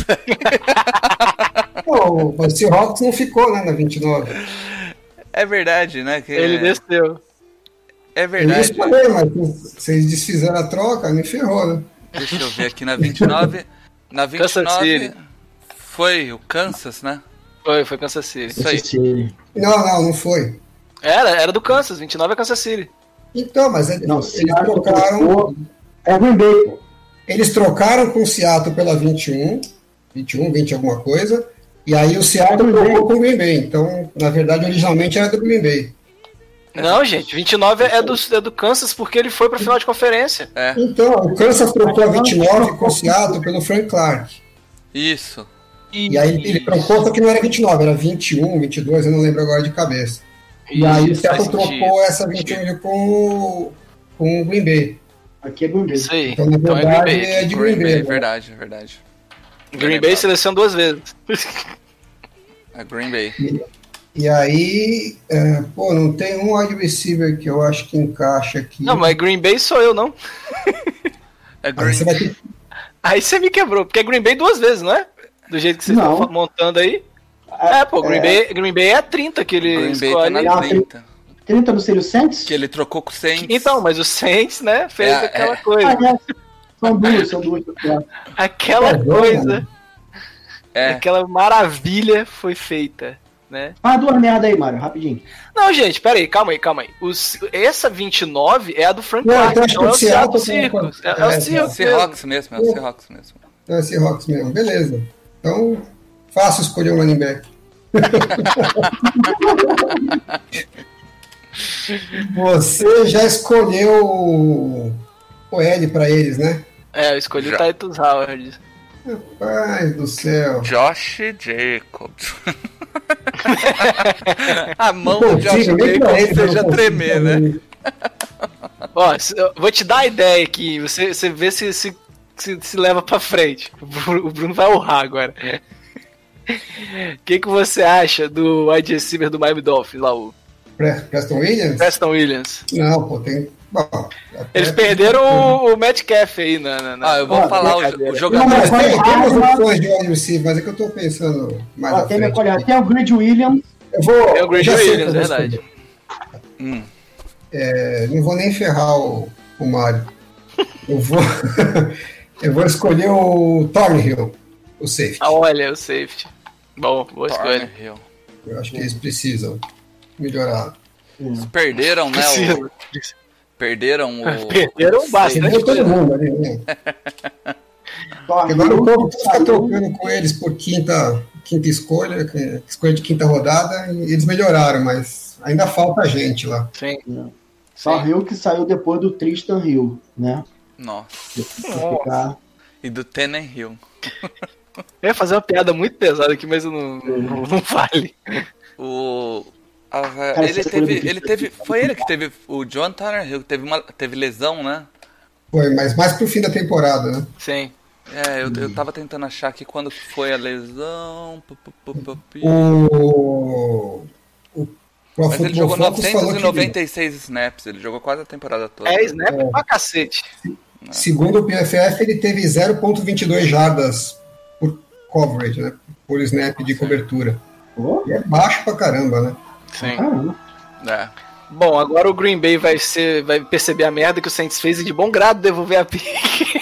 Pô, o Seahawks não ficou, né, na vinte e nove. É verdade, né? Que ele é... desceu. É verdade. Eu falei, mas vocês desfizeram a troca, me ferrou, né? Deixa eu ver aqui na vinte e nove. Na vinte e nove foi o Kansas, né? Foi, foi Kansas City. Isso aí. City. Não, não, não foi. Era, era do Kansas, vinte e nove é Kansas City. Então, mas eles, não, eles trocaram. É Green Bay. Eles trocaram com o Seattle pela vinte e um, vinte e um, vinte alguma coisa, e aí o Seattle trocou com o Green Bay. Então, na verdade, originalmente era do Green Bay. Não, gente, vinte e nove é do, é do Kansas porque ele foi pra final de conferência. É. Então, o Kansas trocou a vinte e nove com o Seattle pelo Frank Clark. Isso. E aí ele trocou, só que não era vinte e nove, era vinte e um, vinte e dois, eu não lembro agora de cabeça. E Isso, aí o Seattle trocou essa vinte e um com o, com o Green Bay. Aqui é Green Bay. Isso aí. Então, na verdade, então, é, Green Bay. é de Green, Green Bay. É verdade, é verdade. Green Bay seleção duas vezes. É Green Bay. E, e aí, é, pô, não tem um wide receiver que eu acho que encaixa aqui. Não, mas Green Bay sou eu, não. É Green... Aí, você vai ter... aí você me quebrou, porque é Green Bay duas vezes, não é? Do jeito que vocês não. estão montando aí. É, pô, Green, é... Bay, Green Bay é trinta que ele Green escolhe. Bay tá na trinta. trinta não seria o Saints? Que ele trocou com o Saints. Então, mas o Saints, né, fez é, aquela é. coisa. Ah, é. São duas, são duas. Aquela é, coisa, é. aquela maravilha foi feita, né? Ah, duas merda aí, Mário, rapidinho. Não, gente, pera aí, calma aí, calma aí. Os, essa vinte e nove é a do Frank Não, Clark, então não é o Seattle Seattle Seahawks. É, é o é, Seahawks Seahawks mesmo, é o Seahawks mesmo. É o Seahawks mesmo, beleza. Então, fácil escolher um running back. Você já escolheu o L pra eles, né? É, eu escolhi já. O Titus Howard. Pai do céu. Josh Jacobs. A mão do Josh Jacobs seja tremer, né? Ó, vou te dar a ideia aqui, você, você vê se, se, se, se leva pra frente. O Bruno vai honrar agora. O que, que você acha do wide receiver do Miami Dolphins, lá, o Preston Williams? Preston Williams. Não, pô, tem... Bom, eles perderam o, o Metcalf aí na... na, na... Ah, eu vou ah, falar o, o jogador... Mas tem, tem umas opções de wide receiver, mas é que eu tô pensando mais ah, à tem, frente. tem o Grid Williams. Eu vou... Tem o Grid Williams, é verdade. Hum. É, não vou nem ferrar o, o Mário. Eu vou... eu vou escolher o Thornhill, o safety. Ah, olha, o safety. Bom, boa escolha. Thornhill. Eu acho que eles precisam melhorar. Eles perderam, né? O... Perderam o. Perderam bastante. Perdeu todo mundo ali, né? Agora o povo está trocando com eles por quinta, quinta escolha, escolha de quinta rodada, e eles melhoraram, mas ainda falta gente lá. Sim. Só o Hill que saiu depois do Tristan Hill, né? Nossa. Ficar... E do Tenen Hill. Eu ia fazer uma piada muito pesada aqui, mas eu não, não, não vale. O. A, Cara, ele teve. Ele teve. Foi ele que teve. O John Tanner Hill teve, uma, teve lesão, né? Foi, mas mais pro fim da temporada, né? Sim. É, eu, eu tava tentando achar aqui quando foi a lesão. O. O Pro Mas ele jogou novecentos e noventa e seis snaps, ele jogou quase a temporada toda. É, snap é. pra cacete. Segundo o P F F, ele teve zero vírgula vinte e dois jardas por coverage, né? Por snap de cobertura. Oh. E é baixo pra caramba, né? Sim. Caramba. É. Bom, agora o Green Bay vai, ser, vai perceber a merda que o Saints fez e de bom grado devolver a pique.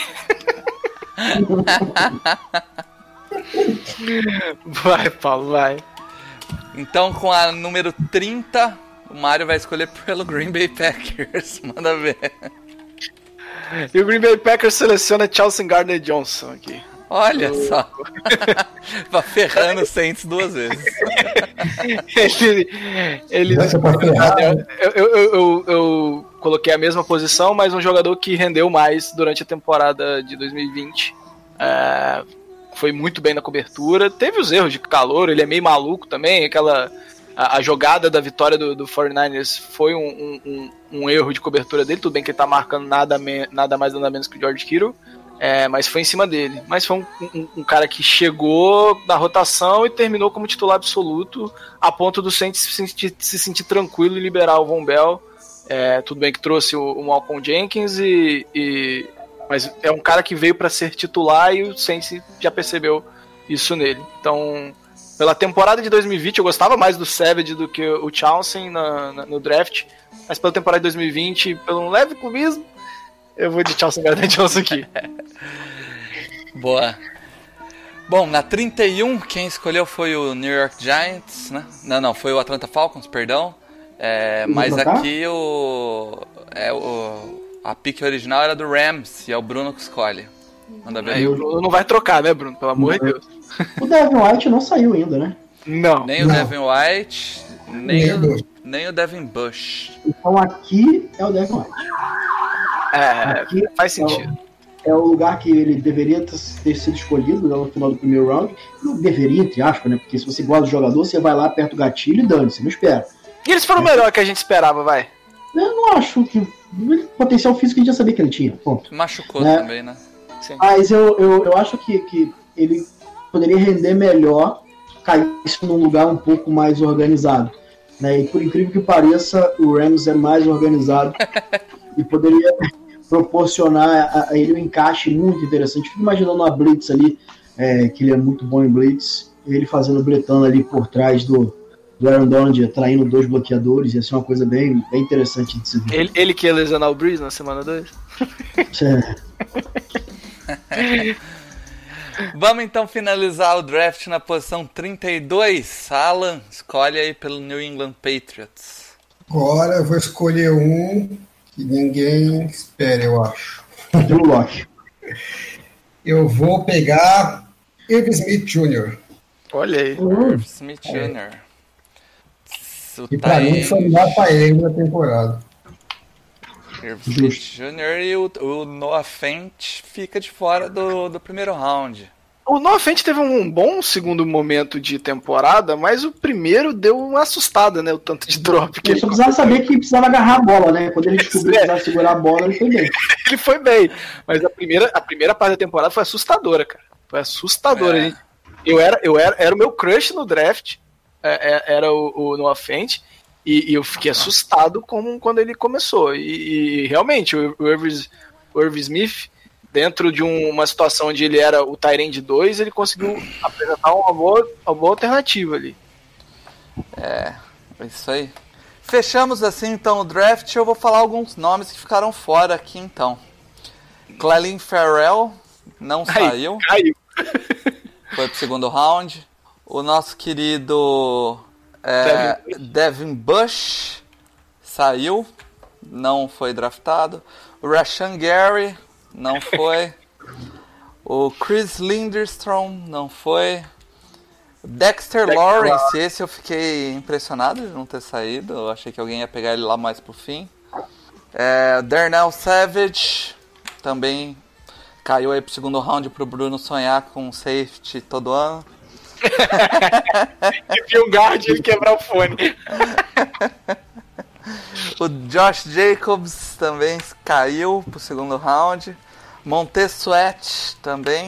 Vai, Paulo, vai. Então, com a número trinta, o Mário vai escolher pelo Green Bay Packers. Manda ver. E o Green Bay Packers seleciona Chelsea Gardner-Johnson aqui. Olha oh. só. Vai ferrando o Saints duas vezes. ele... ele eu, eu, eu, eu, eu coloquei a mesma posição, mas um jogador que rendeu mais durante a temporada de dois mil e vinte. É... Foi muito bem na cobertura, teve os erros de calor, ele é meio maluco também, aquela a, a jogada da vitória do, do quarenta e nove ers foi um, um, um erro de cobertura dele, tudo bem que ele tá marcando nada, me, nada mais nada menos que o George Kittle, é, mas foi em cima dele, mas foi um, um, um cara que chegou na rotação e terminou como titular absoluto, a ponto do Saints se sentir, se sentir tranquilo e liberar o Von Bell, é, tudo bem que trouxe o, o Malcolm Jenkins e... e mas é um cara que veio para ser titular e o Saints já percebeu isso nele. Então, pela temporada de dois mil e vinte, eu gostava mais do Savage do que o Chauncey na, na, no draft. Mas pela temporada de dois mil e vinte, pelo um leve clubismo, eu vou de Chauncey Gardner-Johnson aqui. Boa. Bom, na trinta e um, quem escolheu foi o New York Giants, né? Não, não, foi o Atlanta Falcons, perdão. É, mas aqui o... É o... A pick original era do Rams e é o Bruno que escolhe. Manda ver. Aí o Bruno não vai trocar, né, Bruno? Pelo amor de Deus. O Devin White não saiu ainda, né? Não. Nem não. o Devin White, nem, nem, o, nem o Devin Bush. Então aqui é o Devin White. É, aqui faz sentido. É o, é o lugar que ele deveria ter sido escolhido no final do primeiro round. Não deveria, entre aspas, né? Porque se você gosta do jogador, você vai lá, aperta o gatilho e dane-se, não espera. E eles foram é. melhor que a gente esperava, vai. Eu não acho que... O potencial físico a gente já sabia que ele tinha, ponto. Machucou né? também, né? Sim. Mas eu, eu, eu acho que, que ele poderia render melhor caísse num lugar um pouco mais organizado. Né? E por incrível que pareça, o Rams é mais organizado e poderia proporcionar a, a ele um encaixe muito interessante. Fico imaginando uma blitz ali, é, que ele é muito bom em blitz, ele fazendo bretando ali por trás do do Aaron Donald atraindo dois bloqueadores, ia ser uma coisa bem, bem interessante de se ver. Ele, ele que ia lesionar o Breeze na semana dois? É. Vamos então finalizar o draft na posição trinta e dois. Alan, escolhe aí pelo New England Patriots. Agora eu vou escolher um que ninguém espera, eu acho. Pelo Locke. Eu vou pegar Irv Smith Júnior Olha aí. Irv Smith Júnior E pra mim foi melhor pra ele na temporada. Irv Smith Júnior e o, o Noah Fant fica de fora do, do primeiro round. O Noah Fant teve um bom segundo momento de temporada, mas o primeiro deu uma assustada, né? O tanto de drop que ele ele só precisava saber que precisava agarrar a bola, né? Quando ele descobriu que precisava segurar a bola, ele foi bem. Ele foi bem, mas a primeira, a primeira parte da temporada foi assustadora, cara. Foi assustadora. É. Eu, era, eu era, era o meu crush no draft, é, era o, o Noah Fant, e, e eu fiquei assustado com, quando ele começou. E, e realmente, o, o Irv, o Irv Smith, dentro de um, uma situação onde ele era o tight end dois, ele conseguiu apresentar uma boa, uma boa alternativa ali. É, isso aí. Fechamos assim então o draft. Eu vou falar alguns nomes que ficaram fora aqui então. Clelin Ferrell não Aí, saiu. Caiu. Foi pro segundo round. O nosso querido é, Devin, Devin Bush saiu. Não foi draftado. O Rashan Gary não foi. O Chris Lindstrom não foi. Dexter, Dexter Lawrence, esse eu fiquei impressionado de não ter saído. Eu achei que alguém ia pegar ele lá mais pro fim. É, Darnell Savage também caiu aí pro segundo round pro Bruno sonhar com safety todo ano. E viu o guard ele quebrar o fone. O Josh Jacobs também caiu pro segundo round. Montez Sweat também.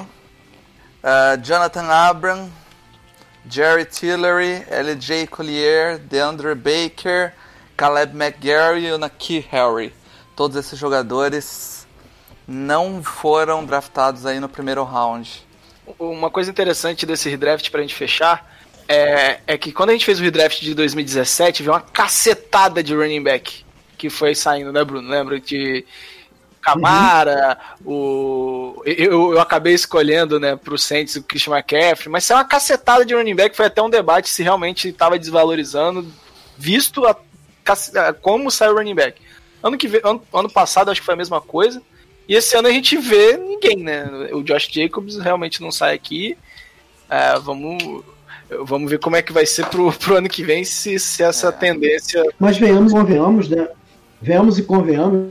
Uh, Jonathan Abram, Jerry Tillery, L J Collier, DeAndre Baker, Caleb McGarry e o N'Keal Harry. Todos esses jogadores não foram draftados aí no primeiro round. Uma coisa interessante desse redraft pra gente fechar é, é que quando a gente fez o redraft de dois mil e dezessete, veio uma cacetada de running back que foi saindo, né, Bruno? Lembra de Camara, uhum. o... Eu, eu acabei escolhendo, né, pro Saints o Christian McCaffrey, mas saiu uma cacetada de running back, foi até um debate se realmente estava desvalorizando, visto a, a, como saiu o running back. Ano, que, ano, ano passado acho que foi a mesma coisa, e esse ano a gente vê ninguém, né? O Josh Jacobs realmente não sai aqui. É, vamos, vamos ver como é que vai ser pro, pro ano que vem, se, se essa é. tendência... Mas venhamos e convenhamos, né? Venhamos e convenhamos,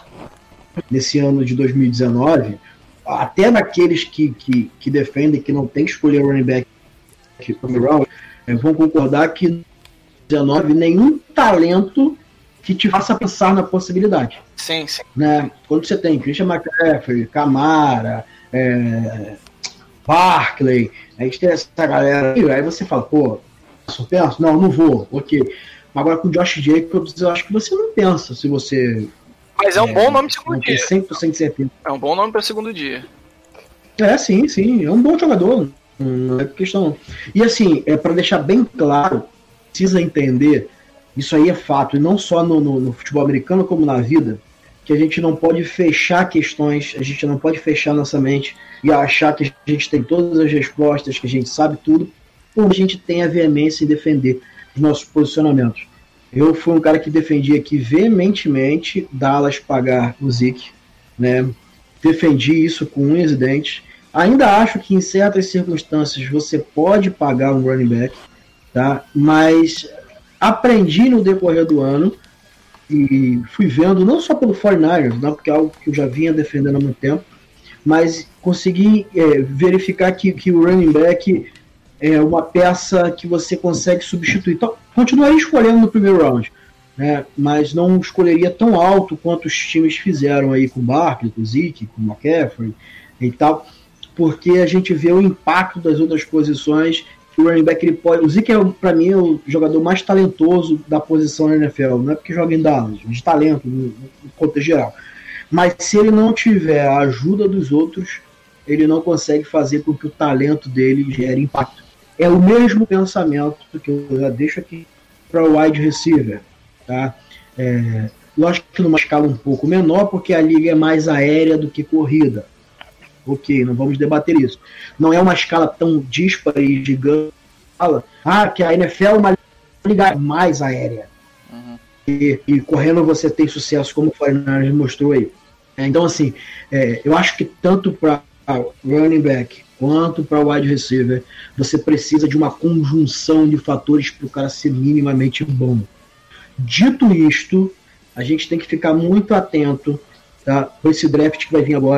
nesse ano de dois mil e dezenove, até naqueles que, que, que defendem que não tem que escolher o running back round, vão concordar que em dois mil e dezenove nenhum talento que te faça pensar na possibilidade. Sim, sim. Né? Quando você tem Christian McCaffrey, Camara, é, Barkley, a gente tem essa galera aí, aí você fala, pô, eu penso? Não, não vou, ok. Agora com o Josh Jacobs, eu acho que você não pensa se você... Mas é um é, bom nome de segundo dia. cem por cento de certeza. É um bom nome para segundo dia. É, sim, sim. É um bom jogador. Não é questão. E assim, é para deixar bem claro, precisa entender, isso aí é fato, e não só no, no, no futebol americano, como na vida, que a gente não pode fechar questões, a gente não pode fechar nossa mente e achar que a gente tem todas as respostas, que a gente sabe tudo, ou a gente tem a veemência em defender os nossos posicionamentos. Eu fui um cara que defendia aqui veementemente Dallas pagar o Zeke, né? Defendi isso com unhas e dentes. Ainda acho que em certas circunstâncias você pode pagar um running back, tá? Mas aprendi no decorrer do ano e fui vendo, não só pelo quarenta e nine ers, não, porque é algo que eu já vinha defendendo há muito tempo, mas consegui é, verificar que, que o running back é uma peça que você consegue substituir. Então, continuaria escolhendo no primeiro round, né? Mas não escolheria tão alto quanto os times fizeram aí com o Barkley, com o Zeke, com o McCaffrey e tal, porque a gente vê o impacto das outras posições que o running back ele pode... O Zeke é, para mim, o jogador mais talentoso da posição na N F L, não é porque joga em Dallas, de talento no, no contexto geral. Mas se ele não tiver a ajuda dos outros, ele não consegue fazer com que o talento dele gere impacto. É o mesmo pensamento que eu já deixo aqui para o wide receiver. Tá? É, lógico que numa escala um pouco menor, porque a liga é mais aérea do que corrida. Ok, não vamos debater isso. Não é uma escala tão díspara e gigante. Fala, ah, que a N F L é uma liga mais aérea. Uhum. E, e correndo você tem sucesso, como o quarenta e nine ers mostrou aí. É, então, assim, é, eu acho que tanto para running back quanto para o wide receiver, você precisa de uma conjunção de fatores para o cara ser minimamente bom. Dito isto, a gente tem que ficar muito atento, tá, com esse draft que vai vir agora,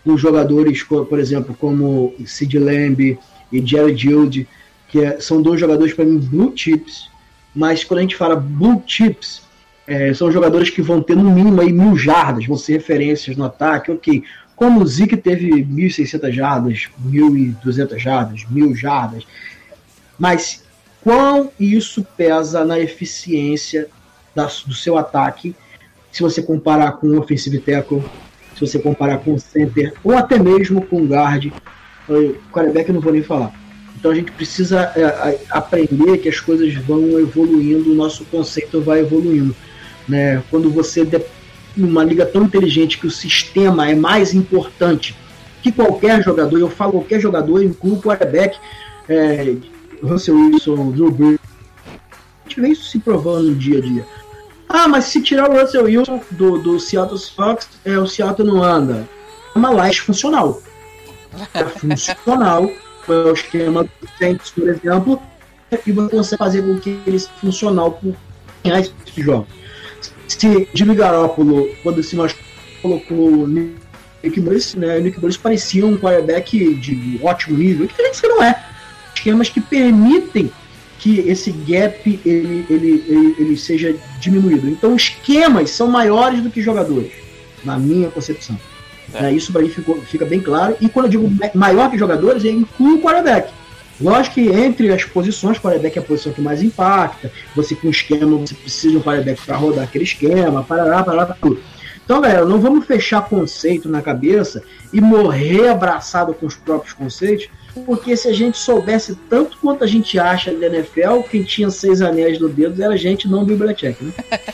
com jogadores, por exemplo, como Sid Lamb e Jerry Judy, que é, são dois jogadores para mim blue chips, mas quando a gente fala blue chips, é, são jogadores que vão ter no mínimo aí mil jardas, vão ser referências no ataque, ok. Como o Zeke teve mil e seiscentas jardas, mil e duzentas jardas, mil jardas, mas quão isso pesa na eficiência da, do seu ataque, se você comparar com o offensive tackle, se você comparar com o center, ou até mesmo com o guard, o quarterback eu não vou nem falar. Então a gente precisa é, aprender que as coisas vão evoluindo, o nosso conceito vai evoluindo, né? Quando você, numa liga tão inteligente que o sistema é mais importante que qualquer jogador, eu falo qualquer jogador, eu incluo o quarterback, é, Russell Wilson, Drew Brees, a gente vê isso se provando no dia a dia. Ah, mas se tirar o Russell Wilson do, do Seattle Seahawks, é, o Seattle não anda. É uma laje funcional. É funcional. É o esquema do Saints, por exemplo, e você consegue fazer com que ele seja funcional por ganhar esse jogo. Se Jimmy Garoppolo, quando se nós colocou o Nick Bosa, né, o Nick Bosa parecia um quarterback de ótimo nível, que a gente não é. Esquemas que permitem que esse gap ele, ele, ele, ele seja diminuído. Então, esquemas são maiores do que jogadores, na minha concepção. É. Isso para mim ficou, fica bem claro. E quando eu digo maior que jogadores, eu incluo o quarterback. Lógico que entre as posições, o quarterback é a posição que mais impacta. Você com esquema, você precisa de um quarterback para rodar aquele esquema, parará, parará, para tudo. Então, galera, não vamos fechar conceito na cabeça e morrer abraçado com os próprios conceitos, porque se a gente soubesse tanto quanto a gente acha da N F L, quem tinha seis anéis no dedo era a gente, não o Bill Belichick, né?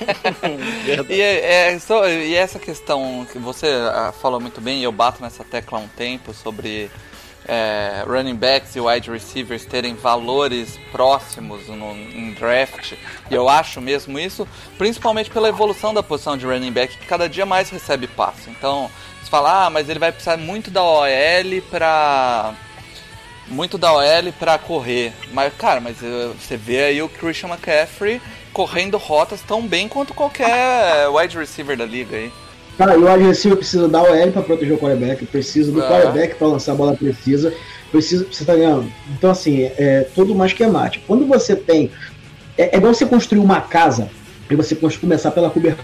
e, é, é, so, e essa questão que você uh, falou muito bem, e eu bato nessa tecla há um tempo, sobre é, running backs e wide receivers terem valores próximos no, em draft, e eu acho mesmo isso, principalmente pela evolução da posição de running back, que cada dia mais recebe passe. Então, você fala, ah, mas ele vai precisar muito da O L pra... muito da O L pra correr. Mas, cara, mas uh, você vê aí o Christian McCaffrey correndo rotas tão bem quanto qualquer wide receiver da liga aí. Cara, e o wide receiver precisa da O L pra proteger o quarterback, precisa do ah. quarterback pra lançar a bola precisa, precisa, você tá ganhando. Então, assim, é todo mais esquemático. Quando você tem... É, é igual você construir uma casa e você começar pela cobertura,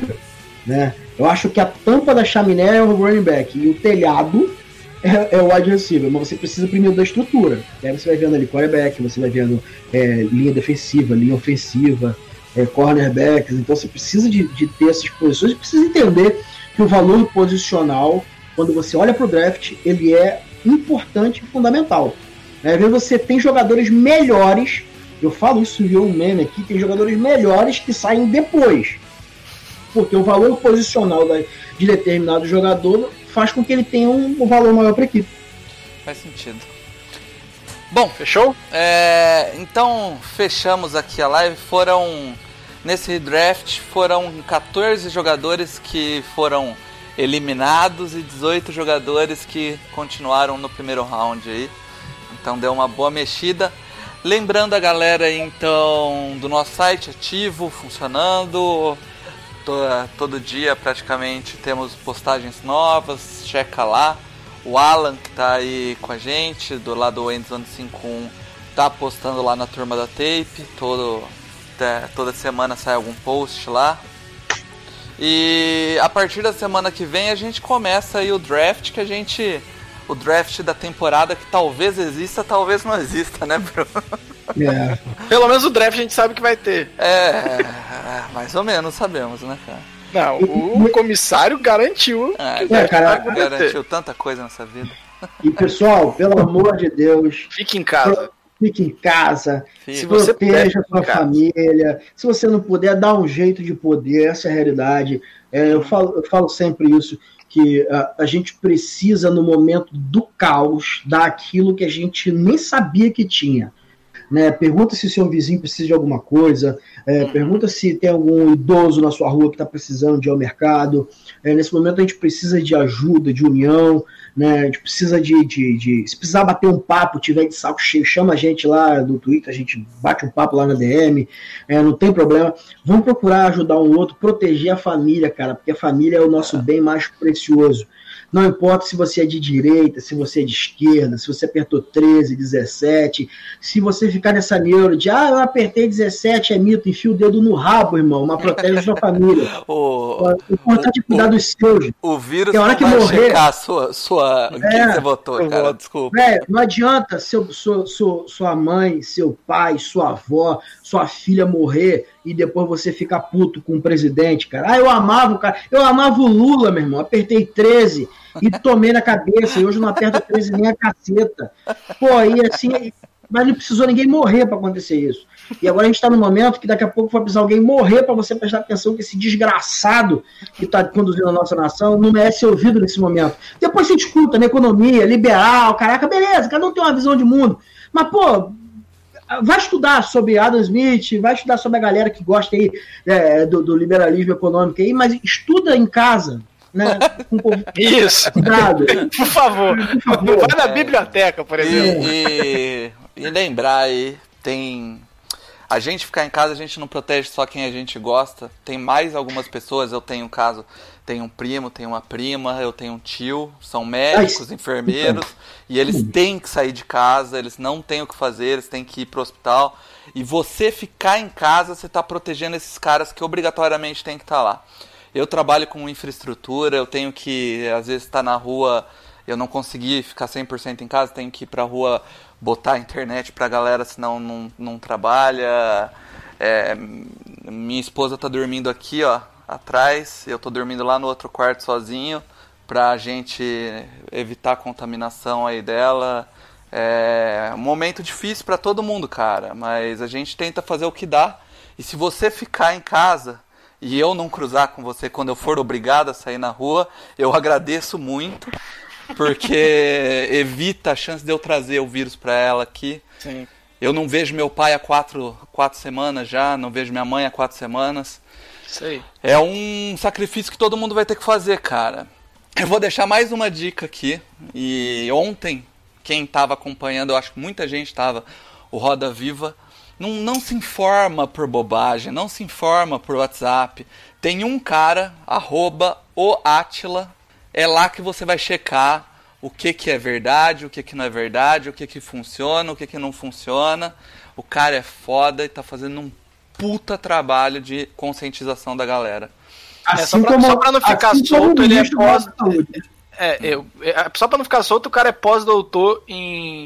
né? Eu acho que a tampa da chaminé é o running back e o telhado é, é o wide receiver, mas você precisa primeiro da estrutura. E aí você vai vendo ali quarterback, você vai vendo é, linha defensiva, linha ofensiva, é, cornerbacks. Então você precisa de, de ter essas posições e precisa entender que o valor posicional, quando você olha para o draft, ele é importante e fundamental. Às vezes você tem jogadores melhores, eu falo isso em um meme aqui, tem jogadores melhores que saem depois. Porque o valor posicional da, de determinado jogador faz com que ele tenha um, um valor maior para a equipe. Faz sentido. Bom, fechou? É, então, fechamos aqui a live. Foram, nesse draft, foram catorze jogadores que foram eliminados e dezoito jogadores que continuaram no primeiro round aí. Então, deu uma boa mexida. Lembrando a galera, então, do nosso site ativo, funcionando... Todo dia praticamente temos postagens novas, checa lá. O Alan, que tá aí com a gente, do lado do Endzone cinquenta e um, tá postando lá na turma da Tape. Todo, toda semana sai algum post lá. E a partir da semana que vem a gente começa aí o draft, que a gente... O draft da temporada que talvez exista, talvez não exista, né, Bruno? É. Pelo menos o draft a gente sabe que vai ter. É, mais ou menos sabemos, né, cara? Não, o comissário garantiu. É, que é, cara, garantiu tanta coisa nessa vida. E pessoal, pelo amor de Deus, fique em casa. Fique em casa. Fique. Se você proteja a sua família. Se você não puder, dá um jeito de poder. Essa é a realidade. É, eu, falo, eu falo sempre isso, que a, a gente precisa, no momento do caos, dar aquilo que a gente nem sabia que tinha. Né? Pergunta se o seu vizinho precisa de alguma coisa, é, pergunta se tem algum idoso na sua rua que está precisando de ir ao mercado. É, nesse momento a gente precisa de ajuda, de união, né? A gente precisa de, de, de... Se precisar bater um papo, tiver de saco cheio, chama a gente lá do Twitter, a gente bate um papo lá na D M, é, não tem problema. Vamos procurar ajudar um outro, proteger a família, cara, porque a família é o nosso bem mais precioso. Não importa se você é de direita, se você é de esquerda, se você apertou treze, dezessete, se você ficar nessa neura de, ah, eu apertei dezessete, é mito, enfia o dedo no rabo, irmão, mas protege a sua família. o, o importante é cuidar o, dos seus. O vírus não vai morrer, checar a sua... sua... É, quem você votou, cara? Voto. Desculpa. É, não adianta seu, seu, seu, sua mãe, seu pai, sua avó, sua filha morrer e depois você ficar puto com o presidente, cara. Ah, eu amava o cara, eu amava o Lula, meu irmão, apertei treze e tomei na cabeça, e hoje não aperta treze nem a caceta. Pô, e assim, mas não precisou ninguém morrer para acontecer isso. E agora a gente está no momento que daqui a pouco vai precisar alguém morrer para você prestar atenção que esse desgraçado que está conduzindo a nossa nação não merece ser ouvido nesse momento. Depois se discuta na economia, liberal, caraca, beleza, cada um tem uma visão de mundo. Mas, pô, vai estudar sobre Adam Smith, vai estudar sobre a galera que gosta aí é, do, do liberalismo econômico aí, mas estuda em casa. Né? Isso. Cuidado. Por favor. Por favor. Vai na biblioteca, por exemplo. E, e, e lembrar aí, tem... A gente ficar em casa, a gente não protege só quem a gente gosta. Tem mais algumas pessoas, eu tenho um caso, tenho um primo, tenho uma prima, eu tenho um tio, são médicos, Ai, enfermeiros, e eles têm que sair de casa, eles não têm o que fazer, eles têm que ir pro hospital. E você ficar em casa, você está protegendo esses caras que obrigatoriamente têm que estar lá. Eu trabalho com infraestrutura, eu tenho que, às vezes, estar na rua, eu não consegui ficar cem por cento em casa, tenho que ir pra rua botar a internet pra galera, senão não, não trabalha. É, minha esposa tá dormindo aqui, ó, atrás, eu tô dormindo lá no outro quarto sozinho, pra gente evitar a contaminação aí dela. É um momento difícil pra todo mundo, cara, mas a gente tenta fazer o que dá, e se você ficar em casa e eu não cruzar com você quando eu for obrigado a sair na rua, eu agradeço muito, porque evita a chance de eu trazer o vírus para ela aqui. Sim. Eu não vejo meu pai há quatro, quatro semanas já, não vejo minha mãe há quatro semanas. Isso aí. É um sacrifício que todo mundo vai ter que fazer, cara. Eu vou deixar mais uma dica aqui. E ontem, quem estava acompanhando, eu acho que muita gente estava, o Roda Viva, não, não se informa por bobagem, não se informa por WhatsApp. Tem um cara, arroba o Atila, é lá que você vai checar o que, que é verdade, o que, que não é verdade, o que, que funciona, o que, que não funciona. O cara é foda e tá fazendo um puta trabalho de conscientização da galera. Assim é, só, pra, como, só pra não ficar assim solto, ele é pós... É, eu, é, só pra não ficar solto, o cara é pós-doutor em,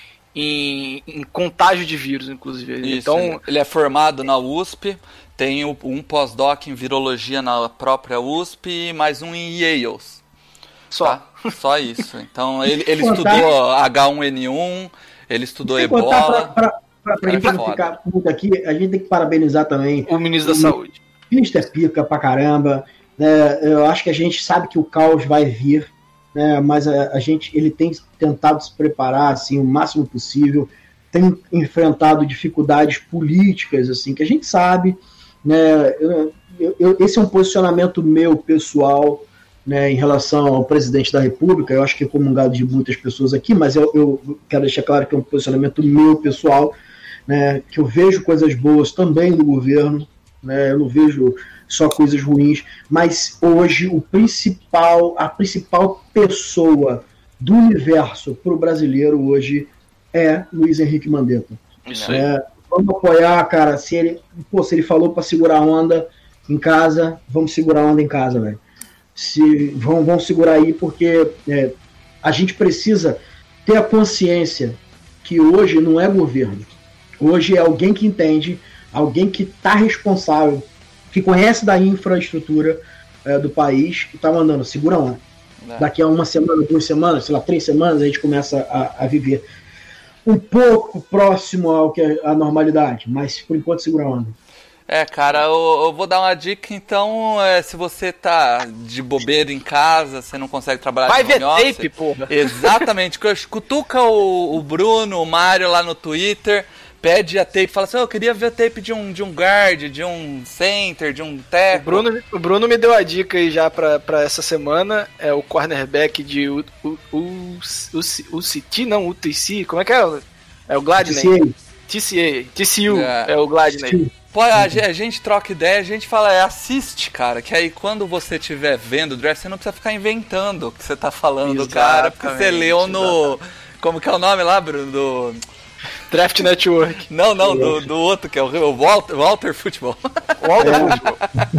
em, em contágio de vírus, inclusive. Isso, então, ele é formado na U S P, tem um pós-doc em virologia na própria U S P e mais um em Yale. Só. Tá? Só isso. Então, ele, ele estudou H um N um, ele estudou ebola. Pra, pra, pra gente não ficar muito aqui, a gente tem que parabenizar também o ministro o, da Saúde. O ministro é pica pra caramba. Né? Eu acho que a gente sabe que o caos vai vir, né? Mas a, a gente, ele tem tentado se preparar assim, o máximo possível, tem enfrentado dificuldades políticas, assim, que a gente sabe. Né? Eu, eu, esse é um posicionamento meu, pessoal, né, em relação ao presidente da República. Eu acho que é comungado de muitas pessoas aqui, mas eu, eu quero deixar claro que é um posicionamento meu, pessoal, né, que eu vejo coisas boas também no governo, né, eu não vejo só coisas ruins, mas hoje o principal, a principal pessoa do universo para o brasileiro hoje é Luiz Henrique Mandetta. Isso aí. É, vamos apoiar, cara. Se ele, pô, se ele falou para segurar a onda em casa, vamos segurar a onda em casa, velho. Se vão, vão segurar aí, porque é, a gente precisa ter a consciência que hoje não é governo. Hoje é alguém que entende, alguém que está responsável, que conhece da infraestrutura é, do país, que está mandando, segura lá. É. Daqui a uma semana, duas semanas, sei lá, três semanas, a gente começa a, a viver um pouco próximo ao que é a normalidade, mas por enquanto segura a onda. É, cara, eu, eu vou dar uma dica, então, é, se você tá de bobeira em casa, você não consegue trabalhar vai de home office... Vai ver tape, porra! Exatamente, cutuca o, o Bruno, o Mário lá no Twitter, pede a tape, fala assim, oh, eu queria ver a tape de um, de um guard, de um center, de um tackle. O Bruno, o Bruno me deu a dica aí já pra, pra essa semana, é o cornerback de U, U, U, U, U C T, não, U T C, como é que é? É o Gladney. T C A, T C U É. é, o Gladney. Pô, a, ge- a gente troca ideia, a gente fala, é, assiste, cara, que aí quando você estiver vendo o draft, você não precisa ficar inventando o que você tá falando do cara, porque você Exatamente, leu no... Como que é o nome lá, Bruno? Do... Draft Network. Não, não, do, do outro, que é o, o Walter, Walter Futebol. Walter Futebol.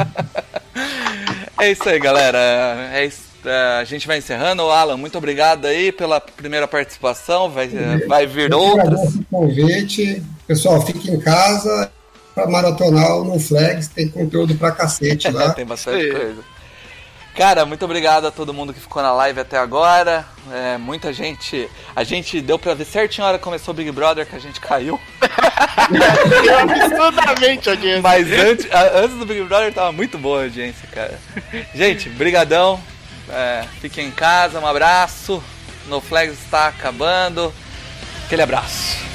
É isso aí, galera. É isso. É, a gente vai encerrando. Alan, muito obrigado aí pela primeira participação. Vai, vai vir Eu outras. agradeço o convite. Pessoal, fique em casa para maratonar o No Flags. Tem conteúdo pra cacete lá. Tem bastante coisa. Cara, muito obrigado a todo mundo que ficou na live até agora. É, muita gente. A gente deu pra ver certinho a hora que começou o Big Brother que a gente caiu. Absurdamente, audiência. Mas antes, a- antes do Big Brother tava muito boa a audiência, cara. Gente, brigadão. É, fiquem em casa, um abraço. No Flags está acabando. Aquele abraço.